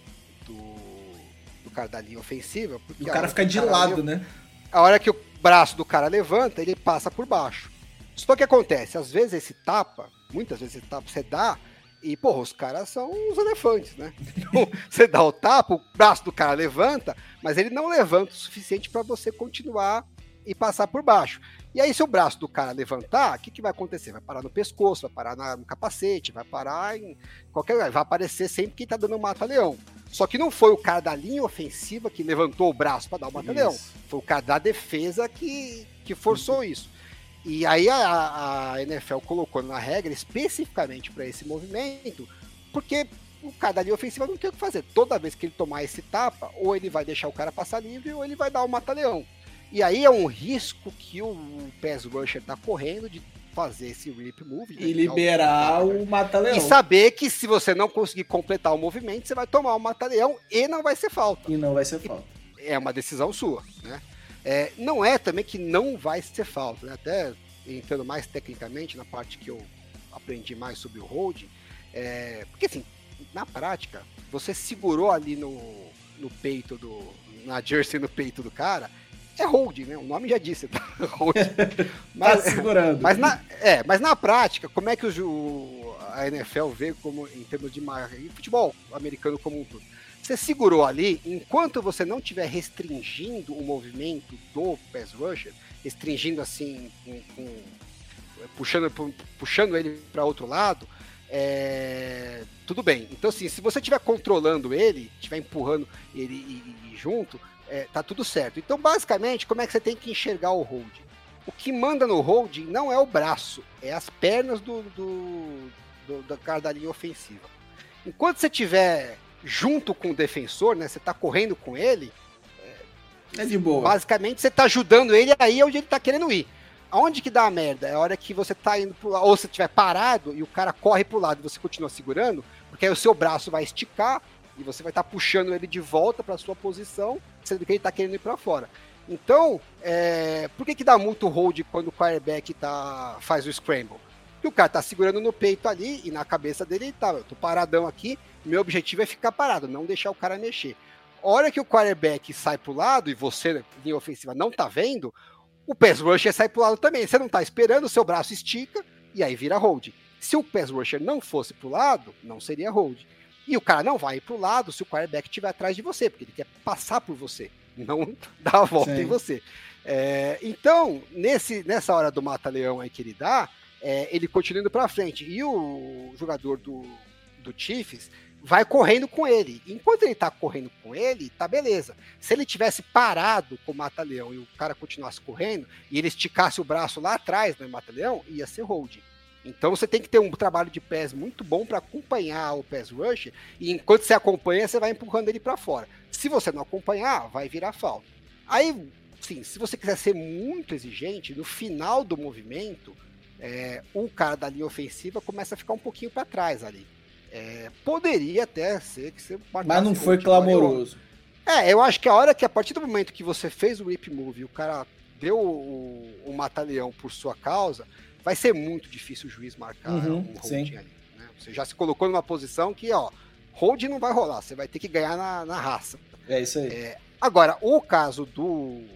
do cara da linha ofensiva. O cara fica de lado, né? A hora que o braço do cara levanta, ele passa por baixo. Só que acontece, às vezes esse tapa, muitas vezes esse tapa você dá, e, porra, os caras são os elefantes, né? Então, você dá o tapa, o braço do cara levanta, mas ele não levanta o suficiente para você continuar e passar por baixo. E aí, se o braço do cara levantar, o que vai acontecer? Vai parar no pescoço, vai parar no capacete, vai parar em qualquer lugar. Vai aparecer sempre que tá dando um mata-leão. Só que não foi o cara da linha ofensiva que levantou o braço para dar o mata-leão. Foi o cara da defesa que forçou isso. E aí a NFL colocou na regra especificamente para esse movimento, porque o cara da linha ofensiva não tem o que fazer. Toda vez que ele tomar esse tapa, ou ele vai deixar o cara passar livre, ou ele vai dar o mata-leão. E aí é um risco que o pass rusher tá correndo de fazer esse rip move. E liberar o mata-leão. E saber que se você não conseguir completar o movimento, você vai tomar o mata-leão e não vai ser falta. É uma decisão sua, né? Não é também que não vai ser falta, né? Até entrando mais tecnicamente na parte que eu aprendi mais sobre o hold, porque assim, na prática, você segurou ali no peito na jersey no peito do cara, é hold, né? O nome já disse, tá? Hold. Mas, tá segurando. Mas na prática, como é que a NFL vê como em termos de futebol americano como um todo? Você segurou ali, enquanto você não estiver restringindo o movimento do pass rusher, restringindo assim, puxando ele para outro lado, tudo bem. Então, assim, se você estiver controlando ele, estiver empurrando ele junto, tá tudo certo. Então, basicamente, como é que você tem que enxergar o hold? O que manda no hold não é o braço, é as pernas da cara da linha ofensiva. Enquanto você estiver junto com o defensor, né? Você tá correndo com ele. É de boa. Basicamente, você tá ajudando ele aí onde ele tá querendo ir. Aonde que dá a merda? É a hora que você tá indo pro lado, ou você estiver parado e o cara corre pro lado e você continua segurando, porque aí o seu braço vai esticar e você vai estar puxando ele de volta pra sua posição, sendo que ele tá querendo ir pra fora. Então, por que dá muito hold quando o quarterback faz o scramble? Porque o cara tá segurando no peito ali e na cabeça dele ele tá, eu tô paradão aqui, meu objetivo é ficar parado, não deixar o cara mexer. A hora que o quarterback sai pro lado e você, linha ofensiva, não tá vendo, o pass rusher sai pro lado também. Você não tá esperando, o seu braço estica e aí vira hold. Se o pass rusher não fosse pro lado, não seria hold. E o cara não vai pro lado se o quarterback estiver atrás de você, porque ele quer passar por você, não dar a volta em você. Então, nessa hora do mata-leão aí que ele dá, ele continua indo pra frente. E o jogador do Chiefs vai correndo com ele. Enquanto ele tá correndo com ele, tá beleza. Se ele tivesse parado com o mata-leão e o cara continuasse correndo, e ele esticasse o braço lá atrás no mata-leão, ia ser hold. Então você tem que ter um trabalho de pés muito bom para acompanhar o pass rush, e enquanto você acompanha, você vai empurrando ele para fora. Se você não acompanhar, vai virar falta. Aí, sim, se você quiser ser muito exigente, no final do movimento, o cara da linha ofensiva começa a ficar um pouquinho para trás ali. Poderia até ser que você marcasse. Mas não foi clamoroso. Eu acho que a partir do momento que você fez o rip move e o cara deu o mata-leão por sua causa, vai ser muito difícil o juiz marcar um holding ali. Né? Você já se colocou numa posição que, hold não vai rolar, você vai ter que ganhar na raça. É isso aí. Agora, o caso do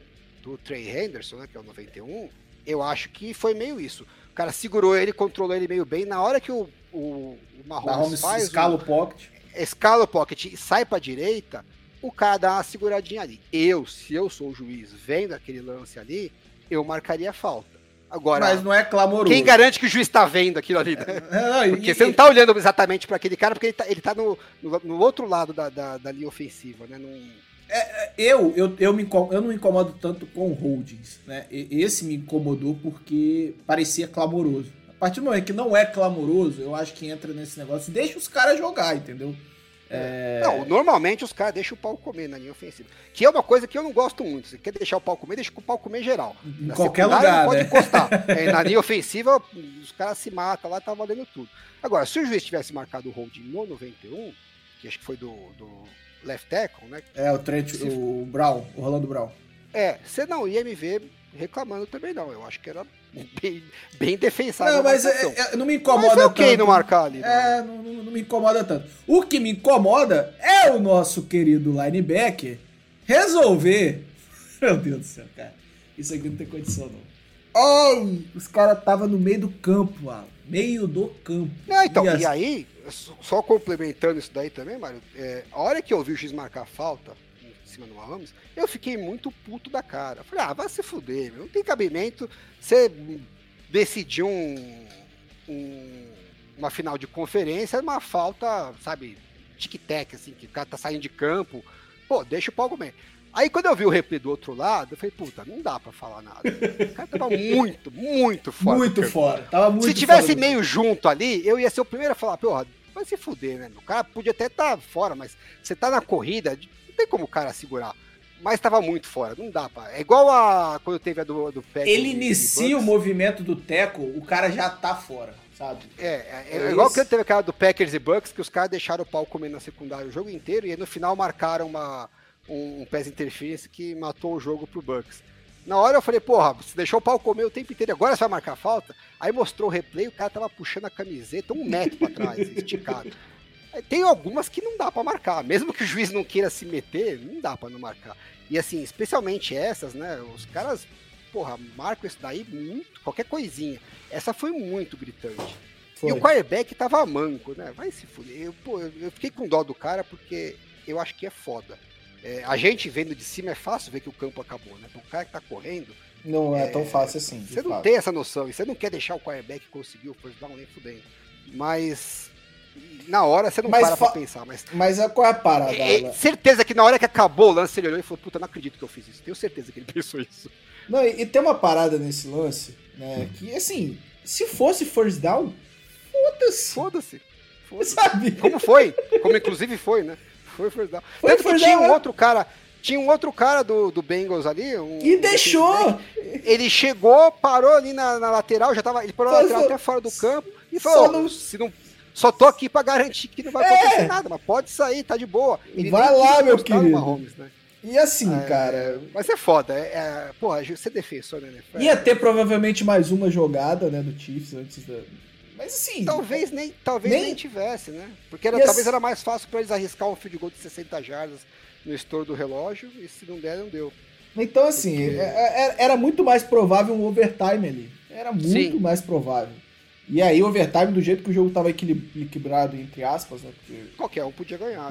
do Trey Henderson, né, que é o 91, eu acho que foi meio isso. O cara segurou ele, controlou ele meio bem. Na hora que o Mahomes faz... escala o pocket. Escala o pocket e sai pra direita, o cara dá uma seguradinha ali. Se eu sou o juiz, vendo aquele lance ali, eu marcaria falta. Agora, mas não é clamoroso. Quem garante que o juiz tá vendo aquilo ali, né? Porque você não tá olhando exatamente para aquele cara, porque ele tá no outro lado da linha ofensiva, né? Eu não me incomodo tanto com holdings, né? Esse me incomodou porque parecia clamoroso. A partir do momento que não é clamoroso, eu acho que entra nesse negócio, deixa os caras jogar, entendeu? Não, normalmente os caras deixam o pau comer na linha ofensiva. Que é uma coisa que eu não gosto muito. Você quer deixar o pau comer, deixa o pau comer geral. Em qualquer lugar, não pode né? encostar. Na linha ofensiva, os caras se matam lá, tá valendo tudo. Agora, se o juiz tivesse marcado o holding no 91, que acho que foi do left tackle, né? O Trent, o Brown, o Rolando Brown. Você não ia me ver reclamando também, não. Eu acho que era bem defensável. Não, mas não me incomoda tanto. Mas ok não marcar ali. Né? Não me incomoda tanto. O que me incomoda é o nosso querido linebacker resolver... Meu Deus do céu, cara. Isso aqui não tem condição, não. Ai, os caras estavam no meio do campo, Alan. Meio do campo. Então, e aí, só complementando isso daí também, Mário, a hora que eu vi o juiz marcar a falta em cima do Mahomes, eu fiquei muito puto da cara. Falei, vai se fuder, meu. Não tem cabimento você decidir uma final de conferência, uma falta, sabe, tic-tac, assim, que o cara tá saindo de campo. Pô, deixa o pau comer. Aí quando eu vi o replay do outro lado, eu falei, puta, não dá pra falar nada. O cara tava muito, muito fora. Muito fora. Tava muito Se tivesse fora meio junto ali, eu ia ser o primeiro a falar, porra, vai se fuder, né? O cara podia até estar fora, mas você tá na corrida, não tem como o cara segurar. Mas tava muito fora, não dá pra... É igual quando teve a do Packers. Ele inicia o movimento do tackle, o cara já tá fora, sabe? É igual quando teve aquela do Packers e Bucks, que os caras deixaram o pau comer na secundária o jogo inteiro, e aí no final marcaram um pass interference que matou o jogo pro Bucks. Na hora eu falei, porra, você deixou o pau comer o tempo inteiro, agora você vai marcar falta? Aí mostrou o replay, o cara tava puxando a camiseta 1 metro pra trás, esticado. Tem algumas que não dá pra marcar, mesmo que o juiz não queira se meter, não dá pra não marcar. E assim, especialmente essas, né, os caras, porra, marcam isso daí muito, qualquer coisinha. Essa foi muito gritante. Foi. E o quarterback tava manco, né, vai se fuder. Eu fiquei com dó do cara porque eu acho que é foda. A gente vendo de cima é fácil ver que o campo acabou, né? O cara que tá correndo... Não é tão fácil assim. Você não tem essa noção, e você não quer deixar o quarterback conseguir o first down nem fudendo. Mas na hora você não para pra pensar. Mas qual é a parada? Certeza que na hora que acabou o lance, ele olhou e falou, puta, não acredito que eu fiz isso. Tenho certeza que ele pensou isso. Não, e tem uma parada nesse lance, né? Que assim, se fosse first down, foda-se. Sabe? Como foi? Como inclusive foi, né? Foi first down. Tanto que tinha um outro cara do Bengals ali. E deixou! Ele chegou, parou ali na lateral, ele parou na lateral até fora do campo e falou: só tô aqui pra garantir que não vai acontecer nada, mas pode sair, tá de boa. Ele vai lá, meu querido. Mahomes, né? E assim, cara... Mas é foda. Porra, ser defensor, né? Ia ter provavelmente mais uma jogada, né, do Chiefs antes da... Mas assim... Talvez nem tivesse, né? Porque talvez era mais fácil pra eles arriscar um field goal de 60 jardas no estouro do relógio, e se não der, não deu. Então, assim, era muito mais provável um overtime ali. Era muito mais provável. E aí, overtime, do jeito que o jogo tava equilibrado, entre aspas, né? Porque qualquer um podia ganhar.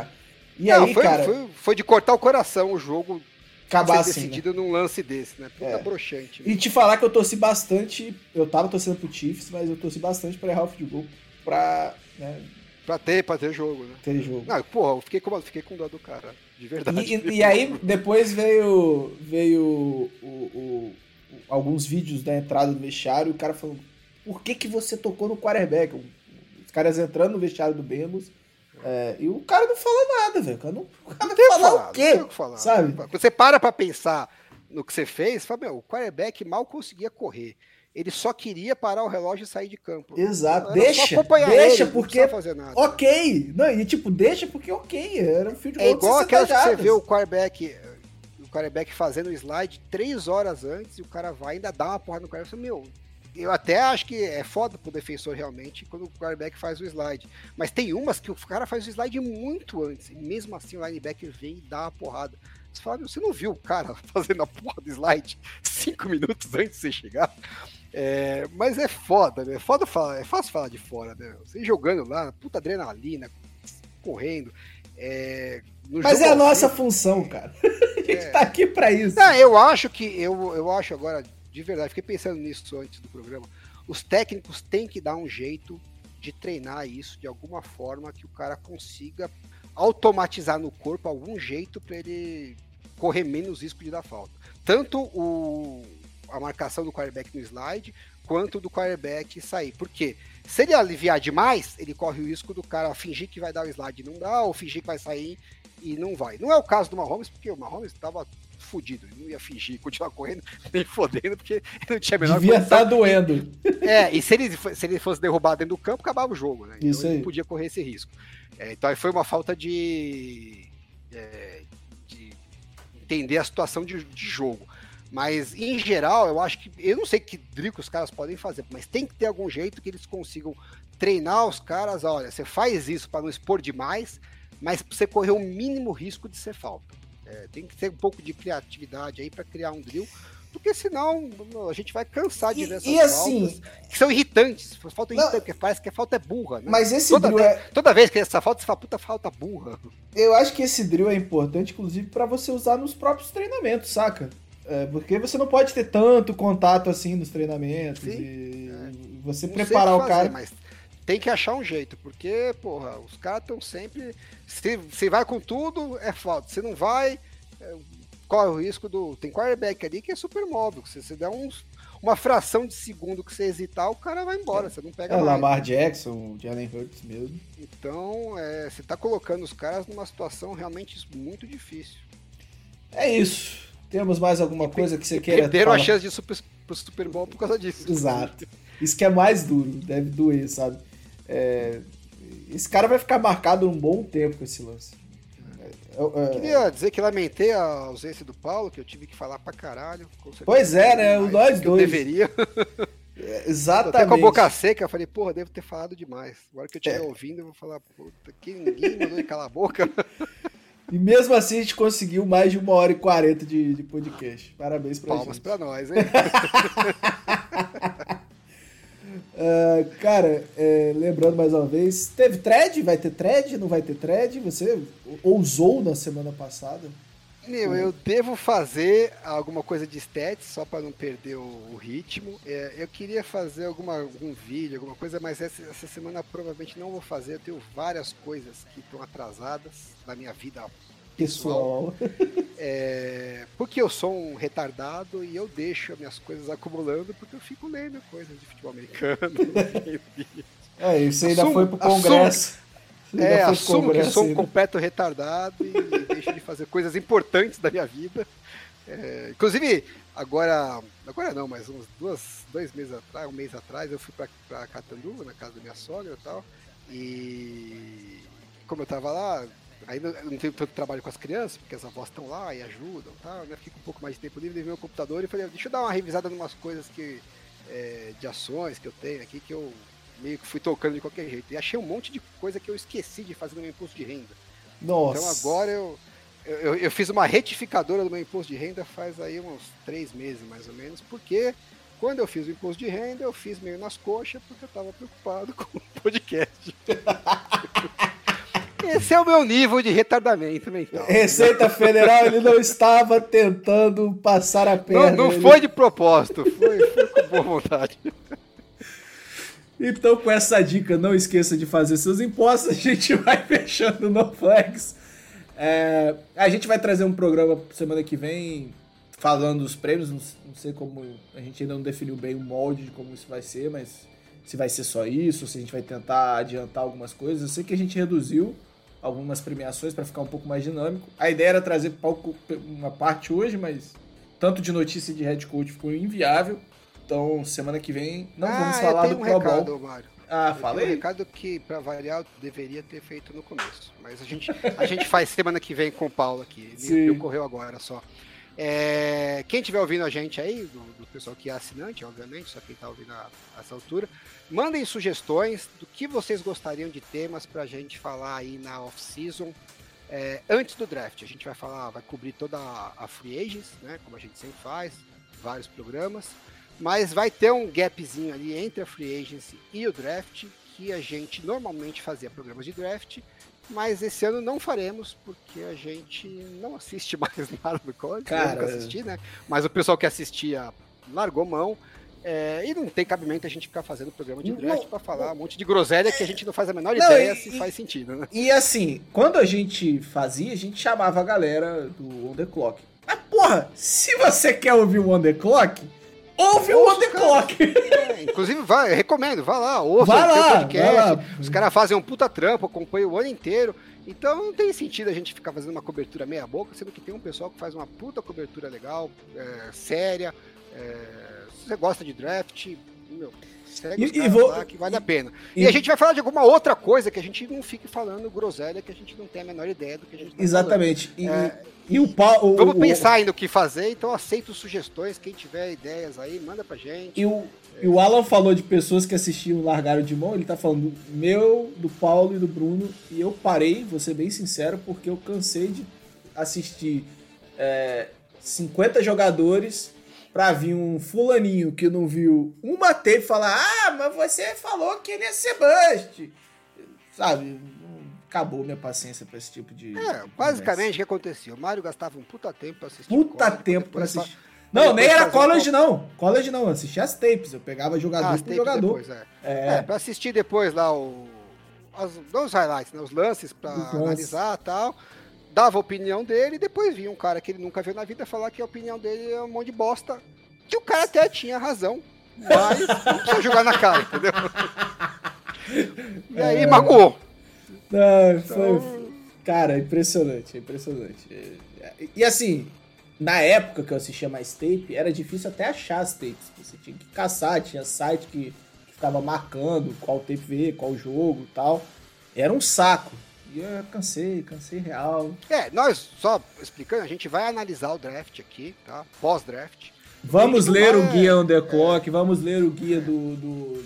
E aí, cara... Foi de cortar o coração o jogo acabar ser assim, decidido, né? Num lance desse, né? Puta broxante. Né? E te falar que eu torci bastante... Eu tava torcendo pro Chiefs, mas eu torci bastante pra errar o field goal pra... Né, pra ter jogo, né? Ter jogo. Não, porra, eu fiquei com dó do cara. De verdade. E aí, depois veio alguns vídeos da entrada do vestiário e o cara falou, por que você tocou no quarterback? Os caras entrando no vestiário do Bengals e o cara não fala nada, velho. O cara vai falar o quê? Sabe? Você para pensar no que você fez, fala, o quarterback mal conseguia correr. Ele só queria parar o relógio e sair de campo. Exato. Deixa porque... Não fazer nada. Ok. Não, e tipo, deixa porque ok. Era um field goal de 60 igual aquela jardas. Que você vê o quarterback fazendo o slide 3 horas antes e o cara vai ainda dar uma porrada no quarterback. Meu, eu até acho que é foda pro defensor realmente quando o quarterback faz o slide. Mas tem umas que o cara faz o slide muito antes. E mesmo assim o linebacker vem e dá uma porrada. Você fala, você não viu o cara fazendo a porra do slide 5 minutos antes de você chegar? Mas é foda, né? É fácil falar de fora, né? Você jogando lá, puta adrenalina, correndo. Mas é a nossa função, cara. A gente tá aqui pra isso. Eu acho agora, de verdade, fiquei pensando nisso antes do programa. Os técnicos têm que dar um jeito de treinar isso de alguma forma que o cara consiga automatizar no corpo algum jeito para ele correr menos risco de dar falta. Tanto a marcação do quarterback no slide, quanto do quarterback sair. Por quê? Se ele aliviar demais, ele corre o risco do cara fingir que vai dar o slide e não dá, ou fingir que vai sair e não vai. Não é o caso do Mahomes, porque o Mahomes estava fudido, ele não ia fingir, continuar correndo, nem fodendo, porque ele não tinha a menor Devia estar doendo. E se ele fosse derrubado dentro do campo, acabava o jogo, né? Então ele não podia correr esse risco. Então foi uma falta de entender a situação de jogo. Mas, em geral, eu não sei que drill que os caras podem fazer, mas tem que ter algum jeito que eles consigam treinar os caras, olha, você faz isso para não expor demais, mas para você correr o mínimo risco de ser falta. Tem que ter um pouco de criatividade aí para criar um drill, porque senão a gente vai cansar de ver essas faltas, assim, que são irritantes. Falta irritante, porque parece que a falta é burra, né? Mas esse toda vez que essa falta, você fala, puta falta burra. Eu acho que esse drill é importante, inclusive, para você usar nos próprios treinamentos, saca? Porque você não pode ter tanto contato assim nos treinamentos. Sim, e você não preparar o cara. Mas tem que achar um jeito, porque, porra, os caras estão sempre. Se vai com tudo, é falta. Se não vai, corre o risco do. Tem quarterback ali que é super móvel. Se você der uma fração de segundo que você hesitar, o cara vai embora. Você não pega mais. Lamar Jackson, o Jalen Hurts mesmo. Então, você tá colocando os caras numa situação realmente muito difícil. É isso. Temos mais alguma coisa que você queira perderam falar? A chance de ir pro Super Bowl por causa disso. Exato. Isso que é mais duro, deve doer, sabe? Esse cara vai ficar marcado um bom tempo com esse lance. Queria dizer que lamentei a ausência do Paulo, que eu tive que falar pra caralho. Pois né? Nós dois. Eu deveria. Exatamente. Até com a boca seca, eu falei, porra, devo ter falado demais. Agora que eu estiver ouvindo, eu vou falar, puta, que ninguém mandou ele calar a boca. E mesmo assim a gente conseguiu mais de 1h40 de podcast. Parabéns pra Palmas gente. Palmas pra nós, hein? Cara, lembrando mais uma vez, teve thread? Vai ter thread? Não vai ter thread? Você ousou na semana passada? Eu devo fazer alguma coisa de stats, só para não perder o ritmo. Eu queria fazer algum vídeo, alguma coisa, mas essa semana provavelmente não vou fazer. Eu tenho várias coisas que estão atrasadas na minha vida pessoal. Porque eu sou um retardado e eu deixo as minhas coisas acumulando porque eu fico lendo coisas de futebol americano. Isso ainda foi pro Congresso. Assumo que sou um completo retardado e deixo de fazer coisas importantes da minha vida. Inclusive, agora não, mas uns 2 meses atrás, um mês atrás, eu fui pra Catanduva, na casa da minha sogra e tal. E como eu tava lá, ainda não tenho tanto trabalho com as crianças, porque as avós estão lá e ajudam e tal, né? Fico um pouco mais de tempo livre, levei meu computador e falei, deixa eu dar uma revisada em umas coisas de ações que eu tenho aqui, que eu meio que fui tocando de qualquer jeito. E achei um monte de coisa que eu esqueci de fazer no meu imposto de renda. Nossa. Então agora eu fiz uma retificadora do meu imposto de renda faz aí uns 3 meses, mais ou menos, porque quando eu fiz o imposto de renda, eu fiz meio nas coxas, porque eu estava preocupado com o podcast. Esse é o meu nível de retardamento mental. Receita Federal, ele não estava tentando passar a perna. Não foi de propósito, foi com boa vontade. Então, com essa dica, não esqueça de fazer seus impostos. A gente vai fechando o NoFlex. A gente vai trazer um programa semana que vem falando dos prêmios. Não sei como, a gente ainda não definiu bem o molde de como isso vai ser, mas se vai ser só isso, se a gente vai tentar adiantar algumas coisas. Eu sei que a gente reduziu algumas premiações para ficar um pouco mais dinâmico. A ideia era trazer uma parte hoje, mas tanto de notícia de head coach ficou inviável. Então, semana que vem, não vamos falar do Pro Bowl. Mário. Fala aí. Um recado que, pra variar, eu deveria ter feito no começo. Mas a gente faz semana que vem com o Paulo aqui. Me ocorreu agora só. Quem estiver ouvindo a gente aí, do pessoal que é assinante, obviamente, só quem está ouvindo a essa altura, mandem sugestões do que vocês gostariam de temas pra gente falar aí na off-season. Antes do draft, a gente vai cobrir toda a free agents, né, como a gente sempre faz, vários programas, mas vai ter um gapzinho ali entre a free agency e o draft, que a gente normalmente fazia programas de draft, mas esse ano não faremos, porque a gente não assiste mais nada do college. Cara, eu nunca assisti, né? Mas o pessoal que assistia largou mão. E não tem cabimento a gente ficar fazendo programa de draft para falar um monte de groselha que a gente não faz a menor ideia se faz sentido, né? E assim, quando a gente fazia, a gente chamava a galera do On The Clock. Mas porra, se você quer ouvir o On The Clock, ouve o On The Clock! Inclusive, eu recomendo, vai lá, ouve o podcast. Os caras fazem um puta trampo, acompanham o ano inteiro. Então não tem sentido a gente ficar fazendo uma cobertura meia boca, sendo que tem um pessoal que faz uma puta cobertura legal, séria. Se você gosta de draft, segue os caras lá que vale a pena. E a gente vai falar de alguma outra coisa que a gente não fique falando groselha, que a gente não tem a menor ideia do que a gente tá exatamente. falando. Vamos pensar aí no que fazer, então aceito sugestões, quem tiver ideias aí, manda pra gente. E o Alan falou de pessoas que assistiam largaram de mão, ele tá falando do Paulo e do Bruno, e eu parei, vou ser bem sincero, porque eu cansei de assistir 50 jogadores pra vir um fulaninho que não viu uma tape e falar, mas você falou que ele ia ser bust. Sabe? Acabou minha paciência pra esse tipo de... basicamente o que acontecia? O Mário gastava um puta tempo pra assistir. Assistir. Não, nem era college não. College não, eu assistia as tapes. Eu pegava jogador por jogador. Depois, pra assistir depois lá os highlights, né, os lances pra analisar e tal. Dava a opinião dele e depois vinha um cara que ele nunca viu na vida falar que a opinião dele é um monte de bosta. Que o cara até tinha razão, mas não precisa jogar na cara, entendeu? E aí magoou. Cara, impressionante. E assim, na época que eu assistia mais tape, era difícil até achar as tapes. Você tinha que caçar, tinha site que ficava marcando qual tape ver, qual jogo e tal. Era um saco. E eu cansei real. Nós, só explicando, a gente vai analisar o draft aqui, tá? Pós-draft. Vamos ler o guia On The Clock, vamos ler o guia do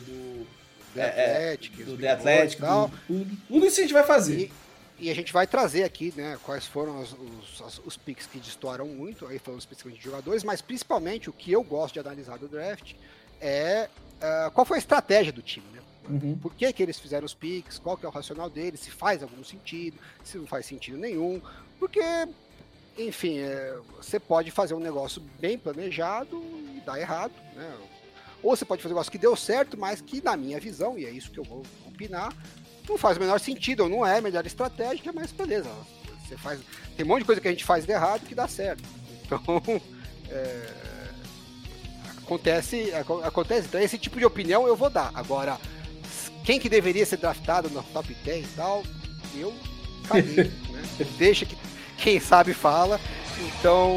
The Athletic, tudo isso a gente vai fazer. E a gente vai trazer aqui, né, quais foram os picks que destoaram muito, aí falando especificamente de jogadores, mas principalmente o que eu gosto de analisar do draft é qual foi a estratégia do time, né? Uhum. Por que eles fizeram os picks, qual que é o racional deles, se faz algum sentido, se não faz sentido nenhum, porque, enfim, você pode fazer um negócio bem planejado e dar errado, né? Ou você pode fazer um negócio que deu certo, mas que, na minha visão, e é isso que eu vou opinar, não faz o menor sentido, ou não é a melhor estratégia, mas beleza, você faz, tem um monte de coisa que a gente faz de errado que dá certo. Então, acontece, então esse tipo de opinião eu vou dar. Agora, quem que deveria ser draftado no top 10 e tal, eu caguei, né? Deixa que quem sabe fala. Então,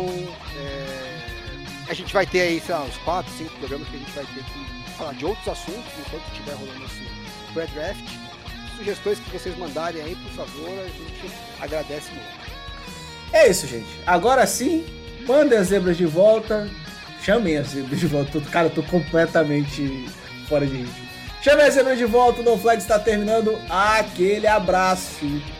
a gente vai ter aí, sei lá, uns 4, 5 programas que a gente vai ter que falar de outros assuntos enquanto estiver rolando esse pré-draft. Sugestões que vocês mandarem aí, por favor, a gente agradece muito. É isso, gente. Agora sim, mandem as zebras de volta. Chamem as zebras de volta. Cara, eu tô completamente fora de ritmo. Chamem as zebras de volta. O No Flag está terminando. Aquele abraço.